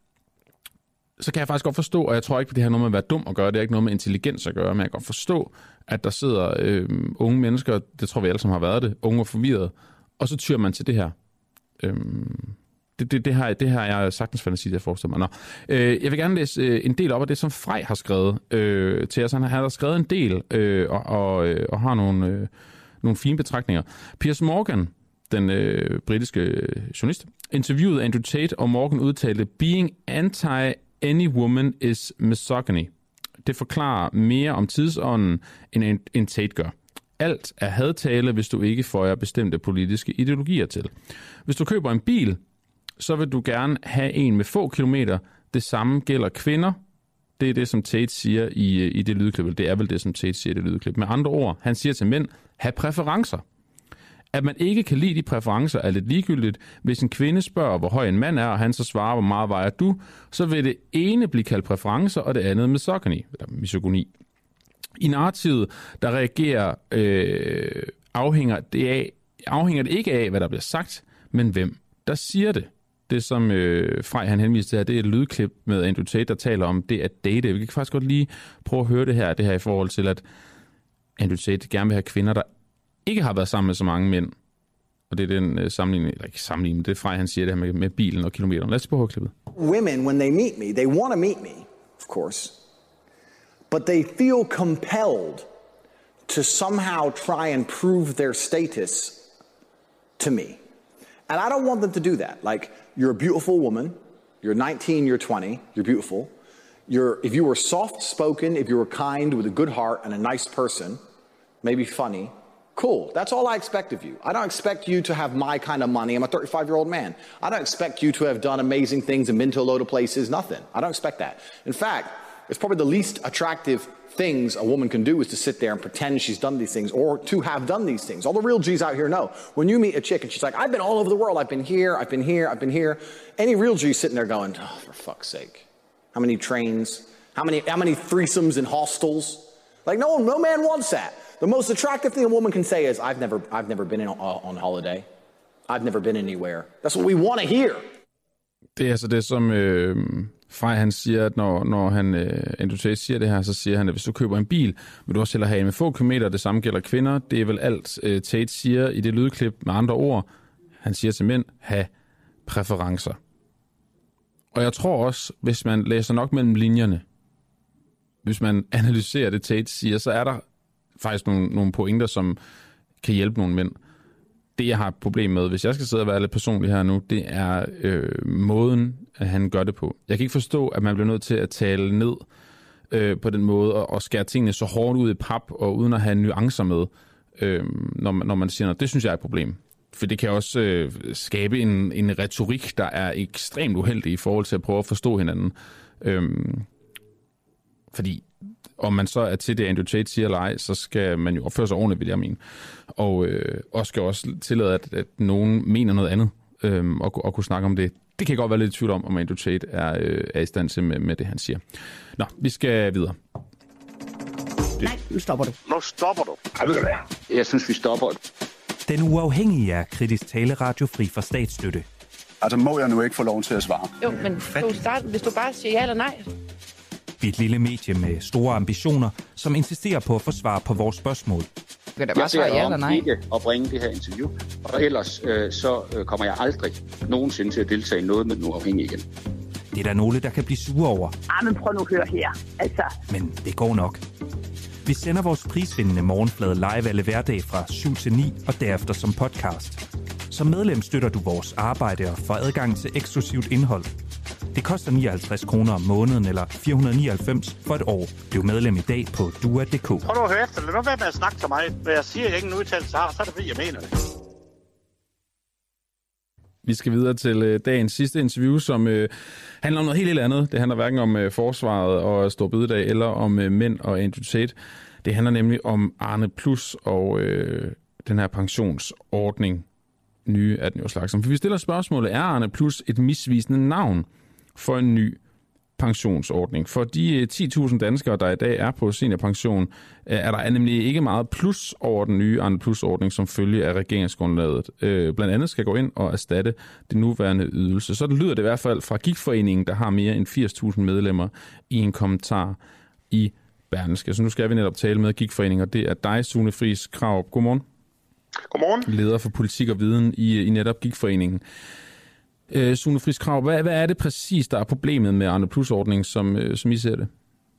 Så kan jeg faktisk godt forstå, og jeg tror ikke, at det har noget med at være dum at gøre, det er ikke noget med intelligens at gøre, men jeg kan godt forstå, at der sidder øh, unge mennesker, det tror vi alle, som har været det, unge og forvirret, og så tyrer man til det her. Øh, det, det, det, har, det har jeg sagtens fantasi, jeg forestiller mig. Nå. Øh, jeg vil gerne læse øh, en del op af det, som Frej har skrevet øh, til os. Han har, han har skrevet en del, øh, og, og, øh, og har nogle... Øh, nogle fine betragtninger. Piers Morgan, den øh, britiske journalist, interviewede Andrew Tate, og Morgan udtalte, being anti-any woman is misogyny. Det forklarer mere om tidsånden, end, end Tate gør. Alt er hadtale, hvis du ikke føjer bestemte politiske ideologier til. Hvis du køber en bil, så vil du gerne have en med få kilometer. Det samme gælder kvinder. Det er det, som Tate siger i, i det lydklip. Det er vel det, som Tate siger i det lydklip. Med andre ord, han siger til mænd, have præferencer. At man ikke kan lide de præferencer er lidt ligegyldigt. Hvis en kvinde spørger, hvor høj en mand er, og han så svarer, hvor meget vejer du, så vil det ene blive kaldt præferencer, og det andet misogyny, eller misogyni. I narrativet, der reagerer, øh, afhænger, det af, afhænger det ikke af, hvad der bliver sagt, men hvem der siger det. Det, som øh, Frej han henviser til her, det er et lydklip med Andrew Tate, der taler om det at date. Vi kan faktisk godt lige prøve at høre det her, det her i forhold til, at Andrew Tate gerne vil have kvinder, der ikke har været sammen med så mange mænd. Og det er den øh, sammenligning, eller ikke sammenligning, det er Frej, han siger det her med, med bilen og kilometeren. Lad os prøve at klippet. Women, when they meet me, they want to meet me, of course. But they feel compelled to somehow try and prove their status to me. And I don't want them to do that. Like, you're a beautiful woman. You're nineteen, you're twenty. You're beautiful. You're, if you were soft-spoken, if you were kind, with a good heart and a nice person, maybe funny, cool. That's all I expect of you. I don't expect you to have my kind of money. I'm a thirty-five-year-old man. I don't expect you to have done amazing things and been to a load of places. Nothing. I don't expect that. In fact, it's probably the least attractive things a woman can do is to sit there and pretend she's done these things or to have done these things. All the real G's out here know. When you meet a chick and she's like, I've been all over the world. I've been here, I've been here, I've been here. Any real G sitting there going, oh, for fuck's sake. How many trains? How many, how many threesomes in hostels? Like, no, no man wants that. The most attractive thing a woman can say is, I've never, I've never been in, uh, on holiday. I've never been anywhere. That's what we want to hear. Det er altså det, som øh, Frej, han siger, at når, når han, øh, Andrew Tate siger det her, så siger han, at hvis du køber en bil, vil du også hellere have en med få kilometer. Det samme gælder kvinder. Det er vel alt, øh, Tate siger i det lydklip med andre ord. Han siger til mænd, have præferencer. Og jeg tror også, hvis man læser nok mellem linjerne, hvis man analyserer det, Tate siger, så er der faktisk nogle, nogle pointer, som kan hjælpe nogle mænd. Det, jeg har et problem med, hvis jeg skal sidde og være lidt personlig her nu, det er øh, måden, at han gør det på. Jeg kan ikke forstå, at man bliver nødt til at tale ned øh, på den måde, og, og skære tingene så hårdt ud i pap, og uden at have nuancer med, øh, når, man, når man siger noget. Det synes jeg er et problem. For det kan også øh, skabe en, en retorik, der er ekstremt uheldig i forhold til at prøve at forstå hinanden. Øh, fordi om man så er til det, Andrew Tate siger eller ej, så skal man jo opføre sig ordentligt, vil jeg mene. Og, øh, og skal også tillade, at, at nogen mener noget andet, øh, og, og kunne snakke om det. Det kan jeg godt være lidt i tvivl om, om Andrew Tate er, øh, er i stand til med, med det, han siger. Nå, vi skal videre. Nej, nu stopper du. Nu stopper du. Jeg synes, vi stopper. Den Uafhængige er kritisk taleradio fri for statsstøtte. Altså, må jeg nu ikke få lov til at svare? Jo, men du starte, hvis du bare siger ja eller nej. Vi er et lille medie med store ambitioner, som insisterer på at få svar på vores spørgsmål. Kan da bare svare ja eller nej? ikke at bringe det her interview, og ellers øh, så øh, kommer jeg aldrig nogensinde til at deltage i noget med den uafhængige igen. Det er der nogle, der kan blive sure over. Ah, men prøv nu at høre her. Altså. Men det går nok. Vi sender vores prisvindende morgenflade live alle hverdage fra syv til ni og derefter som podcast. Som medlem støtter du vores arbejde og får adgang til eksklusivt indhold. Det koster nioghalvtreds kroner om måneden eller fire hundrede nioghalvfems for et år. Bliv medlem i dag på dua punktum d k. Prøv nu at høre efter. Lad nu være med at snakke til mig. Hvad jeg siger, jeg ikke en udtalelse har, så er det fordi, jeg mener det. Vi skal videre til øh, dagens sidste interview, som øh, handler om noget helt, helt andet. Det handler hverken om øh, forsvaret og Store Bededag, eller om øh, mænd og Andrew Tate. Det handler nemlig om Arne Plus og øh, den her pensionsordning. Nye er den jo slags. For vi stiller spørgsmålet, er Arne Plus et misvisende navn for en ny pensionsordning? For de ti tusind danskere, der i dag er på seniorpension, er der nemlig ikke meget plus over den nye Arne Plus-ordning, som følge af regeringsgrundlaget. Blandt andet skal gå ind og erstatte det nuværende ydelse. Så det lyder det i hvert fald fra Gigtforeningen, der har mere end firs tusind medlemmer, i en kommentar i Berlingske. Så nu skal vi netop tale med Gigtforeningen, og det er dig, Sune Friis Krarup. Godmorgen. Godmorgen. Leder for politik og viden i, i netop Gigtforeningen. Øh, Sune Friis Krarup, hvad, hvad er det præcis, der er problemet med Arne Plus-ordningen, som, øh, som I ser det?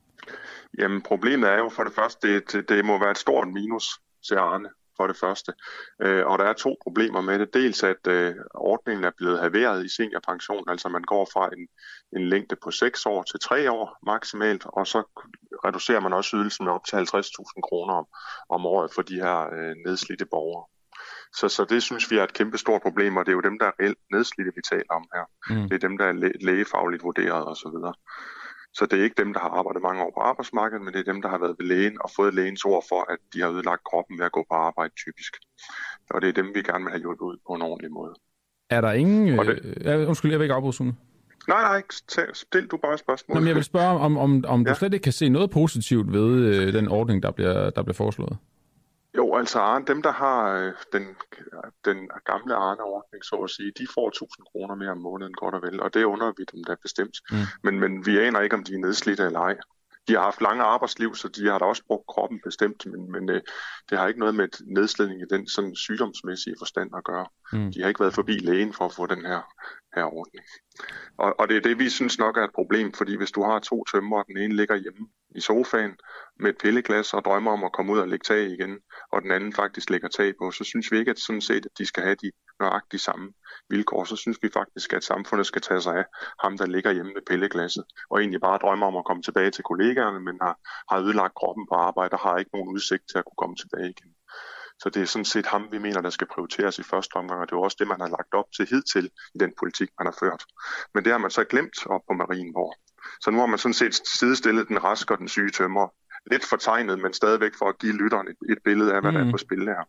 Jamen, problemet er jo for det første, det, det må være et stort minus til Arne, for det første. Øh, og der er to problemer med det. Dels at øh, ordningen er blevet halveret i seniorpension, altså man går fra en, en længde på seks år til tre år maksimalt, og så reducerer man også ydelsen med op til halvtreds tusind kroner om, om året for de her øh, nedslidte borgere. Så, så det synes vi er et kæmpe stort problem, og det er jo dem, der er reelt nedslidte, vi taler om her. Mm. Det er dem, der er læ- lægefagligt vurderet osv. Så, så det er ikke dem, der har arbejdet mange år på arbejdsmarkedet, men det er dem, der har været ved lægen og fået lægens ord for, at de har ødelagt kroppen ved at gå på arbejde typisk. Og det er dem, vi gerne vil have hjulpet ud på en ordentlig måde. Er der ingen... Øh, undskyld, jeg vil ikke afbryde, Sune. Nej, nej, stil du bare spørgsmål. Nå, men jeg vil spørge, om, om, om ja. du slet ikke kan se noget positivt ved øh, den ordning, der bliver, der bliver foreslået. Jo, altså Arne, dem der har øh, den, den gamle Arne-ordning, så at sige, de får tusind kroner mere om måneden, godt og vel, og det under vi dem, der er bestemt. Mm. Men, men vi aner ikke, om de er nedslidte eller ej. De har haft lange arbejdsliv, så de har da også brugt kroppen bestemt, men, men øh, det har ikke noget med nedslidning i den sådan sygdomsmæssige forstand at gøre. Mm. De har ikke været forbi lægen for at få den her, her ordning. Og, og det er det, vi synes nok er et problem, fordi hvis du har to tømmer, og den ene ligger hjemme i sofaen med et pilleglas og drømmer om at komme ud og lægge tag igen, og den anden faktisk lægger tag på, så synes vi ikke, at sådan set, at de skal have de nøjagtigt samme vilkår. Så synes vi faktisk, at samfundet skal tage sig af ham, der ligger hjemme med pilleglasset, og egentlig bare drømmer om at komme tilbage til kollegaerne, men har, har ødelagt kroppen på arbejde og har ikke nogen udsigt til at kunne komme tilbage igen. Så det er sådan set ham, vi mener, der skal prioriteres i første omgang, og det er også det, man har lagt op til hidtil i den politik, man har ført. Men det har man så glemt op på Marienborg. Så nu har man sådan set sidestillet den raske og den syge tømrer. Lidt fortegnet, men stadigvæk for at give lytteren et, et billede af, hvad mm. der er på spil her.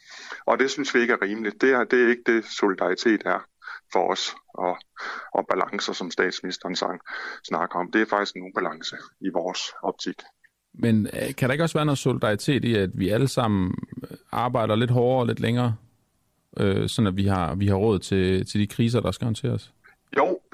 Og det synes vi ikke er rimeligt. Det er, det er ikke det, solidaritet er for os, og, og balancer, som statsministeren sang, snakker om. Det er faktisk en ubalance i vores optik. Men kan der ikke også være noget solidaritet i, at vi alle sammen arbejder lidt hårdere og lidt længere, øh, sådan at vi har, vi har råd til, til de kriser, der skal håndteres? Jo,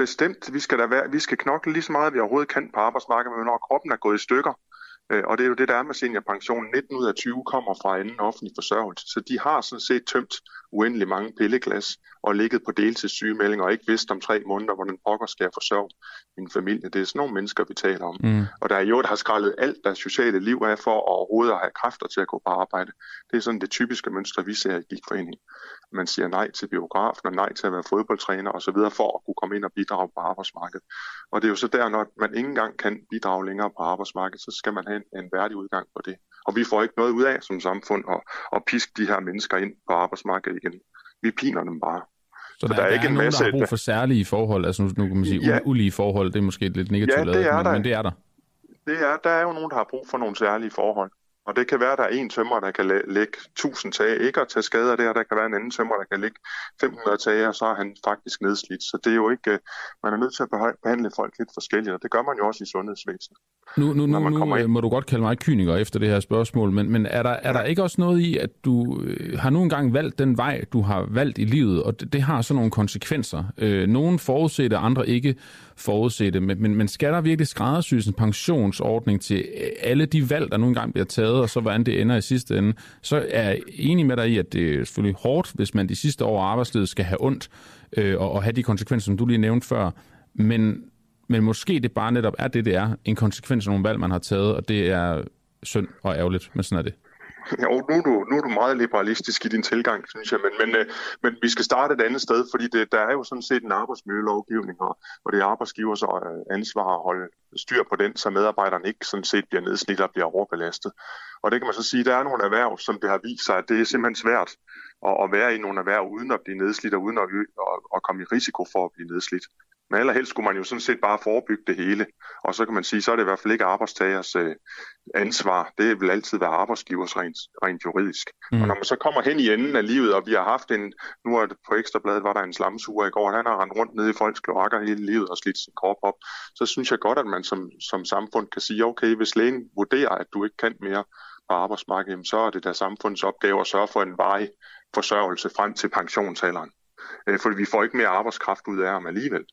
bestemt. Vi skal, da være, vi skal knokle lige så meget, vi overhovedet kan på arbejdsmarkedet, men når kroppen er gået i stykker, og det er jo det, der er med seniorpensionen. nitten ud af tyve kommer fra anden offentlig forsørgelse, så de har sådan set tømt uendelig mange pilleglas og ligget på deltidssygemelding og ikke vidst om tre måneder, hvordan pokker skal jeg forsørge min familie. Det er sådan nogle mennesker, vi taler om. Mm. Og der er jo, der har skrællet alt deres sociale liv af for overhovedet at have kræfter til at gå på arbejde. Det er sådan det typiske mønster, vi ser i Gigtforeningen. Man siger nej til biografen og nej til at være fodboldtræner osv. for at kunne komme ind og bidrage på arbejdsmarkedet. Og det er jo så der, når man ikke engang kan bidrage længere på arbejdsmarkedet, så skal man have en, en værdig udgang på det. Og vi får ikke noget ud af som samfund at, at piske de her mennesker ind på arbejdsmarkedet igen. Vi piner dem bare. Så, så der, der er ikke der er en nogen, masse, der har brug for særlige forhold, altså nu, nu kan man sige ja, ulige forhold, det er måske lidt negativt ja, lavet, men, men det er der. Det er, der er jo nogen, der har brug for nogle særlige forhold. Og det kan være, at der er en tømrer, der kan læ- lægge tusind tage, ikke at tage skader der. Der kan være en anden tømrer, der kan lægge fem hundrede tage, og så er han faktisk nedslidt. Så det er jo ikke, man er nødt til at behandle folk lidt forskelligt, og det gør man jo også i sundhedsvæsenet. Nu, nu, nu, nu må du godt kalde mig kyniker efter det her spørgsmål, men, men er, der, er der ikke også noget i, at du øh, har nu engang valgt den vej, du har valgt i livet, og det, det har sådan nogle konsekvenser. Øh, nogle forudsete, andre ikke forudsete, men, men, men skal der virkelig skræddersys en pensionsordning til alle de valg, der nu engang bliver taget, og så hvordan det ender i sidste ende, så er jeg enig med dig i, at det er selvfølgelig hårdt, hvis man de sidste år af arbejdslivet skal have ondt øh, og, og have de konsekvenser, som du lige nævnte før, men Men måske det bare netop er det, det er. En konsekvens af nogle valg, man har taget, og det er synd og ærgerligt, men sådan er det. Jo, nu er, du, nu er du meget liberalistisk i din tilgang, synes jeg, men, men, men vi skal starte et andet sted, fordi det, der er jo sådan set en arbejdsmiljølovgivning, og, og det er arbejdsgivers ansvar at holde styr på den, så medarbejderne ikke sådan set bliver nedslidt og bliver overbelastet. Og det kan man så sige, der er nogle erhverv, som det har vist sig, at det er simpelthen svært at, at være i nogle erhverv uden at blive nedslidt og uden at, at, at komme i risiko for at blive nedslidt. Men allerhelst skulle man jo sådan set bare forebygge det hele. Og så kan man sige, så er det i hvert fald ikke arbejdstagers øh, ansvar. Det vil altid være arbejdsgivers rent, rent juridisk. Mm. Og når man så kommer hen i enden af livet, og vi har haft en, nu er det på Ekstrabladet, var der en slamsuger i går, han har rendt rundt nede i folks kloakker hele livet og slidt sin krop op, så synes jeg godt, at man som, som samfund kan sige, okay, hvis lægen vurderer, at du ikke kan mere på arbejdsmarkedet, så er det der samfundets opgave at sørge for en varig forsørgelse frem til pensionsalderen. Øh, for vi får ikke mere arbejdskraft ud af ham alligevel.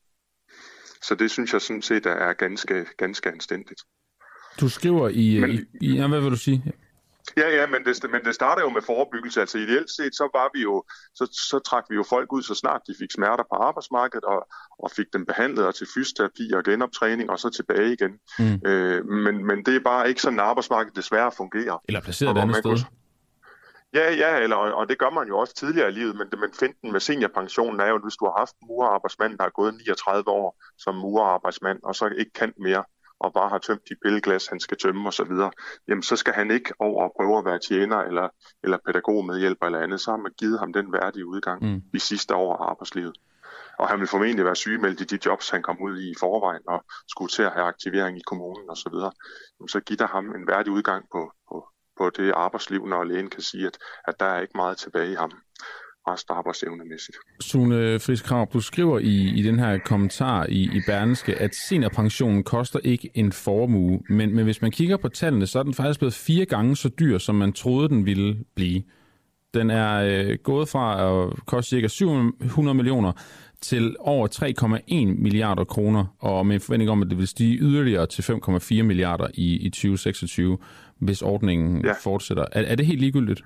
Så det synes jeg sådan set er ganske, ganske anstændigt. Du skriver i... Men, i ja, hvad vil du sige? Ja, ja, men det, men det starter jo med forebyggelse. Altså ideelt set, så var vi jo, så, så trak vi jo folk ud, så snart de fik smerter på arbejdsmarkedet, og, og fik dem behandlet og til fysioterapi og genoptræning, og så tilbage igen. Mm. Øh, men, men det er bare ikke sådan, at arbejdsmarkedet desværre fungerer. Eller placeret et andet sted. Kunne, Ja, ja, eller, og det gør man jo også tidligere i livet, men, men finten med seniorpensionen er jo, at hvis du har haft en murerarbejdsmand, der har gået niogtredive år som murerarbejdsmand, og så ikke kan mere, og bare har tømt de pilleglas, han skal tømme osv., jamen så skal han ikke over og prøve at være tjener eller, eller pædagogmedhjælper eller andet, så har man givet ham den værdige udgang mm. de sidste år af arbejdslivet. Og han vil formentlig være sygemeldt i de jobs, han kom ud i i forvejen, og skulle til at have aktivering i kommunen osv., så, så giver der ham en værdig udgang på, på på det arbejdsliv, når lægen kan sige, at, at der er ikke meget tilbage i ham, rest arbejdsevnemæssigt. Sune Friis Krarup, du skriver i, i den her kommentar i, i Berlingske, at seniorpensionen koster ikke en formue, men, men hvis man kigger på tallene, så er den faktisk blevet fire gange så dyr, som man troede, den ville blive. Den er øh, gået fra at koste cirka syv hundrede millioner til over tre komma en milliarder kroner, og med en forventning om, at det vil stige yderligere til fem komma fire milliarder i, i tyve seksogtyve, hvis ordningen ja. fortsætter. Er, er det helt ligegyldigt?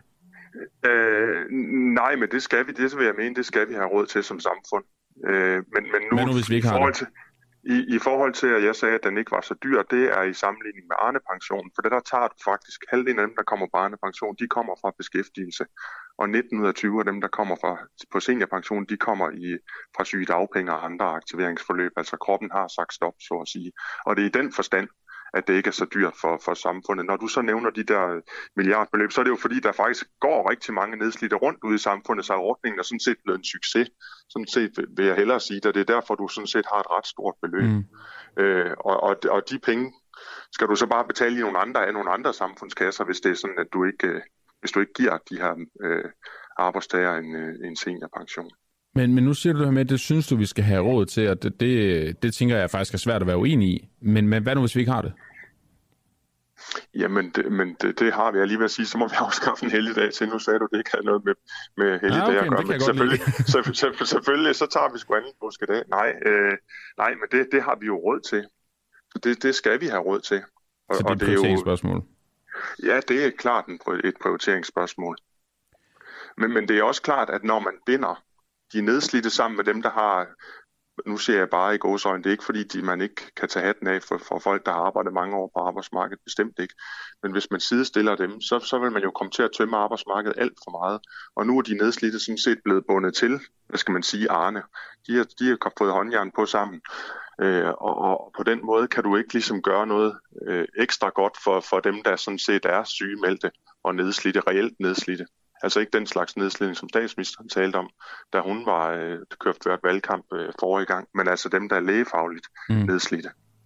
Øh, nej, men det skal vi. Det vil jeg mene, det skal vi have råd til som samfund. Øh, men, men nu, men nu hvis vi ikke har det? Til, i, I forhold til, at jeg sagde, at den ikke var så dyr, det er i sammenligning med Arnepensionen, for der tager du faktisk halvdelen af dem, der kommer på Arnepension, de kommer fra beskæftigelse. Og nitten ud af tyve af dem, der kommer fra, på seniorpension, de kommer i, fra sygedagpenge og andre aktiveringsforløb. Altså kroppen har sagt stop, så at sige. Og det er i den forstand, at det ikke er så dyrt for, for samfundet. Når du så nævner de der milliardbeløb, så er det jo fordi, der faktisk går rigtig mange nedslidte rundt ude i samfundet, så ordningen er sådan set blevet en succes. Sådan set vil jeg hellere sige, at det er derfor, du sådan set har et ret stort beløb. Mm. Øh, og, og, og de penge skal du så bare betale i nogle andre af nogle andre samfundskasser, hvis det er sådan, at du ikke, hvis du ikke giver de her øh, arbejdstagere en, en seniorpension. Men, men nu siger du det her med, at det synes du, vi skal have råd til, og det, det, det tænker jeg faktisk er svært at være uenig i. Men, men hvad nu, hvis vi ikke har det? Jamen, det, men det, det har vi. Jeg lige ved at sige, så må vi afskaffe en helligdag til. Nu sagde du, det ikke havde noget med, med helligdag ja, okay, at gøre. Men selvfølgelig, så, selvfølgelig, så tager vi sgu anden påskedag. Nej, øh, nej, men det, det har vi jo råd til. Det, det skal vi have råd til. Og, så det er et prioriteringsspørgsmål? Ja, det er klart et prioriteringsspørgsmål. Men, men det er også klart, at når man binder de nedslidte sammen med dem, der har... Nu ser jeg bare i gåseøjne, det er ikke fordi, de, man ikke kan tage hatten af for, for folk, der har arbejdet mange år på arbejdsmarkedet, bestemt ikke. Men hvis man sidestiller dem, så, så vil man jo komme til at tømme arbejdsmarkedet alt for meget. Og nu er de nedslidte sådan set blevet bundet til, hvad skal man sige, Arne. De har, de har fået håndjern på sammen. Øh, og, og på den måde kan du ikke ligesom gøre noget øh, ekstra godt for, for dem, der sådan set er sygemeldte og nedslidte, reelt nedslidte. Altså ikke den slags nedslidning, som statsministeren talte om, da hun var øh, kørt hvert valgkamp øh, forrige gang, men altså dem, der er lægefagligt mm. nedslidte.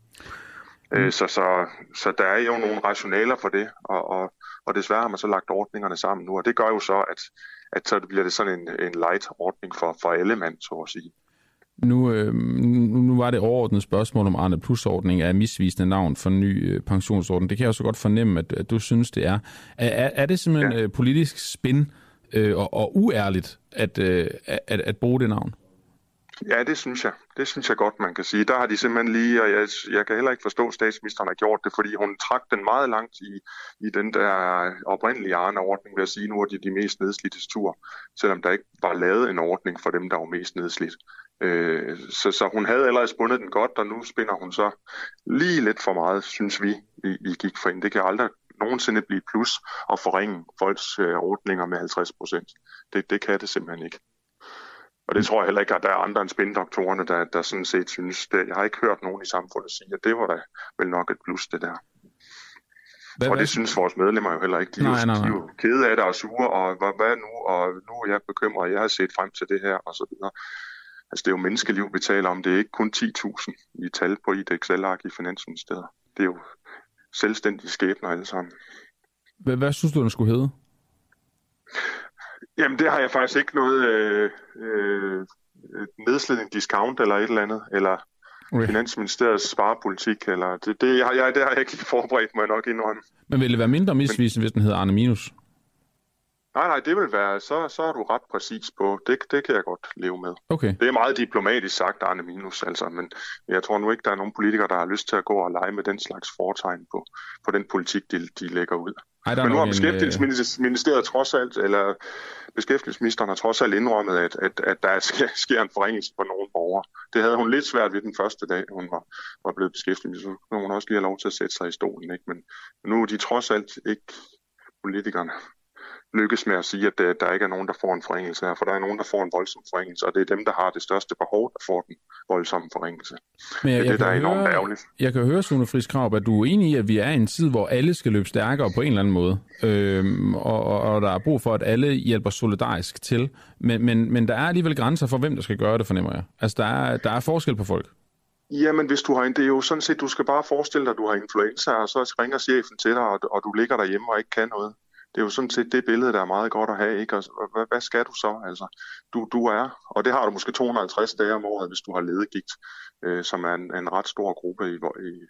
Mm. Øh, så, så, så der er jo nogle rationaler for det, og, og, og desværre har man så lagt ordningerne sammen nu, og det gør jo så, at, at så bliver det sådan en, en light-ordning for, for alle mand, så at sige. Nu, øh, nu var det overordnet spørgsmål om Arne Plus-ordning er misvisende navn for en ny øh, pensionsordning. Det kan jeg også godt fornemme, at, at du synes, det er. Er, er det simpelthen ja. øh, politisk spin øh, og, og uærligt at, øh, at, at bruge det navn? Ja, det synes jeg. Det synes jeg godt, man kan sige. Der har de simpelthen lige, og jeg, jeg kan heller ikke forstå, at statsministeren har gjort det, fordi hun trak den meget langt i, i den der oprindelige Arne-ordning, ved at sige, nu er de de mest nedslidte tur, selvom der ikke var lavet en ordning for dem, der var mest nedslidt. Øh, så, så hun havde allerede spundet den godt, og nu spinder hun så lige lidt for meget, synes vi, i, i gik for hende. Det kan aldrig nogensinde blive plus og forringe folks øh, ordninger med halvtreds procent. Det, det kan det simpelthen ikke. Og det tror jeg heller ikke, at der er andre end spindoktorerne, der, der sådan set synes det. Jeg har ikke hørt nogen i samfundet sige, at det var da vel nok et plus, det der. Hvad, og det hvad? Synes vores medlemmer jo heller ikke. De er, nej, jo, nej, nej. De er jo kede af det og sure, og hvad, hvad nu, og nu er jeg bekymret, jeg har set frem til det her, og så videre. Altså, det er jo menneskeliv, vi taler om. Det er ikke kun ti tusind i tal på i et Excel-ark i Finansministeriet. Det er jo selvstændige skæbner alle sammen. Hvad, hvad synes du, den skulle hedde? Jamen, det har jeg faktisk ikke noget øh, øh, nedslidning discount eller et eller andet, eller okay. Finansministeriets sparepolitik, eller det, det, jeg, jeg, det har jeg ikke forberedt mig nok indrømme. Men vil det være mindre misvisende, hvis den hedder Arne Minus? Nej, nej, det vil være, så, så er du ret præcis på, det, det kan jeg godt leve med. Okay. Det er meget diplomatisk sagt, Arne Minus, altså, men jeg tror nu ikke, der er nogen politikere, der har lyst til at gå og lege med den slags foretegn på, på den politik, de, de lægger ud. Ej, men nu har Beskæftigelsesministeriet trods alt, eller Beskæftigelsesministeren har trods alt indrømmet, at, at, at der sker, sker en forringelse på nogle borgere. Det havde hun lidt svært ved den første dag, hun var, var blevet beskæftiget. Så kunne hun også lige have lov til at sætte sig i stolen, ikke? Men nu er de trods alt ikke politikerne lykkes med at sige, at der, der ikke er nogen, der får en forringelse her, for der er nogen, der får en voldsom forringelse, og det er dem, der har det største behov, der får den voldsomme forringelse. Men jeg, det er det, der er enormt høre, ærgerligt. Jeg kan høre, Sune Friis Krarup, at du er enig i, at vi er i en tid, hvor alle skal løbe stærkere på en eller anden måde, øhm, og, og, og der er brug for, at alle hjælper solidarisk til, men, men, men der er alligevel grænser for, hvem der skal gøre det, fornemmer jeg. Altså, der er, der er forskel på folk. Jamen, hvis du har en, det er jo sådan set, du skal bare forestille dig, at du har influenza, og så ringer chefen til dig, og, og du ligger derhjemme og ikke kan noget. Det er jo sådan set det billede, der er meget godt at have, ikke? Og hvad, hvad skal du så? Altså, du, du er, og det har du måske to hundrede og halvtreds dage om året, hvis du har ledegigt, øh, som er en, en ret stor gruppe i,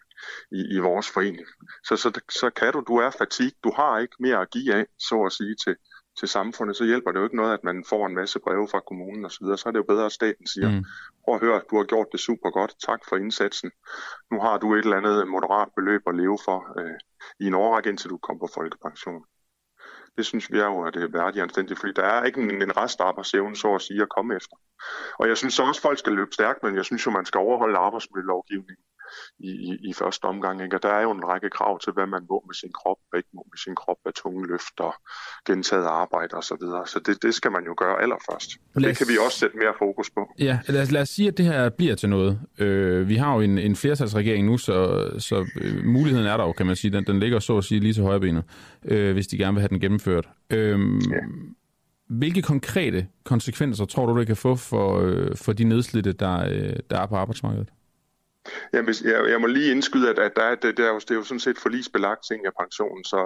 i, i vores forening. Så, så, så kan du, du er fatig, du har ikke mere at give af, så at sige, til, til samfundet. Så hjælper det jo ikke noget, at man får en masse breve fra kommunen og så videre. Så er det jo bedre, at staten siger, mm. prøv at høre, du har gjort det super godt, tak for indsatsen. Nu har du et eller andet moderat beløb at leve for øh, i en årrække, indtil du kommer på folkepension. Det synes vi er jo, at det er værdigt anstændigt, fordi der er ikke en, en restarbejdsevne, så at sige, at komme efter. Og jeg synes så også, at folk skal løbe stærkt, men jeg synes jo, man skal overholde arbejdsmiljølovgivningen i, i, i første omgang. Ikke? Og der er jo en række krav til, hvad man må med sin krop, hvad ikke må med sin krop, hvad tunge løfter, gentaget arbejde osv. Så, videre. så det, det skal man jo gøre allerførst. Og det kan vi også sætte mere fokus på. Ja, lad os, lad os sige, at det her bliver til noget. Øh, vi har jo en, en flertalsregering nu, så, så øh, muligheden er der jo, kan man sige. Den, den ligger så at sige lige til højrebenet, øh, hvis de gerne vil have den gennemført. Øh, ja. Hvilke konkrete konsekvenser tror du, det kan få for, øh, for de nedslidte, der, øh, der er på arbejdsmarkedet? Ja, hvis, jeg, jeg må lige indskyde, at, at der er, det, det, er jo, det er jo sådan set forligsbelagt ting af pensionen, så,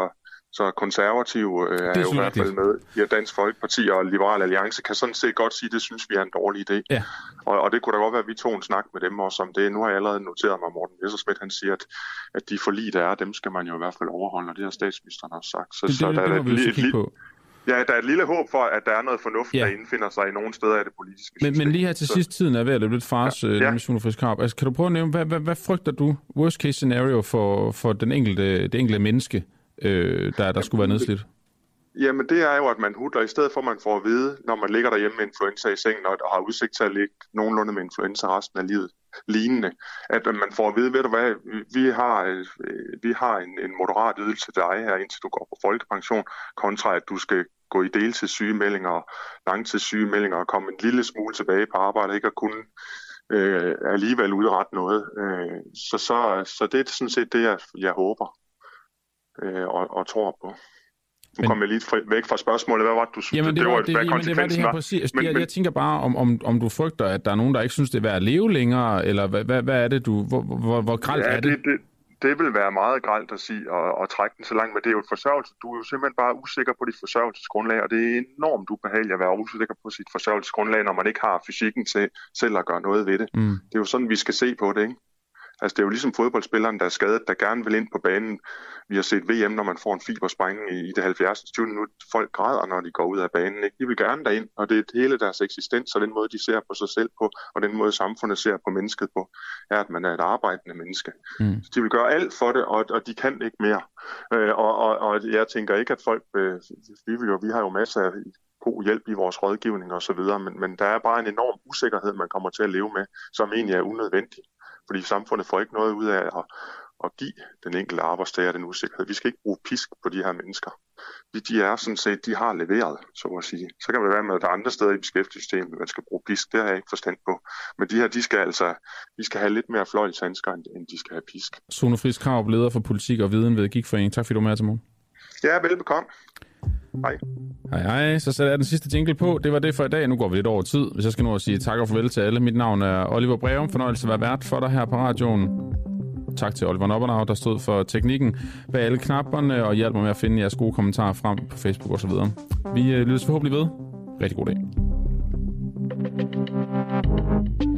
Så konservative øh, er, er jo i hvert fald med. Ja, Dansk Folkeparti og Liberal Alliance kan sådan set godt sige, at det synes vi er en dårlig idé. Ja. Og, og det kunne da godt være, at vi tog en snak med dem også om det. Nu har jeg allerede noteret mig, Morten Messerschmidt, han siger, at, at de forlig, der er, dem skal man jo i hvert fald overholde, og det har statsministeren også sagt. Så, det, så det, der det, er det må vi jo kigge på. Ja, der er et lille håb for, at der er noget fornuft, ja. der indfinder sig i nogle steder af det politiske men, system. Men lige her til så... sidst, tiden er ved at løbe lidt fra os, ja. ja. Mission Frisk Krav. Altså, kan du prøve at nævne, hvad, hvad, hvad frygter du, worst case scenario for, for den enkelte, det enkelte menneske, øh, der, der skulle være nedslidt? Jamen det er jo, at man hudler, i stedet for at man får at vide, når man ligger derhjemme med influenza i sengen, og har udsigt til at ligge nogenlunde med influenza resten af livet, lignende, at man får at vide, ved du hvad, vi har, vi har en, en moderat ydelse til dig her, indtil du går på folkepension, kontra at du skal gå i deltidssygemeldinger og langtidssygemeldinger og komme en lille smule tilbage på arbejde, ikke at kunne øh, alligevel udrette noget. Øh, så, så, så det er sådan set det, jeg, jeg håber øh, og, og tror på. Nu kom jeg lige væk fra spørgsmålet. Hvad var det, du synes, jamen, det, det var, var, det, hvad jamen, det var det her præcis. Men, jeg, jeg tænker bare, om, om, om du frygter, at der er nogen, der ikke synes, det er værd at leve længere, eller hvad, hvad, hvad er det, du... Hvor, hvor, hvor grelt ja, er det? det, det? Det vil være meget grelt at sige, og, og trække den så langt, men det er jo et forsørgelse. Du er jo simpelthen bare usikker på dit forsørgelsesgrundlag, og det er enormt ubehageligt at være usikker på sit forsørgelsesgrundlag, når man ikke har fysikken til selv at gøre noget ved det. Mm. Det er jo sådan, vi skal se på det, ikke? Altså, det er jo ligesom fodboldspilleren, der er skadet, der gerne vil ind på banen. Vi har set V M, når man får en fibersprængning i det halvfjerds tyve minut. Folk græder, når de går ud af banen. Ikke? De vil gerne derind, og det er hele deres eksistens, og den måde, de ser på sig selv på, og den måde, samfundet ser på mennesket på, er, at man er et arbejdende menneske. Mm. Så de vil gøre alt for det, og, og de kan ikke mere. Øh, og, og, og jeg tænker ikke, at folk... Øh, vi, vil jo, vi har jo masser af god hjælp i vores rådgivning og så videre, men, men der er bare en enorm usikkerhed, man kommer til at leve med, som egentlig er unødvendig. Fordi samfundet får ikke noget ud af at, at give den enkelte arbejdstager den usikkerhed. Vi skal ikke bruge pisk på de her mennesker. De, de er sådan set, de har leveret, så at sige. Så kan det være med, at der er andre steder i beskæftigelsessystemet, man skal bruge pisk. Det har jeg ikke forstand på. Men de her, de skal altså, de skal have lidt mere fløjlshandsker, end de skal have pisk. Sune Frisk Krav, leder for politik og viden ved Gigtforeningen. Tak fordi du var med her til morgen. Ja, velbekomme. Hej. Hej, hej. Så sætter jeg den sidste jingle på. Det var det for i dag. Nu går vi lidt over tid. Hvis jeg skal nå at sige tak og farvel til alle. Mit navn er Oliver Breum. Fornøjelse at være vært for dig her på radioen. Tak til Oliver Noppenau, der stod for teknikken bag alle knapperne og hjalp mig med at finde jeres gode kommentarer frem på Facebook osv. Vi lyttes forhåbentlig ved. Rigtig god dag.